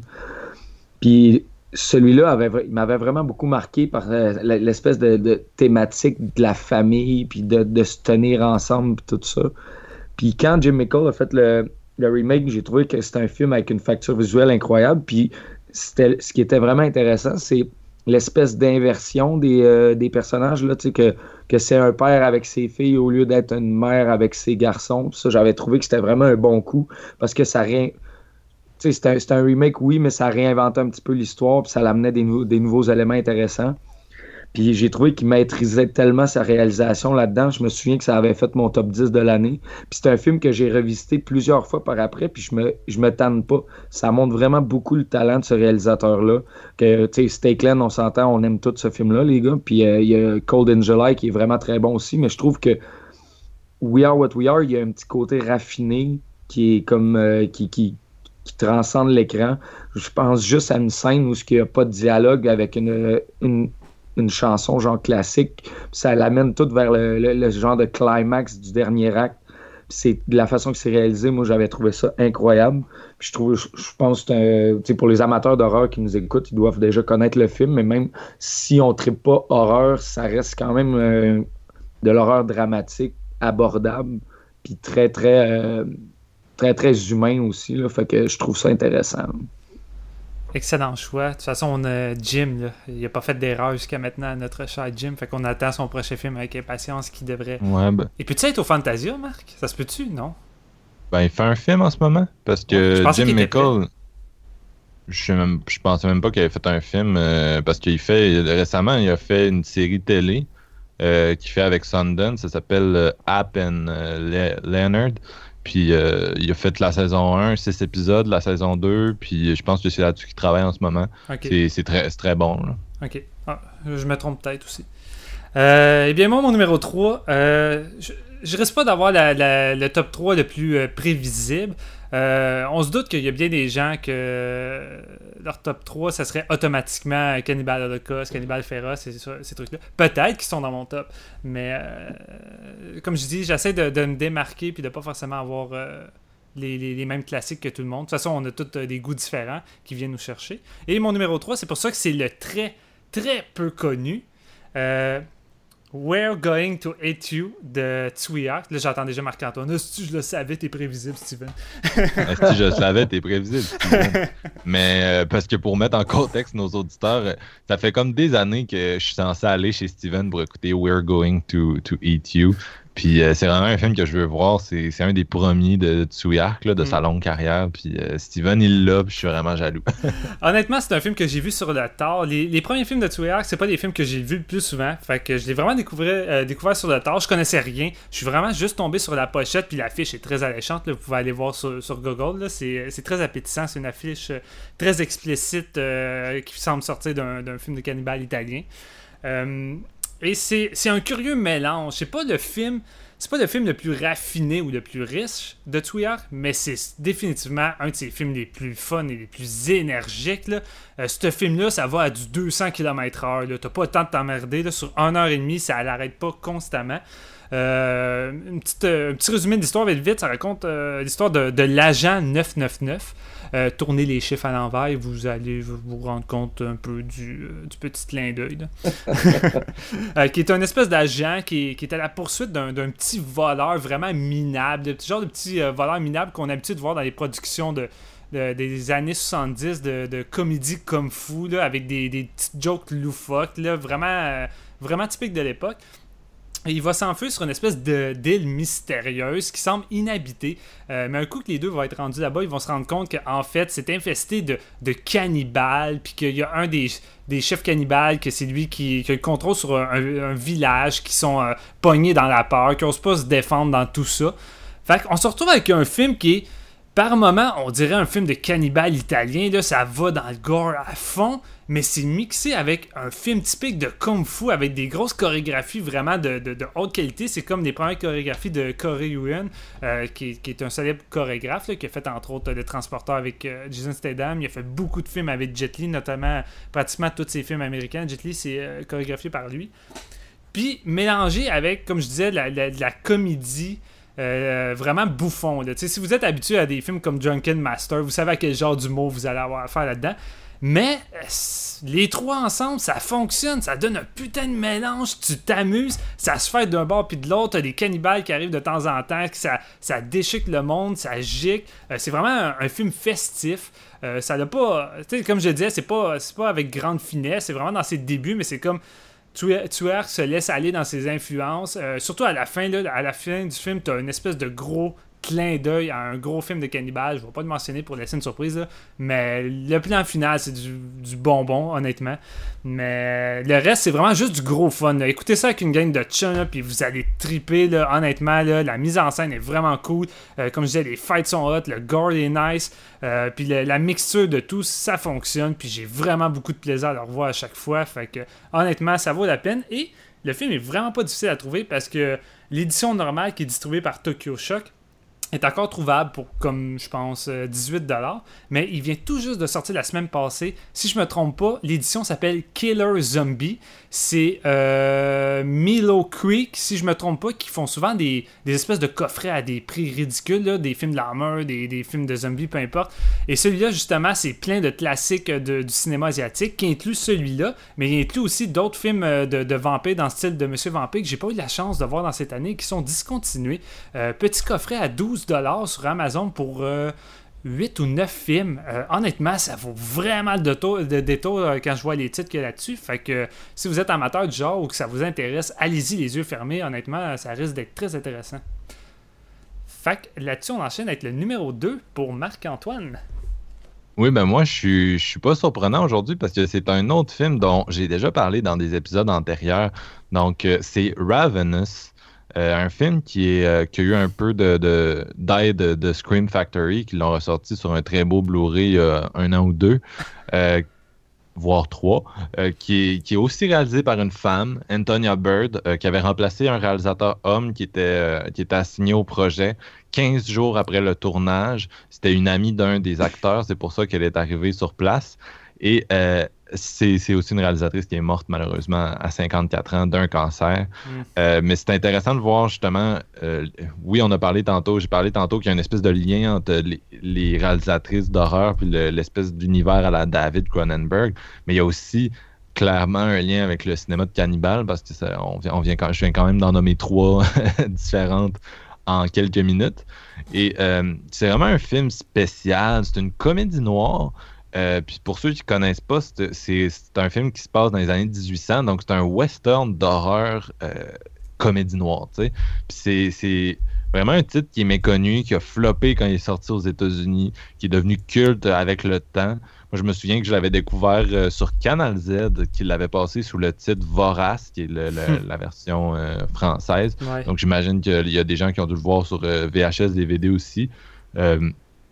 Puis celui-là, avait, il m'avait vraiment beaucoup marqué par euh, l'espèce de, de thématique de la famille, puis de, de se tenir ensemble, puis tout ça. Puis quand Jim Mickle a fait le, le remake, j'ai trouvé que c'était un film avec une facture visuelle incroyable. Puis c'était, ce qui était vraiment intéressant, c'est l'espèce d'inversion des, euh, des personnages, là, tu sais, que, que c'est un père avec ses filles au lieu d'être une mère avec ses garçons. Ça, j'avais trouvé que c'était vraiment un bon coup, parce que ça rien... Tu sais, c'était un, c'était un remake, oui, mais ça réinventait un petit peu l'histoire, puis ça l'amenait des, nou- des nouveaux éléments intéressants. Puis j'ai trouvé qu'il maîtrisait tellement sa réalisation là-dedans. Je me souviens que ça avait fait mon top dix de l'année. Puis c'est un film que j'ai revisité plusieurs fois par après, puis je me, je me tanne pas. Ça montre vraiment beaucoup le talent de ce réalisateur-là. Que, tu sais, Stakeland, on s'entend, on aime tout ce film-là, les gars. Puis euh, il y a Cold in July qui est vraiment très bon aussi, mais je trouve que We Are What We Are, il y a un petit côté raffiné qui est comme... Euh, qui, qui, qui transcende l'écran. Je pense juste à une scène où il n'y a pas de dialogue avec une... une une chanson genre classique, puis ça l'amène tout vers le, le, le genre de climax du dernier acte. Puis c'est de la façon que c'est réalisé, moi j'avais trouvé ça incroyable. Puis je trouve, je, je pense que c'est pour les amateurs d'horreur qui nous écoutent, ils doivent déjà connaître le film, mais même si on ne tripe pas horreur, ça reste quand même euh, de l'horreur dramatique, abordable, puis très très euh, très très humain aussi, là. Fait que je trouve ça intéressant. Excellent choix. De toute façon, on a Jim, là. Il n'a pas fait d'erreur jusqu'à maintenant, notre cher Jim. Fait qu'on attend son prochain film avec impatience qui devrait... Ouais, ben... Et peux-tu être au Fantasia, Marc? Ça se peut-tu, non? Ben, il fait un film en ce moment. Parce que ouais, Jim Mickle... Je, même, je pensais même pas qu'il avait fait un film. Euh, parce qu'il fait... Récemment, il a fait une série télé euh, qu'il fait avec Sundance. Ça s'appelle euh, App and euh, Le- Leonard. Puis euh, il a fait la saison un, six épisodes, la saison deux, puis je pense que c'est là-dessus qu'il travaille en ce moment. Okay. C'est, c'est, très, c'est très bon, là. Ok. Ah, je me trompe peut-être aussi. Euh, eh bien, moi, mon numéro trois, euh, je, je risque pas d'avoir la, la, le top trois le plus euh, prévisible. Euh, on se doute qu'il y a bien des gens que euh, leur top trois, ça serait automatiquement Cannibal Holocaust, Cannibal Féroce, et ces, ces trucs-là. Peut-être qu'ils sont dans mon top, mais euh, comme je dis, j'essaie de, de me démarquer puis de pas forcément avoir euh, les, les, les mêmes classiques que tout le monde. De toute façon, on a tous euh, des goûts différents qui viennent nous chercher. Et mon numéro trois, c'est pour ça que c'est le très, très peu connu. Euh, We're Going to Hate You de Tsui-Hark. Là, j'entends déjà Marc-Antoine. Ah, si je le savais, t'es prévisible, Steven. Si je le savais, t'es prévisible, Steven. Mais euh, parce que pour mettre en contexte nos auditeurs, euh, ça fait comme des années que je suis censé aller chez Steven pour écouter We're Going to, to Eat You. Puis euh, c'est vraiment un film que je veux voir. C'est, c'est un des premiers de Tsui-Hark, là, de mm. sa longue carrière. Puis euh, Steven, il l'a, puis je suis vraiment jaloux. Honnêtement, c'est un film que j'ai vu sur le tard. Les, les premiers films de Tsui-Hark, c'est pas des films que j'ai vus le plus souvent. Fait que je l'ai vraiment découvert, euh, découvert sur le tard. Je connaissais rien. Je suis vraiment juste tombé sur la pochette, puis l'affiche est très alléchante. Là. Vous pouvez aller voir sur, sur Google. Là. C'est, c'est très appétissant. C'est une affiche euh, très explicite euh, qui semble sortir d'un, d'un film de cannibale italien. Euh, Et c'est, c'est un curieux mélange. C'est pas le film, c'est pas le film le plus raffiné ou le plus riche de Tsui-Hark, mais c'est définitivement un de ses films les plus fun et les plus énergiques. Là. Euh, ce film-là, ça va à du deux cents kilomètres heure. Là. T'as pas le temps de t'emmerder. Là. Sur une heure et demie, ça l'arrête pas constamment. Euh, une petite, euh, un petit résumé de l'histoire vite vite, ça raconte euh, l'histoire de, de l'agent neuf cent quatre-vingt-dix-neuf. Euh, tournez les chiffres à l'envers et vous allez vous rendre compte un peu du, euh, du petit clin d'œil. euh, qui est un espèce d'agent qui est, qui est à la poursuite d'un, d'un petit voleur vraiment minable, de petit genre de petit euh, voleur minable qu'on a l'habitude de voir dans les productions de, de, des années soixante-dix de, de comédie kung fu là, avec des, des petites jokes loufoques, là, vraiment, euh, vraiment typiques de l'époque. il va s'enfuir sur une espèce de, d'île mystérieuse qui semble inhabitée. Euh, mais un coup que les deux vont être rendus là-bas, ils vont se rendre compte qu'en fait, c'est infesté de, de cannibales, puis qu'il y a un des, des chefs cannibales, que c'est lui qui, qui a le contrôle sur un, un, un village, qui sont euh, pognés dans la peur, qui n'osent pas se défendre dans tout ça. Fait qu'on se retrouve avec un film qui est, par moment, on dirait un film de cannibale italien, là, ça va dans le gore à fond, mais c'est mixé avec un film typique de Kung Fu, avec des grosses chorégraphies vraiment de, de, de haute qualité. C'est comme les premières chorégraphies de Corey Yuen, euh, qui, qui est un célèbre chorégraphe, là, qui a fait entre autres Le Transporteur avec euh, Jason Statham. Il a fait beaucoup de films avec Jet Li, notamment pratiquement tous ses films américains. Jet Li, c'est euh, chorégraphié par lui. Puis mélangé avec, comme je disais, la, la, la comédie. Euh, vraiment bouffon. Là. Si vous êtes habitué à des films comme Drunken Master, vous savez à quel genre d'humour vous allez avoir à faire là-dedans. Mais euh, les trois ensemble, ça fonctionne, ça donne un putain de mélange, tu t'amuses, ça se fait d'un bord puis de l'autre, t'as des cannibales qui arrivent de temps en temps, ça, ça déchique le monde, ça gicle. Euh, c'est vraiment un, un film festif. Euh, ça n'a pas, tu sais, comme je le disais, c'est pas, c'est pas avec grande finesse, c'est vraiment dans ses débuts, mais c'est comme Tuer se laisse aller dans ses influences. Euh, surtout à la fin, là, à la fin du film, tu as une espèce de gros clin d'œil à un gros film de cannibale. Je ne vais pas le mentionner pour laisser une surprise, là, mais le plan final, c'est du, du bonbon, honnêtement. Mais le reste, c'est vraiment juste du gros fun. Là. Écoutez ça avec une gang de chums, puis vous allez triper, là, honnêtement. Là, la mise en scène est vraiment cool. Euh, comme je disais, les fights sont hot, le gore est nice. Euh, puis le, la mixture de tout, ça fonctionne. Puis j'ai vraiment beaucoup de plaisir à le revoir à chaque fois. Fait que, honnêtement, ça vaut la peine. Et le film est vraiment pas difficile à trouver parce que l'édition normale qui est distribuée par Tokyo Shock est encore trouvable pour, comme je pense, dix-huit dollars. Mais il vient tout juste de sortir la semaine passée. Si je me trompe pas, l'édition s'appelle Killer Zombie. C'est euh, Milo Creek, si je me trompe pas, qui font souvent des, des espèces de coffrets à des prix ridicules, là, des films de l'Hammer, des, des films de zombies, peu importe. Et celui-là, justement, c'est plein de classiques de, du cinéma asiatique qui inclut celui-là, mais il inclut aussi d'autres films de, de vampires dans le style de Monsieur Vampire que j'ai pas eu la chance de voir dans cette année, qui sont discontinués. Euh, petit coffret à douze dollars sur Amazon pour euh, huit ou neuf films. Euh, honnêtement, ça vaut vraiment le détour, de détour euh, quand je vois les titres qu'il y a là-dessus. Fait que euh, si vous êtes amateur du genre ou que ça vous intéresse, allez-y les yeux fermés. Honnêtement, ça risque d'être très intéressant. Fait que là-dessus, on enchaîne avec le numéro deux pour Marc-Antoine. Oui, ben moi, je suis, je suis pas surprenant aujourd'hui parce que c'est un autre film dont j'ai déjà parlé dans des épisodes antérieurs. Donc, euh, c'est Ravenous. Euh, un film qui, est, euh, qui a eu un peu de, de, d'aide de, de Scream Factory, qui l'ont ressorti sur un très beau Blu-ray il y a un an ou deux, euh, voire trois, euh, qui, est, qui est aussi réalisé par une femme, Antonia Bird, euh, qui avait remplacé un réalisateur homme qui était, euh, qui était assigné au projet quinze jours après le tournage. C'était une amie d'un des acteurs, c'est pour ça qu'elle est arrivée sur place. Et euh, c'est, c'est aussi une réalisatrice qui est morte malheureusement à cinquante-quatre ans d'un cancer. Mm. Euh, mais c'est intéressant de voir justement, euh, oui, on a parlé tantôt, j'ai parlé tantôt qu'il y a une espèce de lien entre les, les réalisatrices d'horreur puis le, l'espèce d'univers à la David Cronenberg, mais il y a aussi clairement un lien avec le cinéma de cannibale parce que ça, on vient, on vient quand, je viens quand même d'en nommer trois différentes en quelques minutes. Et euh, c'est vraiment un film spécial, c'est une comédie noire. Euh, puis pour ceux qui ne connaissent pas, c'est, c'est, c'est un film qui se passe dans les années dix-huit cents, donc c'est un western d'horreur euh, comédie noire, tu sais. Puis c'est, c'est vraiment un titre qui est méconnu, qui a floppé quand il est sorti aux États-Unis, qui est devenu culte avec le temps. Moi, je me souviens que je l'avais découvert euh, sur Canal Z, qui l'avait passé sous le titre Vorace, qui est le, le, la version euh, française. Ouais. Donc j'imagine qu'il y a des gens qui ont dû le voir sur euh, V H S, D V D aussi. Euh,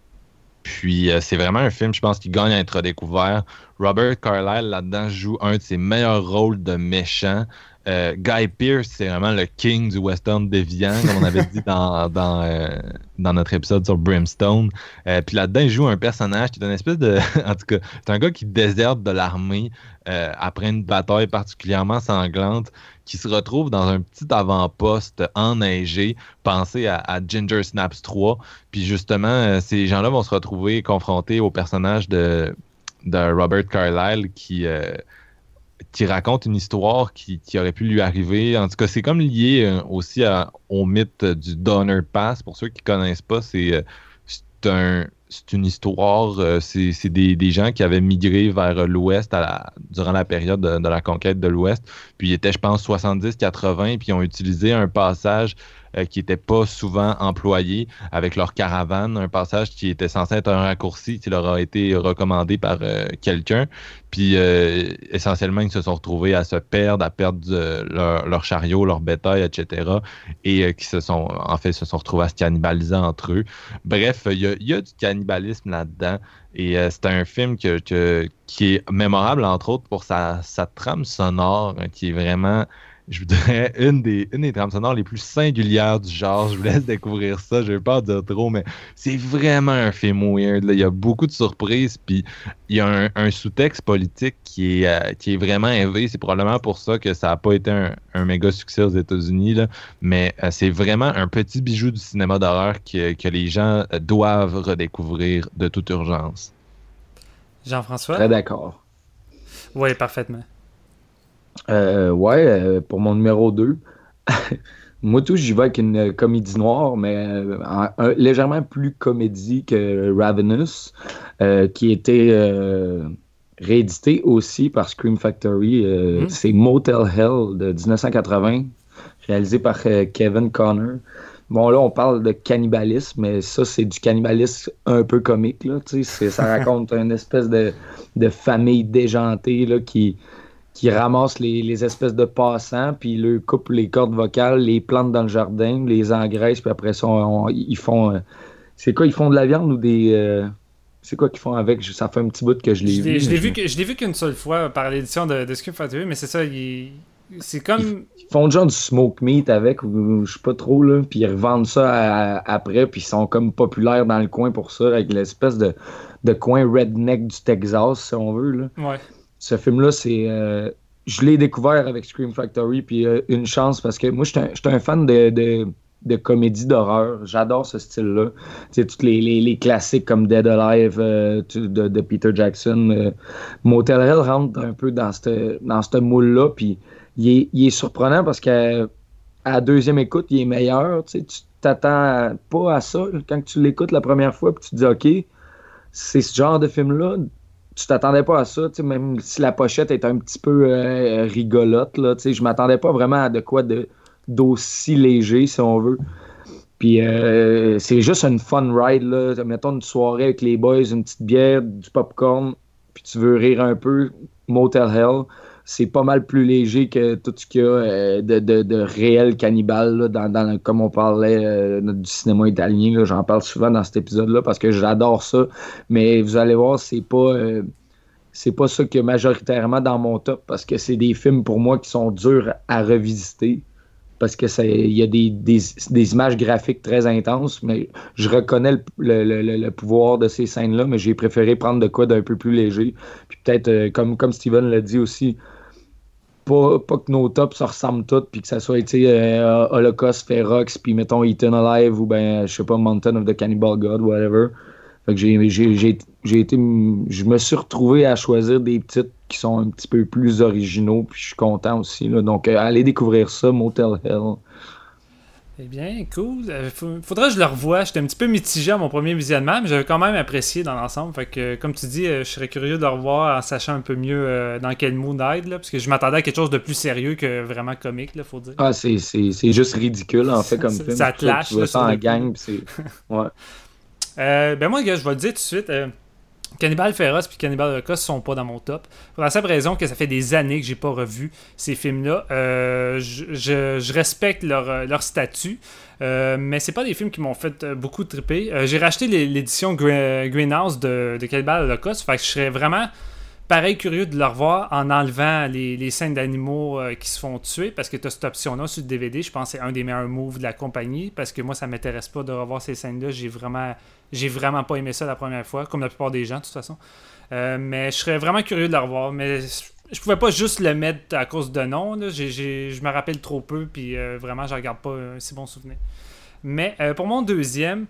Puis euh, c'est vraiment un film, je pense, qui gagne à être découvert. Robert Carlyle, là-dedans, joue un de ses meilleurs rôles de méchant. Euh, Guy Pearce, c'est vraiment le king du western déviant, comme on avait dit dans, dans, euh, dans notre épisode sur Brimstone. Euh, puis là-dedans, il joue un personnage qui est une espèce de... en tout cas, c'est un gars qui déserte de l'armée euh, après une bataille particulièrement sanglante, qui se retrouve dans un petit avant-poste enneigé, pensé à, à Ginger Snaps trois. Puis justement, euh, ces gens-là vont se retrouver confrontés au personnage de, de Robert Carlyle qui... Euh, qui raconte une histoire qui, qui aurait pu lui arriver. En tout cas, c'est comme lié euh, aussi à, au mythe du Donner Pass. Pour ceux qui ne connaissent pas, c'est, euh, c'est, un, c'est une histoire, euh, c'est, c'est des, des gens qui avaient migré vers l'Ouest à la- durant la période de, de la conquête de l'Ouest. Puis ils étaient, je pense, soixante-dix quatre-vingts, puis ils ont utilisé un passage euh, qui n'était pas souvent employé avec leur caravane, un passage qui était censé être un raccourci qui leur a été recommandé par euh, quelqu'un. Puis euh, essentiellement, ils se sont retrouvés à se perdre, à perdre euh, leur, leur chariot, leur bétail, et cetera. Et euh, qui se sont, en fait, se sont retrouvés à se cannibaliser entre eux. Bref, il y a, il y a du cannibalisme là-dedans. Et euh, c'est un film que, que- qui est mémorable, entre autres, pour sa, sa trame sonore, hein, qui est vraiment, je vous dirais, une des, une des trames sonores les plus singulières du genre. Je vous laisse découvrir ça. Je ne vais pas en dire trop, mais c'est vraiment un film weird, là. Il y a beaucoup de surprises, puis il y a un, un sous-texte politique qui est, euh, qui est vraiment élevé. C'est probablement pour ça que ça n'a pas été un, un méga succès aux États-Unis, là. Mais euh, c'est vraiment un petit bijou du cinéma d'horreur que, que les gens euh, doivent redécouvrir de toute urgence. Jean-François? Très d'accord. Oui, parfaitement. Euh, ouais, euh, pour mon numéro deux, moi tout, j'y vais avec une euh, comédie noire, mais euh, en- un- légèrement plus comédie que Ravenous, euh, qui était euh, réédité aussi par Scream Factory. Euh, Mm. C'est Motel Hell de dix-neuf cent quatre-vingts, réalisé par euh, Kevin Connor. Bon, là, on parle de cannibalisme, mais ça, c'est du cannibalisme un peu comique, là, tu sais. C'est- Ça raconte une espèce de, de famille déjantée, là, qui qui ramassent les, les espèces de passants, puis ils leur coupent les cordes vocales, les plantent dans le jardin, les engraissent, puis après ça, on- on- ils font... euh, c'est quoi, ils font de la viande ou des... euh, c'est quoi qu'ils font avec? Je- Ça fait un petit bout que je l'ai Je vu. l'ai, je l'ai mais vu, je- que- je l'ai vu qu'une seule fois par l'édition de, de Scream Factory, mais c'est ça, il- c'est comme... Ils font genre du smoke meat avec, ou je sais pas trop, là, puis ils revendent ça à- à- après, puis ils sont comme populaires dans le coin pour ça, avec l'espèce de, de coin redneck du Texas, si on veut, là. Ouais. Ce film-là, c'est. euh, je l'ai découvert avec Scream Factory, puis euh, une chance, parce que moi, je suis un fan de, de, de comédie d'horreur. J'adore ce style-là. Tu sais, tous les, les, les classiques comme Dead Alive euh, tu- de, de Peter Jackson. euh, Motel Hell rentre un peu dans ce dans cette moule-là, puis il est, il est surprenant parce qu'à à la deuxième écoute, il est meilleur. Tu sais, tu t'attends pas à ça là, quand tu l'écoutes la première fois, puis tu te dis, OK, c'est ce genre de film-là. Tu t'attendais pas à ça, tu sais, même si la pochette est un petit peu euh, rigolote, là, tu sais, je m'attendais pas vraiment à de quoi de, d'aussi léger, si on veut. Puis euh, c'est juste une fun ride, là. Mettons une soirée avec les boys, une petite bière, du popcorn, puis tu veux rire un peu, Motel Hell. C'est pas mal plus léger que tout ce qu'il y a euh, de, de, de réel cannibale, là, dans, dans, comme on parlait euh, du cinéma italien. Là, j'en parle souvent dans cet épisode-là parce que j'adore ça. Mais vous allez voir, c'est pas, euh, c'est pas ça que majoritairement dans mon top parce que c'est des films pour moi qui sont durs à revisiter. Parce que ça- il y a des, des, des images graphiques très intenses, mais je reconnais le, le, le, le pouvoir de ces scènes-là, mais j'ai préféré prendre de quoi d'un peu plus léger. Puis peut-être, euh, comme, comme Steven l'a dit aussi, pas, pas que nos tops se ressemblent toutes, puis que ça soit, tu sais, euh, Holocaust, Ferox, puis mettons Eaten Alive, ou ben, je sais pas, Mountain of the Cannibal God, whatever. Fait que j'ai, j'ai, j'ai, j'ai été, je me suis retrouvé à choisir des titres qui sont un petit peu plus originaux, puis je suis content aussi, là. Donc, euh, allez découvrir ça, Motel Hell. Eh bien, cool. Euh, faut- faudrait que je le revoie. J'étais un petit peu mitigé à mon premier visionnement, mais j'avais quand même apprécié dans l'ensemble. Fait que, euh, comme tu dis, euh, je serais curieux de le revoir en sachant un peu mieux euh, dans quel mood être, là, parce que je m'attendais à quelque chose de plus sérieux que vraiment comique, là, faut dire. Ah, c'est, c'est, c'est juste ridicule, en fait, comme Ça- film. ça te Tu lâche, vois là, ça sur en le coup. gang, puis c'est... Ouais. Euh, ben moi, gars, je vais le dire tout de suite. euh, Cannibal Ferox puis Cannibal Holocaust sont pas dans mon top. Pour la simple raison que ça fait des années que j'ai pas revu ces films-là. Euh, je, je- je respecte leur, euh, leur statut, euh, mais c'est pas des films qui m'ont fait euh, beaucoup triper. Euh, j'ai racheté les- l'édition Green- Greenhouse de, de Cannibal Holocaust, fait que je serais vraiment pareil curieux de le revoir en enlevant les, les scènes d'animaux euh, qui se font tuer, parce que tu as cette option-là sur le D V D. Je pense que c'est un des meilleurs moves de la compagnie, parce que moi, ça m'intéresse pas de revoir ces scènes-là. J'ai vraiment, j'ai vraiment pas aimé ça la première fois, comme la plupart des gens, de toute façon. Euh, mais je serais vraiment curieux de le revoir. Mais je pouvais pas juste le mettre à cause de nom. Là. J'ai, j'ai, je me rappelle trop peu, puis euh, vraiment, je regarde pas un si bon souvenir. Mais euh, pour mon deuxième,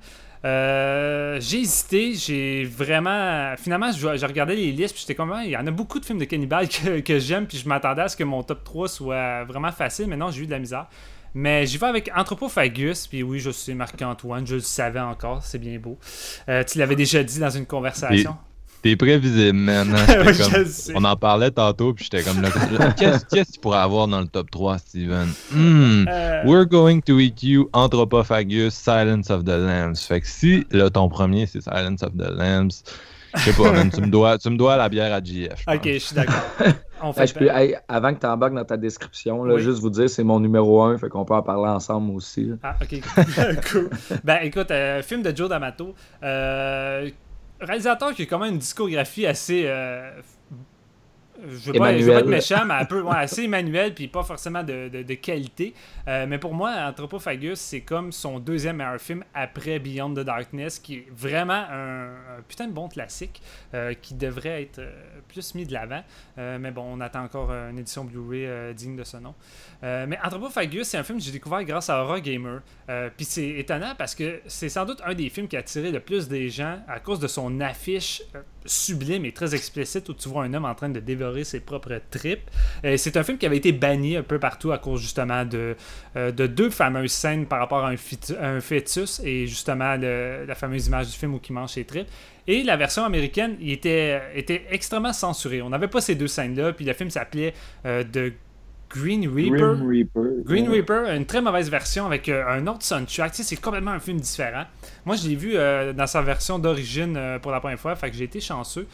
euh, j'ai hésité, j'ai vraiment... Finalement, je- j'ai regardé les listes, puis j'étais comme, il y en a beaucoup de films de cannibales que, que j'aime, puis je m'attendais à ce que mon top trois soit vraiment facile, mais non, j'ai eu de la misère. Mais j'y vais avec Anthropophagus, puis oui, je sais, Marc-Antoine, je le savais encore, c'est bien beau. Euh, tu l'avais déjà dit dans une conversation. T'es, t'es prévisible, man. Ouais, comme, sais. On en parlait tantôt, puis j'étais comme, là, qu'est-ce, qu'est-ce qu'il pourrait avoir dans le top trois, Steven? Hmm, Euh... We're going to eat you, Anthropophagus, Silence of the Lambs. Fait que si, là, ton premier, c'est Silence of the Lambs, je sais pas, man, tu me dois, tu me dois la bière à J F. Ok, je suis d'accord. On fait Hey, je peux, hey, avant que tu embarques dans ta description, là, Oui. juste vous dire, c'est mon numéro un, fait qu'on peut en parler ensemble aussi. Là. Ah, ok, cool. Ben, écoute, euh, film de Joe D'Amato, euh, réalisateur qui a quand même une discographie assez... Euh, je veux, pas, je veux pas être méchant, mais un peu ouais, assez Emmanuel, puis pas forcément de, de, de qualité. Euh, mais pour moi, Anthropophagus, c'est comme son deuxième meilleur film après Beyond the Darkness, qui est vraiment un, un putain de bon classique, euh, qui devrait être euh, plus mis de l'avant. Euh, mais bon, on attend encore une édition Blu-ray euh, digne de ce nom. Euh, mais Anthropophagus, c'est un film que j'ai découvert grâce à Horror Gamer. Euh, puis c'est étonnant parce que c'est sans doute un des films qui a attiré le plus des gens à cause de son affiche euh, sublime et très explicite où tu vois un homme en train de dévorer ses propres tripes. Euh, c'est un film qui avait été banni un peu partout à cause justement de, euh, de deux fameuses scènes par rapport à un, fit- un fœtus et justement le, la fameuse image du film où il mange ses tripes. Et la version américaine il était, était extrêmement censurée. On n'avait pas ces deux scènes-là, puis le film s'appelait euh, The Green Reaper. Green Reaper. Green ouais. Reaper, une très mauvaise version avec euh, un autre soundtrack. Tu sais, c'est complètement un film différent. Moi, je l'ai vu euh, dans sa version d'origine euh, pour la première fois, fait que j'ai été chanceux.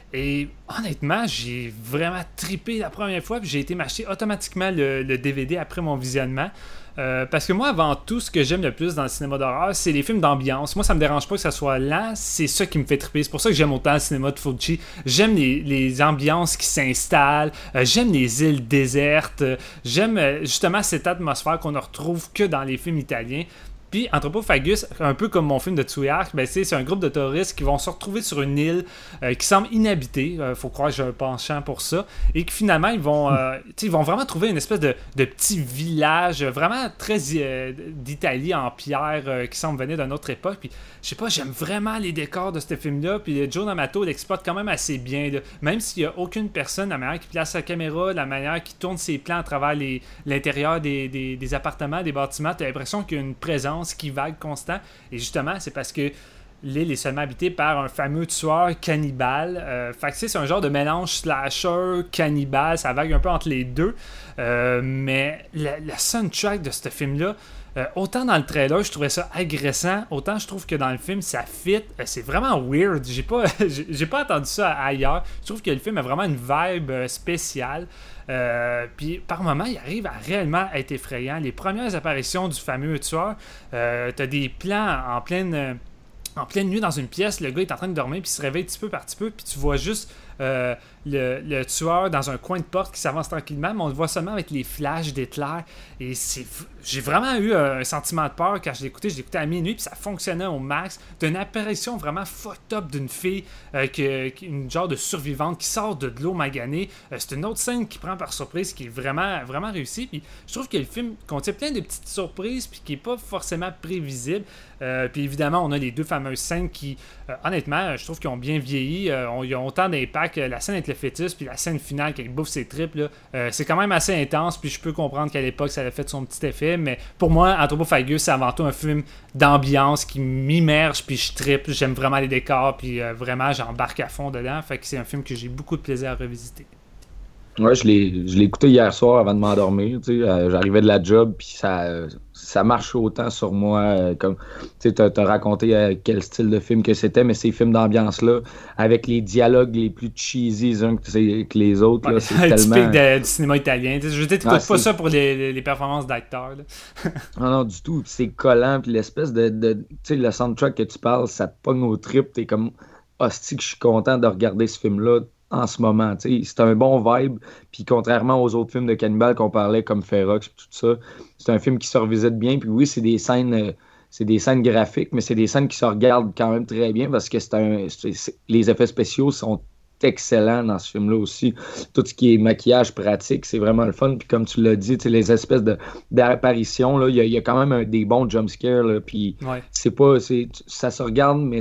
Et honnêtement, j'ai vraiment trippé la première fois, puis j'ai été m'acheter automatiquement le, le D V D après mon visionnement. Euh, parce que moi, avant tout, ce que j'aime le plus dans le cinéma d'horreur, c'est les films d'ambiance. Moi, ça me dérange pas que ça soit lent, c'est ça qui me fait tripper. C'est pour ça que j'aime autant le cinéma de Fulci. J'aime les, les ambiances qui s'installent, euh, j'aime les îles désertes, euh, j'aime euh, justement cette atmosphère qu'on ne retrouve que dans les films italiens. Puis Anthropophagus, un peu comme mon film de Tsuyark, ben c'est, c'est un groupe de touristes qui vont se retrouver sur une île euh, qui semble inhabitée. Il euh, faut croire que j'ai un penchant pour ça. Et que finalement, ils vont, euh, ils vont vraiment trouver une espèce de, de petit village vraiment très euh, d'Italie en pierre euh, qui semble venir d'une autre époque. Puis je sais pas, j'aime vraiment les décors de ce film-là. Puis Joe D'Amato l'exploite quand même assez bien. Là. Même s'il n'y a aucune personne, la manière qu'il place sa caméra, la manière qu'il tourne ses plans à travers les, l'intérieur des, des, des appartements, des bâtiments, tu as l'impression qu'il y a une présence qui vague constant. Et justement, c'est parce que l'île est seulement habitée par un fameux tueur cannibale. Euh, fait que c'est un genre de mélange slasher, cannibale, ça vague un peu entre les deux. Euh, mais la, la soundtrack de ce film-là, euh, autant dans le trailer, je trouvais ça agressant, autant je trouve que dans le film, ça fit. Euh, c'est vraiment weird. J'ai pas, j'ai, j'ai pas entendu ça ailleurs. Je trouve que le film a vraiment une vibe euh, spéciale. Euh, puis par moments, il arrive à réellement être effrayant. Les premières apparitions du fameux tueur, euh, t'as des plans en pleine... Euh, en pleine nuit dans une pièce, le gars est en train de dormir, puis il se réveille petit peu par petit peu, puis tu vois juste euh, le, le tueur dans un coin de porte qui s'avance tranquillement, mais on le voit seulement avec les flashs d'éclairs. Et c'est, j'ai vraiment eu un sentiment de peur quand je l'ai écouté. Je l'ai écouté à minuit, puis ça fonctionnait au max. D'une apparition vraiment fucked up d'une fille, euh, que, une genre de survivante qui sort de, de l'eau maganée. Euh, c'est une autre scène qui prend par surprise, qui est vraiment, vraiment réussie. Puis je trouve que le film contient plein de petites surprises, puis qui n'est pas forcément prévisible. Euh, puis évidemment, on a les deux fameuses scènes qui, euh, honnêtement, je trouve qu'ils ont bien vieilli. Euh, on, ils ont autant d'impact. La scène avec le fœtus, puis la scène finale qui bouffe ses tripes, là, euh, c'est quand même assez intense. Puis je peux comprendre qu'à l'époque, ça avait fait son petit effet. Mais pour moi, Anthropophagus, c'est avant tout un film d'ambiance qui m'immerge, puis je trippe. J'aime vraiment les décors, puis euh, vraiment, j'embarque à fond dedans. Fait que c'est un film que j'ai beaucoup de plaisir à revisiter. Ouais, je l'ai, je l'ai écouté hier soir avant de m'endormir. Tu sais, euh, j'arrivais de la job, puis ça, ça marche autant sur moi. Euh, comme, tu sais, t'as, t'as raconté euh, quel style de film que c'était, mais ces films d'ambiance-là, avec les dialogues les plus cheesy les uns que, que les autres, là, Ouais, c'est typique tellement... de, du cinéma italien. Je ne t'écoute Ah, pas c'est... ça pour les, les, les performances d'acteurs. Là. non, non, du tout. C'est collant, puis l'espèce de... de tu sais, le soundtrack que tu parles, ça te pogne au trip. T'es comme, hostie que je suis content de regarder ce film-là en ce moment, tu sais, c'est un bon vibe, puis contrairement aux autres films de cannibales qu'on parlait comme Ferox, tout ça, c'est un film qui se revisite bien, puis oui, c'est des scènes euh, c'est des scènes graphiques, mais c'est des scènes qui se regardent quand même très bien, parce que c'est un c'est, c'est, les effets spéciaux sont excellents dans ce film-là aussi, tout ce qui est maquillage pratique, c'est vraiment le fun, puis comme tu l'as dit, tu sais, les espèces de, d'apparitions, là, il y, y a quand même un, des bons jumpscares, là, puis ouais. c'est pas, c'est, ça se regarde, mais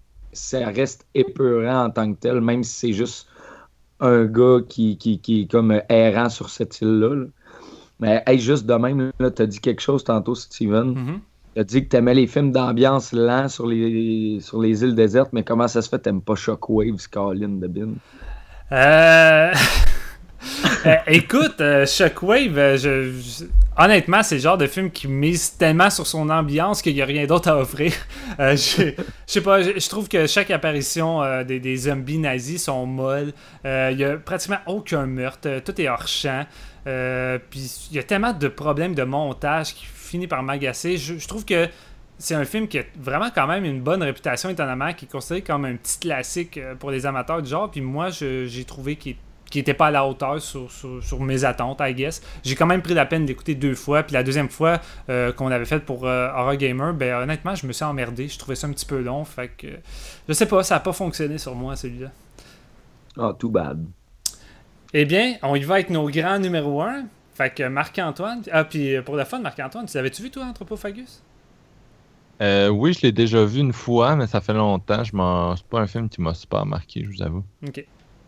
ça reste épeurant en tant que tel, même si c'est juste un gars qui, qui, qui est comme errant sur cette île-là. Là. Mais hey, juste de même, tu as dit quelque chose tantôt, Steven. Mm-hmm. Tu as dit que tu aimais les films d'ambiance lents sur les, sur les îles désertes, mais comment ça se fait que tu n'aimes pas Shockwave, Colin de Bin? Euh... euh, écoute, euh, Shockwave, euh, je, je... honnêtement, c'est le genre de film qui mise tellement sur son ambiance qu'il n'y a rien d'autre à offrir. Euh, je sais pas, je, je trouve que chaque apparition euh, des, des zombies nazis sont molles. Il euh, n'y a pratiquement aucun meurtre. Tout est hors champ. Euh, Puis il y a tellement de problèmes de montage qui finit par m'agacer. Je, je trouve que c'est un film qui a vraiment quand même une bonne réputation étonnamment, qui est considéré comme un petit classique pour les amateurs du genre. Puis moi, je, j'ai trouvé qu'il qui n'était pas à la hauteur sur, sur, sur mes attentes, I guess. J'ai quand même pris la peine d'écouter deux fois. Puis la deuxième fois euh, qu'on avait faite pour euh, Horror Gamer, ben honnêtement, je me suis emmerdé. Je trouvais ça un petit peu long. Fait que je sais pas, ça n'a pas fonctionné sur moi, celui-là. Ah, oh, too bad. Eh bien, on y va avec nos grands numéro un. Fait que Marc-Antoine... Ah, puis pour le fun, Marc-Antoine, tu l'avais-tu vu, toi, Anthropophagus? Euh, oui, je l'ai déjà vu une fois, mais ça fait longtemps. Je m'en... C'est pas un film qui m'a super marqué, je vous avoue. OK.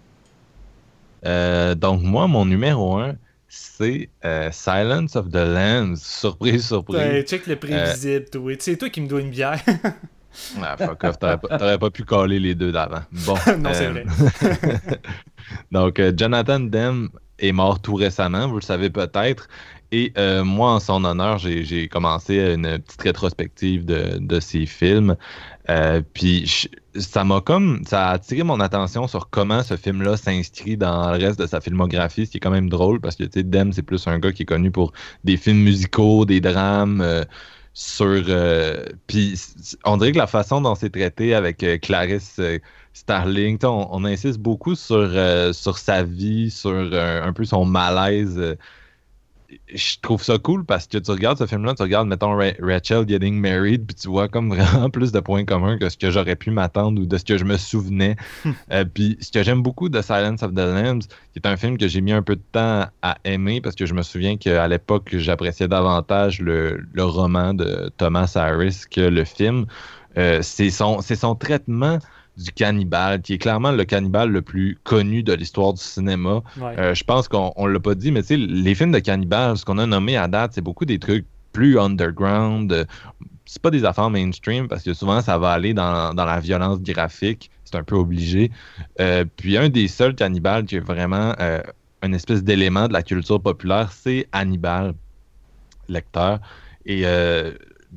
Euh, donc, moi, mon numéro un, c'est euh, Silence of the Lambs. Surprise, surprise. Ouais, check le prévisible, euh... toi. C'est toi qui me dois une bière. Ah, fuck off, t'aurais pas, t'aurais pas pu coller les deux d'avant. Bon. Non, euh... c'est vrai. Donc, euh, Jonathan Demme est mort tout récemment, vous le savez peut-être. Et euh, moi, en son honneur, j'ai, j'ai commencé une petite rétrospective de, de ses films. Euh, puis je, ça m'a comme ça a attiré mon attention sur comment ce film-là s'inscrit dans le reste de sa filmographie, ce qui est quand même drôle parce que tu sais, Demme, c'est plus un gars qui est connu pour des films musicaux, des drames. Euh, sur euh, puis on dirait que la façon dont c'est traité avec euh, Clarice euh, Starling, on, on insiste beaucoup sur, euh, sur sa vie, sur euh, un peu son malaise. Euh, je trouve ça cool parce que tu regardes ce film-là, tu regardes, mettons, Ra- Rachel Getting Married, puis tu vois comme vraiment plus de points communs que ce que j'aurais pu m'attendre ou de ce que je me souvenais. euh, puis ce que j'aime beaucoup de Silence of the Lambs, qui est un film que j'ai mis un peu de temps à aimer parce que je me souviens qu'à l'époque, j'appréciais davantage le, le roman de Thomas Harris que le film. Euh, c'est son, c'est son traitement du cannibale, qui est clairement le cannibale le plus connu de l'histoire du cinéma. Ouais. Euh, je pense qu'on on l'a pas dit, mais tu sais, les films de cannibale, ce qu'on a nommé à date, c'est beaucoup des trucs plus underground. Euh, c'est pas des affaires mainstream, parce que souvent, ça va aller dans, dans la violence graphique. C'est un peu obligé. Euh, puis un des seuls cannibales qui est vraiment euh, une espèce d'élément de la culture populaire, c'est Hannibal Lecter. Et... Euh,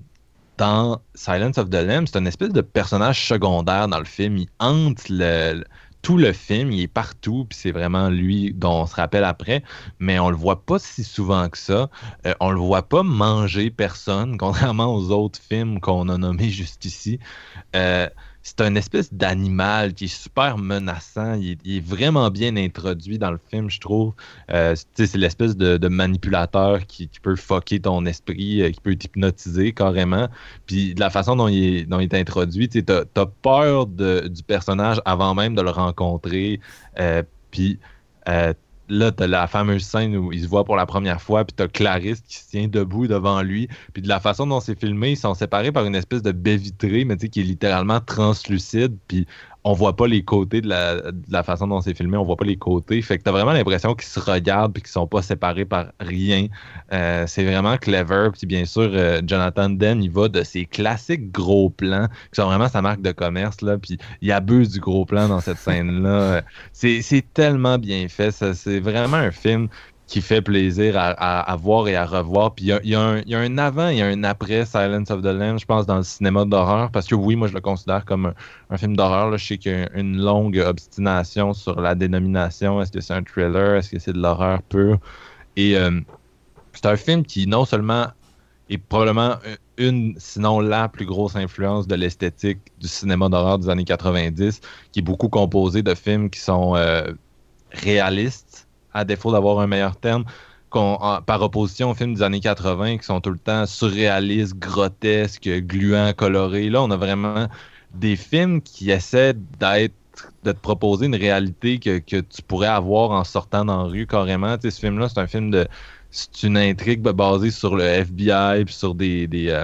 dans Silence of the Lambs, c'est une espèce de personnage secondaire dans le film. Il hante le, le, tout le film, il est partout, puis c'est vraiment lui dont on se rappelle après, mais on le voit pas si souvent que ça. Euh, on le voit pas manger personne, contrairement aux autres films qu'on a nommés jusqu'ici. Euh, c'est une espèce d'animal qui est super menaçant. Il est, il est vraiment bien introduit dans le film, je trouve. Euh, c'est l'espèce de, de manipulateur qui, qui peut fucker ton esprit, euh, qui peut t'hypnotiser carrément. Puis de la façon dont il est, dont il est introduit, tu as, t'as peur de, du personnage avant même de le rencontrer. Euh, puis euh, là, t'as la fameuse scène où il se voit pour la première fois, puis t'as Clarisse qui se tient debout devant lui. Puis de la façon dont c'est filmé, ils sont séparés par une espèce de baie vitrée, mais tu sais, qui est littéralement translucide. Puis on voit pas les côtés de la, de la façon dont c'est filmé, on voit pas les côtés. Fait que t'as vraiment l'impression qu'ils se regardent puis qu'ils sont pas séparés par rien. Euh, c'est vraiment clever. Puis bien sûr, euh, Jonathan Demme, il va de ses classiques gros plans, qui sont vraiment sa marque de commerce, là. Puis il abuse du gros plan dans cette scène-là. C'est, c'est tellement bien fait. Ça, c'est vraiment un film qui fait plaisir à, à, à voir et à revoir. Puis il y, y, y a un avant et un après Silence of the Lambs, je pense, dans le cinéma d'horreur. Parce que oui, moi, je le considère comme un, un film d'horreur. Là. Je sais qu'il y a une longue obstination sur la dénomination. Est-ce que c'est un thriller? Est-ce que c'est de l'horreur pure? Et euh, c'est un film qui, non seulement est probablement une, sinon la plus grosse influence de l'esthétique du cinéma d'horreur des années quatre-vingt-dix, qui est beaucoup composé de films qui sont euh, réalistes, à défaut d'avoir un meilleur terme, qu'on, en, par opposition aux films des années quatre-vingts qui sont tout le temps surréalistes, grotesques, gluants, colorés. Là, on a vraiment des films qui essaient d'être, de te proposer une réalité que, que tu pourrais avoir en sortant dans la rue carrément. Tu sais, ce film-là, c'est un film de... C'est une intrigue basée sur le F B I puis sur des... des euh,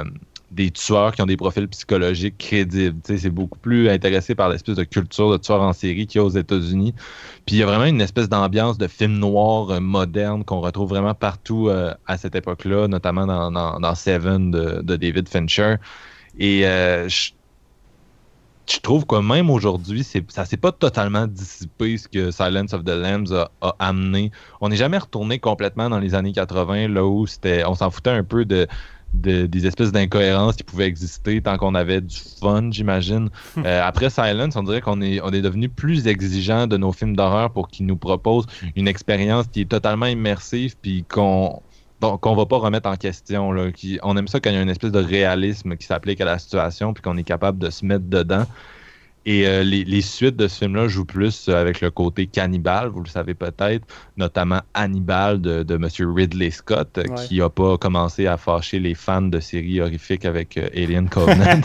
des tueurs qui ont des profils psychologiques crédibles. Tu sais, c'est beaucoup plus intéressé par l'espèce de culture de tueurs en série qu'il y a aux États-Unis. Puis il y a vraiment une espèce d'ambiance de film noir euh, moderne qu'on retrouve vraiment partout euh, à cette époque-là, notamment dans, dans, dans Seven de, de David Fincher. Et euh, je Je trouve que même aujourd'hui, c'est, ça s'est pas totalement dissipé ce que Silence of the Lambs a, a amené. On n'est jamais retourné complètement dans les années quatre-vingts, là où c'était, on s'en foutait un peu de, de, des espèces d'incohérences qui pouvaient exister tant qu'on avait du fun, j'imagine. Euh, après Silence, on dirait qu'on est, on est devenu plus exigeant de nos films d'horreur pour qu'ils nous proposent une expérience qui est totalement immersive puis qu'on Bon, qu'on va pas remettre en question. Là, qui, on aime ça quand il y a une espèce de réalisme qui s'applique à la situation puis qu'on est capable de se mettre dedans. Et euh, les, les suites de ce film-là jouent plus avec le côté cannibale, vous le savez peut-être, notamment Hannibal de, de M. Ridley Scott, ouais. qui n'a pas commencé à fâcher les fans de séries horrifiques avec euh, Alien Covenant.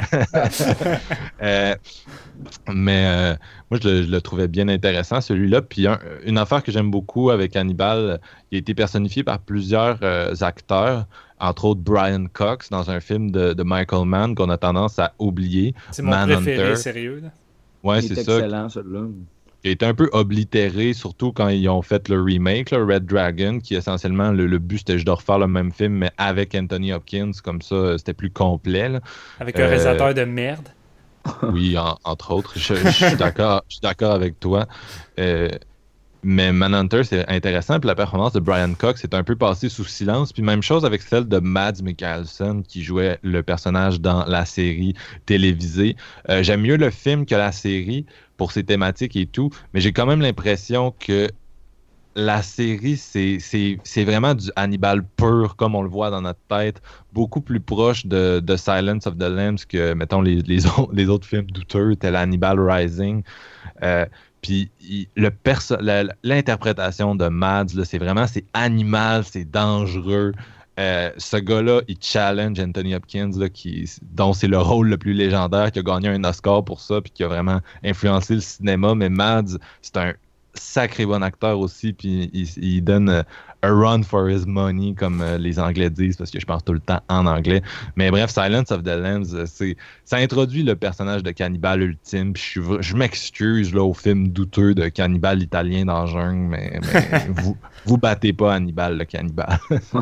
euh, mais euh, moi, je le, je le trouvais bien intéressant, celui-là. Puis un, une affaire que j'aime beaucoup avec Hannibal, il a été personnifié par plusieurs euh, acteurs, entre autres Brian Cox dans un film de, de Michael Mann qu'on a tendance à oublier. C'est mon Manhunter. Préféré, sérieux. Là. Ouais, il c'est est ça. Excellent, celui-là. Il a été un peu oblitéré, surtout quand ils ont fait le remake, là, Red Dragon, qui essentiellement, le, le but, c'était juste de refaire le même film, mais avec Anthony Hopkins, comme ça, c'était plus complet. Là. Avec un euh... réalisateur de merde. Oui, en, entre autres. Je, je suis d'accord, je suis d'accord avec toi. Euh, mais Manhunter, c'est intéressant. Puis la performance de Brian Cox est un peu passée sous silence. Puis même chose avec celle de Mads Mikkelsen, qui jouait le personnage dans la série télévisée. Euh, j'aime mieux le film que la série pour ses thématiques et tout. Mais j'ai quand même l'impression que la série, c'est, c'est, c'est vraiment du Hannibal pur, comme on le voit dans notre tête, beaucoup plus proche de, de Silence of the Lambs que, mettons, les, les, autres, les autres films douteux, tel Hannibal Rising. Euh, Puis il, le perso- la, l'interprétation de Mads, là, c'est vraiment, c'est animal, c'est dangereux. Euh, ce gars-là, il challenge Anthony Hopkins, là, qui, dont c'est le rôle le plus légendaire, qui a gagné un Oscar pour ça, puis qui a vraiment influencé le cinéma. Mais Mads, c'est un sacré bon acteur aussi, puis il, il donne uh, a run for his money, comme uh, les Anglais disent, parce que je pense tout le temps en anglais. Mais bref, Silence of the Lambs, c'est, ça introduit le personnage de cannibale ultime, puis je, je m'excuse là, au film douteux de cannibale italien dans la jungle, mais, mais vous, vous battez pas Hannibal, le cannibale.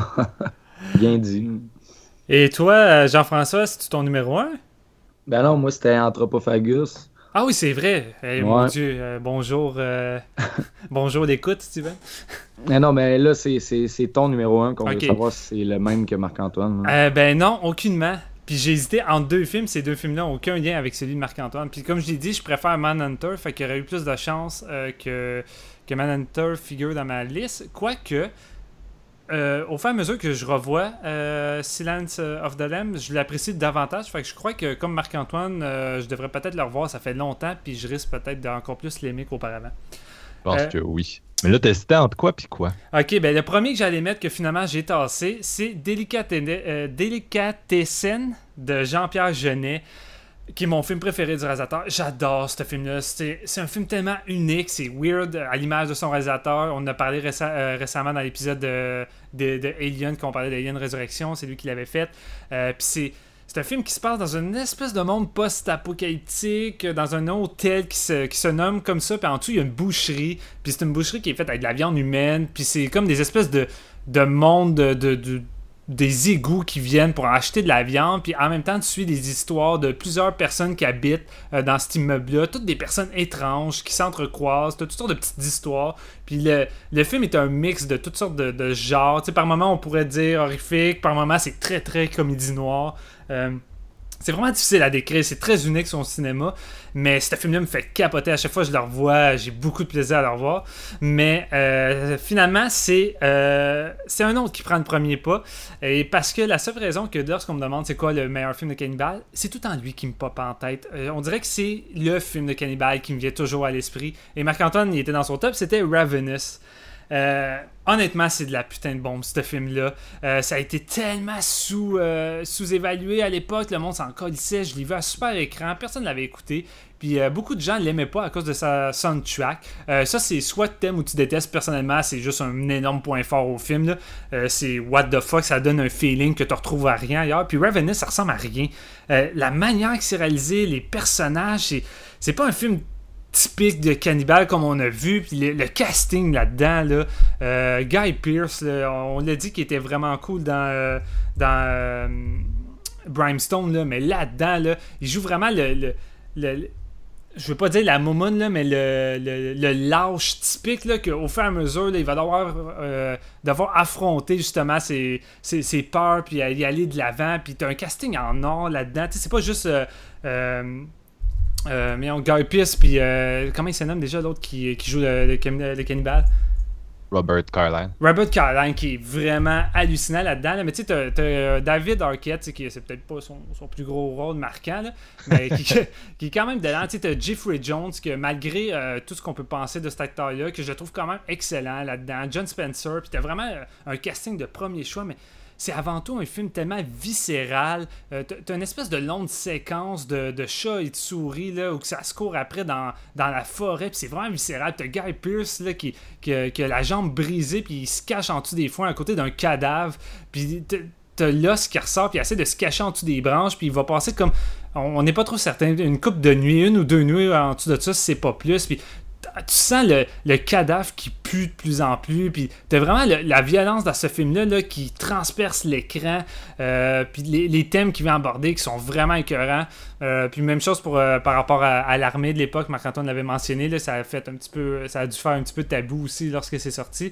Bien dit. Et toi, Jean-François, c'est-tu ton numéro un? Ben non, moi c'était Anthropophagus. Ah oui, c'est vrai. Hey, ouais. Mon Dieu, euh, bonjour. Euh... bonjour d'écoute, Steven. Mais non, mais là, c'est, c'est, c'est ton numéro un qu'on okay. veut savoir si c'est le même que Marc-Antoine. Euh, ben non, aucunement. Puis j'ai hésité entre deux films. Ces deux films-là n'ont aucun lien avec celui de Marc-Antoine. Puis comme je l'ai dit, je préfère Manhunter. Fait qu'il y aurait eu plus de chances euh, que, que Manhunter figure dans ma liste. Quoique... Euh, au fur et à mesure que je revois euh, Silence of the Lambs, je l'apprécie davantage. Fait que je crois que, comme Marc-Antoine, euh, je devrais peut-être le revoir. Ça fait longtemps, puis je risque peut-être d'encore plus l'aimer qu'auparavant. Je pense euh, que oui. Mais là, t'as hésité entre quoi puis quoi? Ok, ben le premier que j'allais mettre, que finalement j'ai tassé, c'est Délicatessen euh, Délicatessen de Jean-Pierre Jeunet, qui est mon film préféré du réalisateur. J'adore ce film-là. C'est, c'est un film tellement unique, c'est weird à l'image de son réalisateur. On en a parlé réce- euh, récemment dans l'épisode de, de, de Alien, quand on parlait d'Alien Résurrection, c'est lui qui l'avait fait. Euh, Puis c'est, c'est un film qui se passe dans une espèce de monde post-apocalyptique, dans un hôtel qui se, qui se nomme comme ça. Puis en dessous, il y a une boucherie. Puis c'est une boucherie qui est faite avec de la viande humaine. Puis c'est comme des espèces de, de monde de... de, de des égouts qui viennent pour acheter de la viande, puis en même temps tu suis des histoires de plusieurs personnes qui habitent euh, dans cet immeuble-là, toutes des personnes étranges qui s'entrecroisent, toutes sortes de petites histoires, puis le, le film est un mix de toutes sortes de, de genres, tu sais, par moments on pourrait dire horrifique, par moments c'est très très comédie noire, euh, c'est vraiment difficile à décrire, c'est très unique son cinéma, mais ce film-là me fait capoter à chaque fois que je le revois, j'ai beaucoup de plaisir à le revoir, mais euh, finalement c'est, euh, c'est un autre qui prend le premier pas, et parce que la seule raison que lorsqu'on me demande c'est quoi le meilleur film de cannibale, c'est tout le temps lui qui me pop en tête, euh, on dirait que c'est le film de cannibale qui me vient toujours à l'esprit, et Marc-Antoine il était dans son top, c'était Ravenous. Euh, honnêtement, c'est de la putain de bombe, ce film-là. Euh, ça a été tellement sous, euh, sous-évalué à l'époque. Le monde s'en colissait. Je l'ai vu à super écran. Personne ne l'avait écouté. Puis Puis euh, beaucoup de gens l'aimaient pas à cause de sa soundtrack. Euh, ça, c'est soit tu t'aimes ou tu détestes. Personnellement, c'est juste un énorme point fort au film. Là. Euh, c'est what the fuck, ça donne un feeling que tu retrouves à rien ailleurs. Puis Ravenous, ça ressemble à rien. Euh, la manière que c'est réalisé, les personnages, c'est, c'est pas un film typique de cannibale comme on a vu, puis le, le casting là-dedans, là, euh, Guy Pearce, là, on l'a dit qu'il était vraiment cool dans, euh, dans euh, Brimstone, là, mais là-dedans, là, il joue vraiment le, le, le, le je veux pas dire la moumoune, là, mais le, le, le lâche typique, là, qu'au fur et à mesure, là, il va devoir, euh, devoir affronter justement ses, ses, ses peurs, puis y aller de l'avant, puis t'as un casting en or là-dedans, tu sais, c'est pas juste... Euh, euh, Euh, mais on Guy Pearce, puis euh, comment il se nomme déjà l'autre qui, qui joue le, le, le, le cannibale? Robert Carlyle. Robert Carlyle qui est vraiment hallucinant là-dedans. Là. Mais tu sais, t'as, t'as David Arquette, qui c'est peut-être pas son, son plus gros rôle marquant, là, mais qui, qui est quand même dedans. Tu sais, t'as Jeffrey Jones, que malgré euh, tout ce qu'on peut penser de cet acteur-là, que je trouve quand même excellent là-dedans. John Spencer, puis t'as vraiment euh, un casting de premier choix, mais c'est avant tout un film tellement viscéral. Euh, t'as, t'as une espèce de longue séquence de, de chats et de souris là, où ça se court après dans, dans la forêt. Puis c'est vraiment viscéral. T'as Guy Pearce là, qui, qui, qui a la jambe brisée puis il se cache en dessous des foins à côté d'un cadavre. Puis t'as, t'as l'os qui ressort puis il essaie de se cacher en dessous des branches. Puis il va passer comme... On n'est pas trop certain. Une couple de nuits, une ou deux nuits en dessous de ça, si c'est pas plus. Puis tu sens le, le cadavre qui pue de plus en plus, puis t'as vraiment le, la violence dans ce film-là là, qui transperce l'écran, euh, puis les, les thèmes qu'il vient aborder qui sont vraiment écœurants. Euh, puis même chose pour, euh, par rapport à, à l'armée de l'époque, Marc-Antoine l'avait mentionné, là, ça a fait un petit peu, ça a dû faire un petit peu tabou aussi lorsque c'est sorti.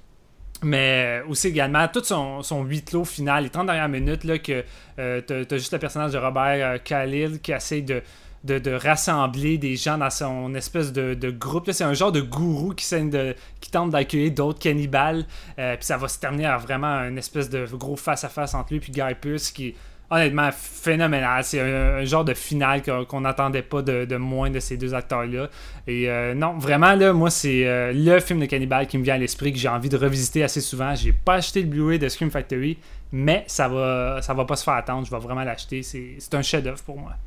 Mais aussi également, tout son, son huis clos final, les trente dernières minutes, là, que euh, t'as, t'as juste le personnage de Robert euh, Khalil qui essaie de De, de rassembler des gens dans son espèce de, de groupe. Là, c'est un genre de gourou qui, de, qui tente d'accueillir d'autres cannibales. Euh, puis ça va se terminer à vraiment un espèce de gros face-à-face entre lui et Guy Pearce qui est honnêtement phénoménal. C'est un, un genre de finale qu'on n'attendait pas de, de moins de ces deux acteurs-là. Et euh, non, vraiment, là, moi, c'est euh, le film de cannibale qui me vient à l'esprit, que j'ai envie de revisiter assez souvent. J'ai pas acheté le Blu-ray de Scream Factory, mais ça va, ça va pas se faire attendre. Je vais vraiment l'acheter. C'est, c'est un chef-d'œuvre pour moi.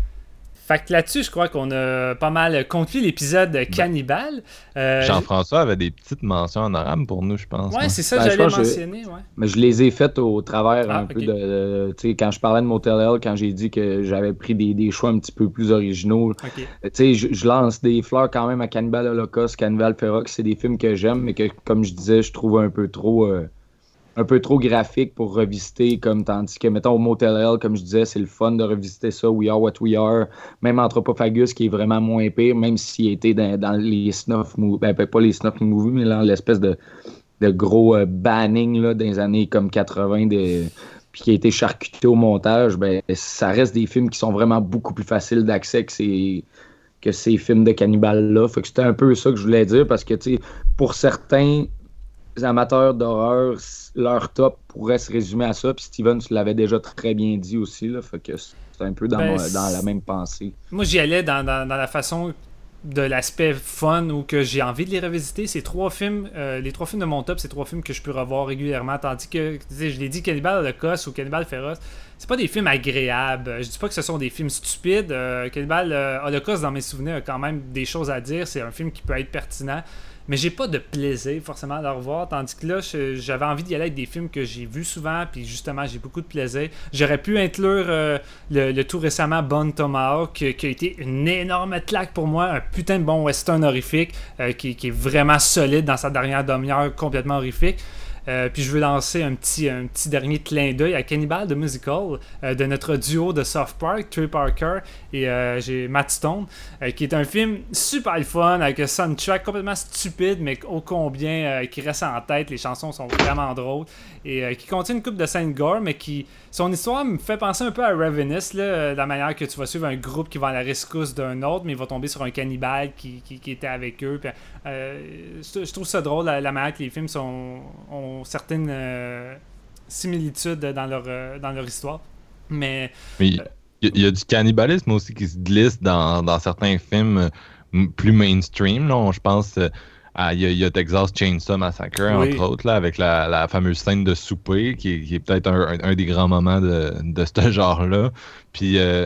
Fait que là-dessus, je crois qu'on a pas mal conclu l'épisode de Cannibal. Euh, Jean-François avait des petites mentions honorables pour nous, je pense. Ouais, hein. c'est ça que Ben, j'allais je mentionner. je... Ouais. Mais je les ai faites au travers ah, un okay. peu de... de tu sais, quand je parlais de Motel Hell, quand j'ai dit que j'avais pris des, des choix un petit peu plus originaux. Okay. Tu sais, je, je lance des fleurs quand même à Cannibal Holocaust, Cannibal Ferox. C'est des films que j'aime, mais que, comme je disais, je trouve un peu trop... Euh, un peu trop graphique pour revisiter, comme tandis que, mettons, au Motel Hell, comme je disais, c'est le fun de revisiter ça, We Are What We Are, même Anthropophagus, qui est vraiment moins pire, même s'il était dans, dans les snuff movies, ben, pas les snuff movies, mais dans l'espèce de, de gros euh, banning, là, dans les années comme quatre-vingts, de, puis qui a été charcuté au montage, ben, ça reste des films qui sont vraiment beaucoup plus faciles d'accès que ces, que ces films de cannibales-là. Fait que c'était un peu ça que je voulais dire, parce que, tu sais, pour certains amateurs d'horreur, leur top pourrait se résumer à ça. Puis Steven, tu l'avais déjà très bien dit aussi. Là, fait que c'est un peu dans, ben, ma, dans la même pensée. Moi, j'y allais dans, dans, dans la façon de l'aspect fun ou que j'ai envie de les revisiter. Ces trois films, euh, les trois films de mon top, c'est trois films que je peux revoir régulièrement. Tandis que, tu sais, je l'ai dit, Cannibal Holocaust ou Cannibal Féroce, c'est pas des films agréables. Je dis pas que ce sont des films stupides. Euh, Cannibal euh, Holocaust, dans mes souvenirs, a quand même des choses à dire. C'est un film qui peut être pertinent. Mais j'ai pas de plaisir forcément à le revoir, tandis que là, j'avais envie d'y aller avec des films que j'ai vus souvent, puis justement, j'ai beaucoup de plaisir. J'aurais pu inclure euh, le, le tout récemment Bone Tomahawk, qui, qui a été une énorme claque pour moi, un putain de bon western horrifique, euh, qui, qui est vraiment solide dans sa dernière demi-heure, complètement horrifique. Euh, puis je veux lancer un petit, un petit dernier clin d'œil à Cannibal The Musical, euh, de notre duo de South Park, Trey Parker et euh, j'ai Matt Stone, euh, qui est un film super fun avec un soundtrack complètement stupide mais ô combien euh, qui reste en tête. Les chansons sont vraiment drôles et euh, qui contient une couple de scènes gore, mais qui son histoire me fait penser un peu à Ravenous, là, la manière que tu vas suivre un groupe qui va à la rescousse d'un autre, mais il va tomber sur un cannibale qui, qui, qui était avec eux. Puis, euh, je trouve ça drôle la, la manière que les films sont, ont certaines euh, similitudes dans leur, euh, dans leur histoire. Mais il y, y a du cannibalisme aussi qui se glisse dans, dans certains films plus mainstream. Là, je pense à il y, y a Texas Chainsaw Massacre, oui. entre autres, là, avec la, la fameuse scène de souper, qui est, qui est peut-être un, un, un des grands moments de, de ce genre-là. Puis euh,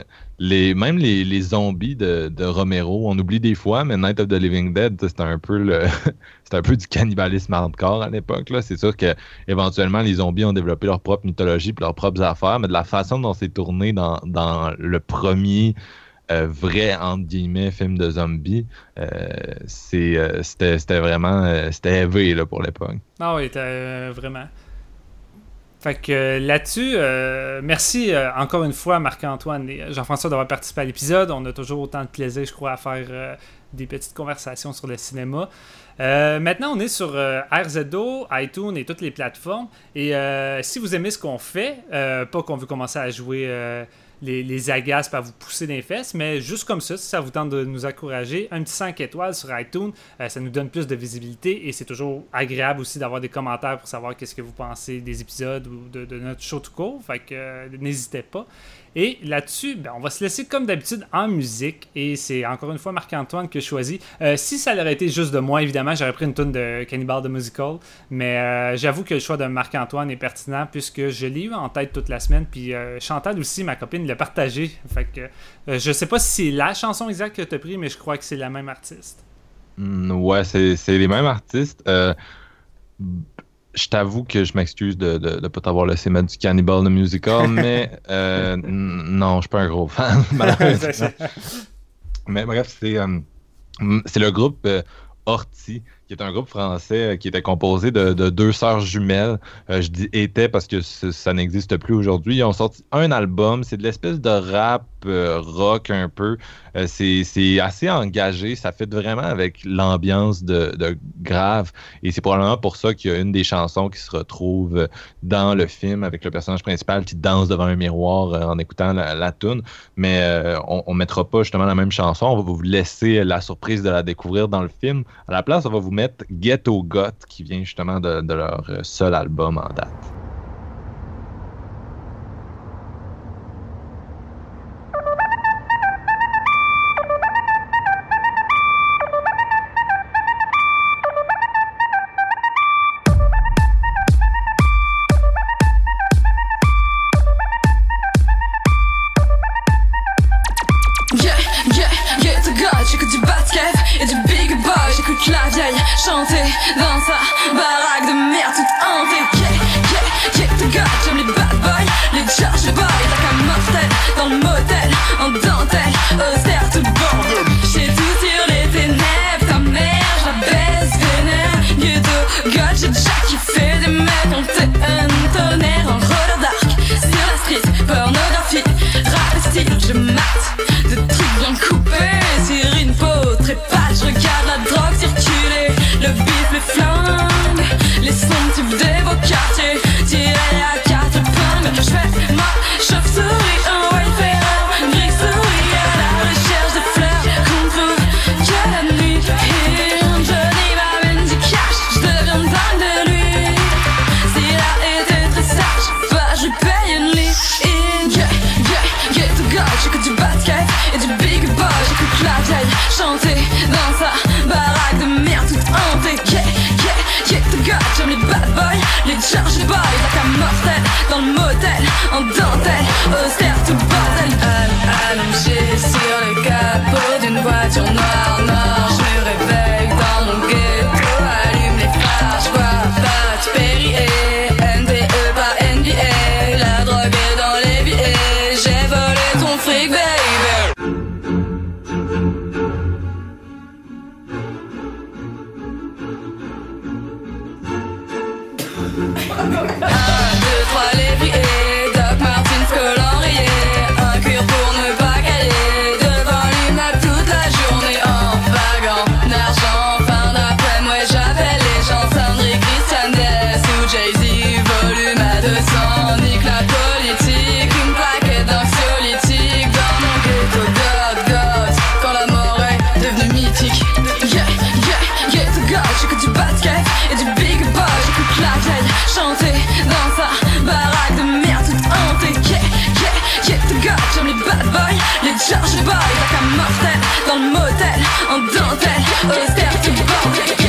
les, même les, les zombies de, de Romero, on oublie des fois, mais Night of the Living Dead, c'était un peu le c'était un peu du cannibalisme hardcore à l'époque. Là. C'est sûr que éventuellement les zombies ont développé leur propre mythologie et leurs propres affaires, mais de la façon dont c'est tourné dans, dans le premier euh, vrai, entre guillemets, film de zombies, euh, c'est, euh, c'était, c'était vraiment euh, c'était élevé là, pour l'époque. Ah oui, euh, vraiment. Fait que euh, là-dessus, euh, merci euh, encore une fois Marc-Antoine et Jean-François d'avoir participé à l'épisode. On a toujours autant de plaisir, je crois, à faire euh, des petites conversations sur le cinéma. Euh, maintenant, on est sur euh, R Z O, iTunes et toutes les plateformes. Et euh, si vous aimez ce qu'on fait, euh, pas qu'on veut commencer à jouer euh, les, les agaces et à vous pousser dans les fesses, mais juste comme ça, si ça vous tente de nous encourager, un petit cinq étoiles sur iTunes, euh, ça nous donne plus de visibilité et c'est toujours agréable aussi d'avoir des commentaires pour savoir qu'est-ce que vous pensez des épisodes ou de, de notre show tout court. Fait que euh, n'hésitez pas. Et là-dessus, ben, on va se laisser comme d'habitude en musique. Et c'est encore une fois Marc-Antoine qui a choisi. Euh, si ça aurait été juste de moi, évidemment, j'aurais pris une tune de Cannibal the Musical. Mais euh, j'avoue que le choix de Marc-Antoine est pertinent puisque je l'ai eu en tête toute la semaine. Puis euh, Chantal aussi, ma copine, l'a partagé. Fait que euh, je sais pas si c'est la chanson exacte que tu as pris, mais je crois que c'est la même artiste. Mm, ouais, c'est, c'est les mêmes artistes. Euh... Je t'avoue que je m'excuse de ne de, de pas t'avoir laissé mettre du Cannibal the Musical, mais euh, n- non, je suis pas un gros fan, malheureusement. Mais bref, c'est, euh, c'est le groupe euh, Horty, qui est un groupe français euh, qui était composé de, de deux sœurs jumelles. Euh, je dis « était » parce que c- ça n'existe plus aujourd'hui. Ils ont sorti un album, c'est de l'espèce de rap euh, rock un peu. Euh, c'est, c'est assez engagé, ça fait vraiment avec l'ambiance de, de Grave. Et c'est probablement pour ça qu'il y a une des chansons qui se retrouve dans le film avec le personnage principal qui danse devant un miroir euh, en écoutant la, la toune. Mais euh, on ne mettra pas justement la même chanson, on va vous laisser la surprise de la découvrir dans le film. À la place, on va vous mettre Ghetto Goth qui vient justement de, de leur seul album en date. Chanter dans sa baraque de merde toute hantée. Yeah, yeah, yeah, the God, j'aime les bad boys, les charge boys, la cam mortelle, dans le motel, en dentelle, austère tout le bordel. J'ai tout sur les ténèbres, ta mère, je la baisse vénère. Ghetto God, j'ai déjà kiffé des mecs, on t'est un tonnerre, en roller dark, sur la street, pornographie, rap et style, je mate, de trucs bien coupés, sur une peau très pâle, je regarde la drogue circuler. Le bif, les flingues, les sons types des beaux quartiers, tirés à quatre épingles. Je fais ma chauve-souris, un welfare, gris souris à la recherche de fleurs qu'on trouve que la nuit. Et un Johnny m'amène du cash, je deviens dingue de lui. S'il a été très sage, bah je lui paye une ligne. Yeah, yeah, yeah, to God, j'écoute du basket et du big boy. J'écoute la vieille chanter dans sa baraque de merde toute hantée. Yeah, yeah, yeah, to God, j'aime les bad boys, les charge boys, la cam mortelle, dans le motel, en dentelle, austère tout bordel. Allongé sur le capot d'une voiture noire, noire, je me réveille dans mon ghetto, allume les phares, je vois pas de Perrier, N B E pas N B A, la drogue est dans les billets, j'ai volé ton fric, baby. Un, deux, trois lévriers, Doc Martens, col enrayé, un cure pour ne pas caler, devant l'une toute la journée en vaguant, argent, fin d'après, moi j'appelle les gens, Sandry, Christian Dess ou Jay-Z, volume à deux cents, nique la politique, une plaquette d'anxiolytique, dans mon ghetto, God, God, quand la mort est devenue mythique. Yeah, yeah, yeah, to God, j'écoute du basket et du big boy, j'écoute la vieille chanter dans sa baraque de merde toute hantée. Yeah, yeah, yeah, to God, j'aime les bad boys, les charge boys, la cam mortelle, dans le motel, en dentelle, austère tout bordel.